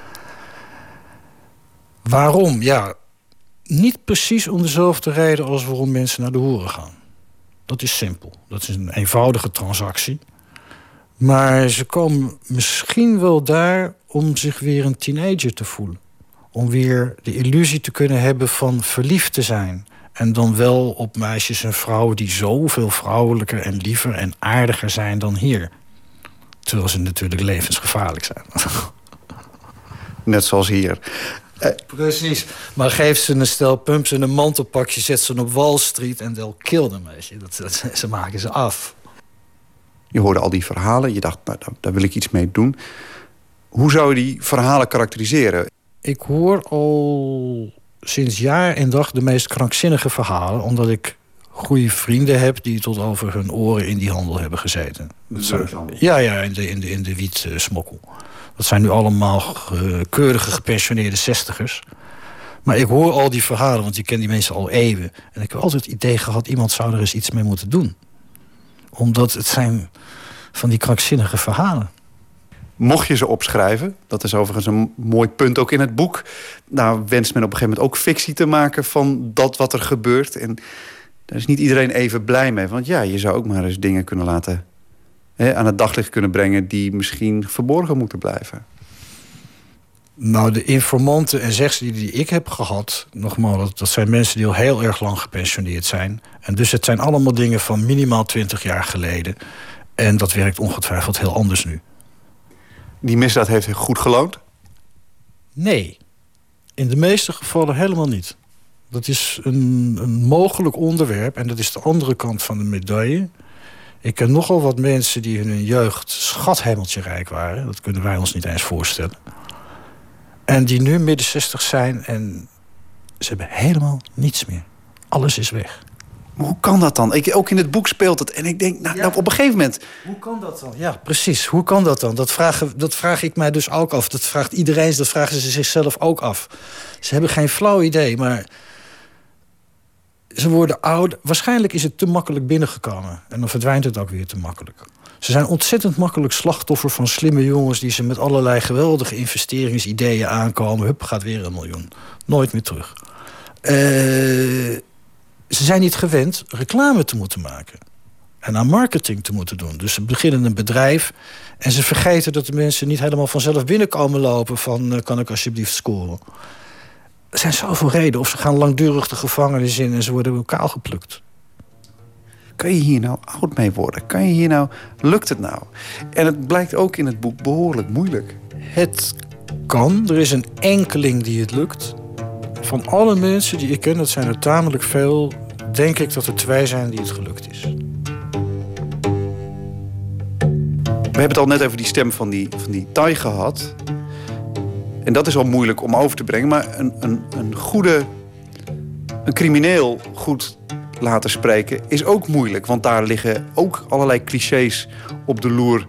Waarom? Ja, niet precies om dezelfde reden als waarom mensen naar de hoeren gaan. Dat is simpel. Dat is een eenvoudige transactie. Maar ze komen misschien wel daar om zich weer een teenager te voelen. Om weer de illusie te kunnen hebben van verliefd te zijn. En dan wel op meisjes en vrouwen die zoveel vrouwelijker en liever en aardiger zijn dan hier. Terwijl ze natuurlijk levensgevaarlijk zijn. Net zoals hier. Precies. Maar geef ze een stel pumps en een mantelpakje, zet ze op Wall Street en they'll kill them. Ze maken ze af. Je hoorde al die verhalen, je dacht, nou, daar wil ik iets mee doen. Hoe zou je die verhalen karakteriseren? Ik hoor al sinds jaar en dag de meest krankzinnige verhalen, omdat ik goede vrienden heb die tot over hun oren in die handel hebben gezeten. In de wietsmokkel. Dat zijn nu allemaal keurige gepensioneerde 60ers. Maar ik hoor al die verhalen, want ik ken die mensen al eeuwen. En ik heb altijd het idee gehad, iemand zou er eens iets mee moeten doen. Omdat het zijn van die krankzinnige verhalen. Mocht je ze opschrijven, dat is overigens een mooi punt ook in het boek. Nou wenst men op een gegeven moment ook fictie te maken van dat wat er gebeurt. En daar is niet iedereen even blij mee. Want ja, je zou ook maar eens dingen kunnen laten aan het daglicht kunnen brengen die misschien verborgen moeten blijven. Nou, de informanten en zegsten die ik heb gehad, nogmaals, dat zijn mensen die al heel erg lang gepensioneerd zijn. En dus het zijn allemaal dingen van minimaal 20 jaar geleden. En dat werkt ongetwijfeld heel anders nu. Die misdaad heeft goed geloond? Nee. In de meeste gevallen helemaal niet. Dat is een mogelijk onderwerp en dat is de andere kant van de medaille. Ik ken nogal wat mensen die in hun jeugd schathemeltje rijk waren. Dat kunnen wij ons niet eens voorstellen. En die nu midden 60 zijn en ze hebben helemaal niets meer. Alles is weg. Maar hoe kan dat dan? Ook in het boek speelt het. En ik denk, nou, op een gegeven moment... Hoe kan dat dan? Ja, precies. Hoe kan dat dan? Dat vraag ik mij dus ook af. Dat vraagt iedereen, dat vragen ze zichzelf ook af. Ze hebben geen flauw idee, maar ze worden oud. Waarschijnlijk is het te makkelijk binnengekomen. En dan verdwijnt het ook weer te makkelijk. Ze zijn ontzettend makkelijk slachtoffer van slimme jongens die ze met allerlei geweldige investeringsideeën aankomen. Hup, gaat weer 1 miljoen. Nooit meer terug. Ze zijn niet gewend reclame te moeten maken. En aan marketing te moeten doen. Dus ze beginnen een bedrijf en ze vergeten dat de mensen niet helemaal vanzelf binnenkomen lopen van kan ik alsjeblieft scoren. Er zijn zoveel redenen. Of ze gaan langdurig de gevangenis in en ze worden lokaal geplukt. Kan je hier nou oud mee worden? Kan je hier nou... Lukt het nou? En het blijkt ook in het boek behoorlijk moeilijk. Het kan. Er is een enkeling die het lukt. Van alle mensen die ik ken, dat zijn er tamelijk veel, denk ik dat er 2 zijn die het gelukt is. We hebben het al net over die stem van die Thai gehad. En dat is al moeilijk om over te brengen. Maar een crimineel goed laten spreken is ook moeilijk. Want daar liggen ook allerlei clichés op de loer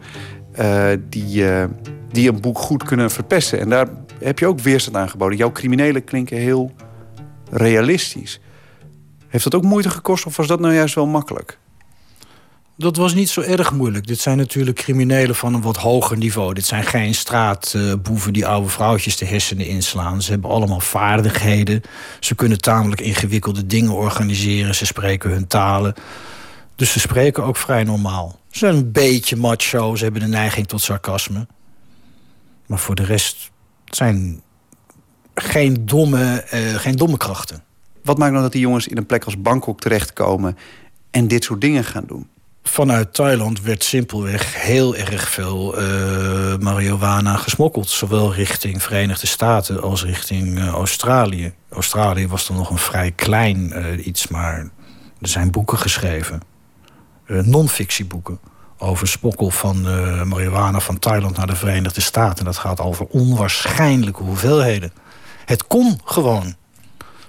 die een boek goed kunnen verpesten. En daar heb je ook weerstand aangeboden. Jouw criminelen klinken heel realistisch. Heeft dat ook moeite gekost of was dat nou juist wel makkelijk? Dat was niet zo erg moeilijk. Dit zijn natuurlijk criminelen van een wat hoger niveau. Dit zijn geen straatboeven die oude vrouwtjes de hersenen inslaan. Ze hebben allemaal vaardigheden. Ze kunnen tamelijk ingewikkelde dingen organiseren. Ze spreken hun talen. Dus ze spreken ook vrij normaal. Ze zijn een beetje macho. Ze hebben de neiging tot sarcasme. Maar voor de rest zijn geen domme krachten. Wat maakt nou dat die jongens in een plek als Bangkok terechtkomen en dit soort dingen gaan doen? Vanuit Thailand werd simpelweg heel erg veel marihuana gesmokkeld. Zowel richting Verenigde Staten als richting Australië. Australië was dan nog een vrij klein iets, maar er zijn boeken geschreven. Non-fictieboeken over smokkel van marihuana van Thailand naar de Verenigde Staten. En dat gaat over onwaarschijnlijke hoeveelheden. Het kon gewoon.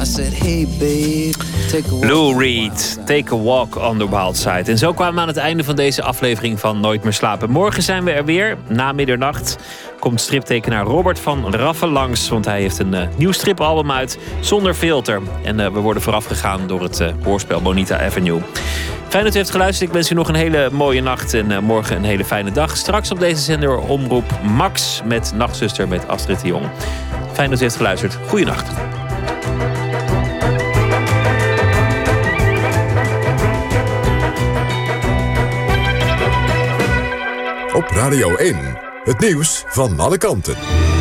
I said, hey babe, take a walk. Lou Reed, Take a Walk on the Wild Side. En zo kwamen we aan het einde van deze aflevering van Nooit meer slapen. Morgen zijn we er weer, na middernacht. Komt striptekenaar Robert van Raffen langs. Want hij heeft een nieuw stripalbum uit, Zonder Filter. En we worden voorafgegaan door het hoorspel Bonita Avenue. Fijn dat u heeft geluisterd. Ik wens u nog een hele mooie nacht en morgen een hele fijne dag. Straks op deze zender Omroep Max met Nachtzuster met Astrid de Jong. Fijn dat u heeft geluisterd. Goeienacht. Op Radio 1, het nieuws van alle kanten.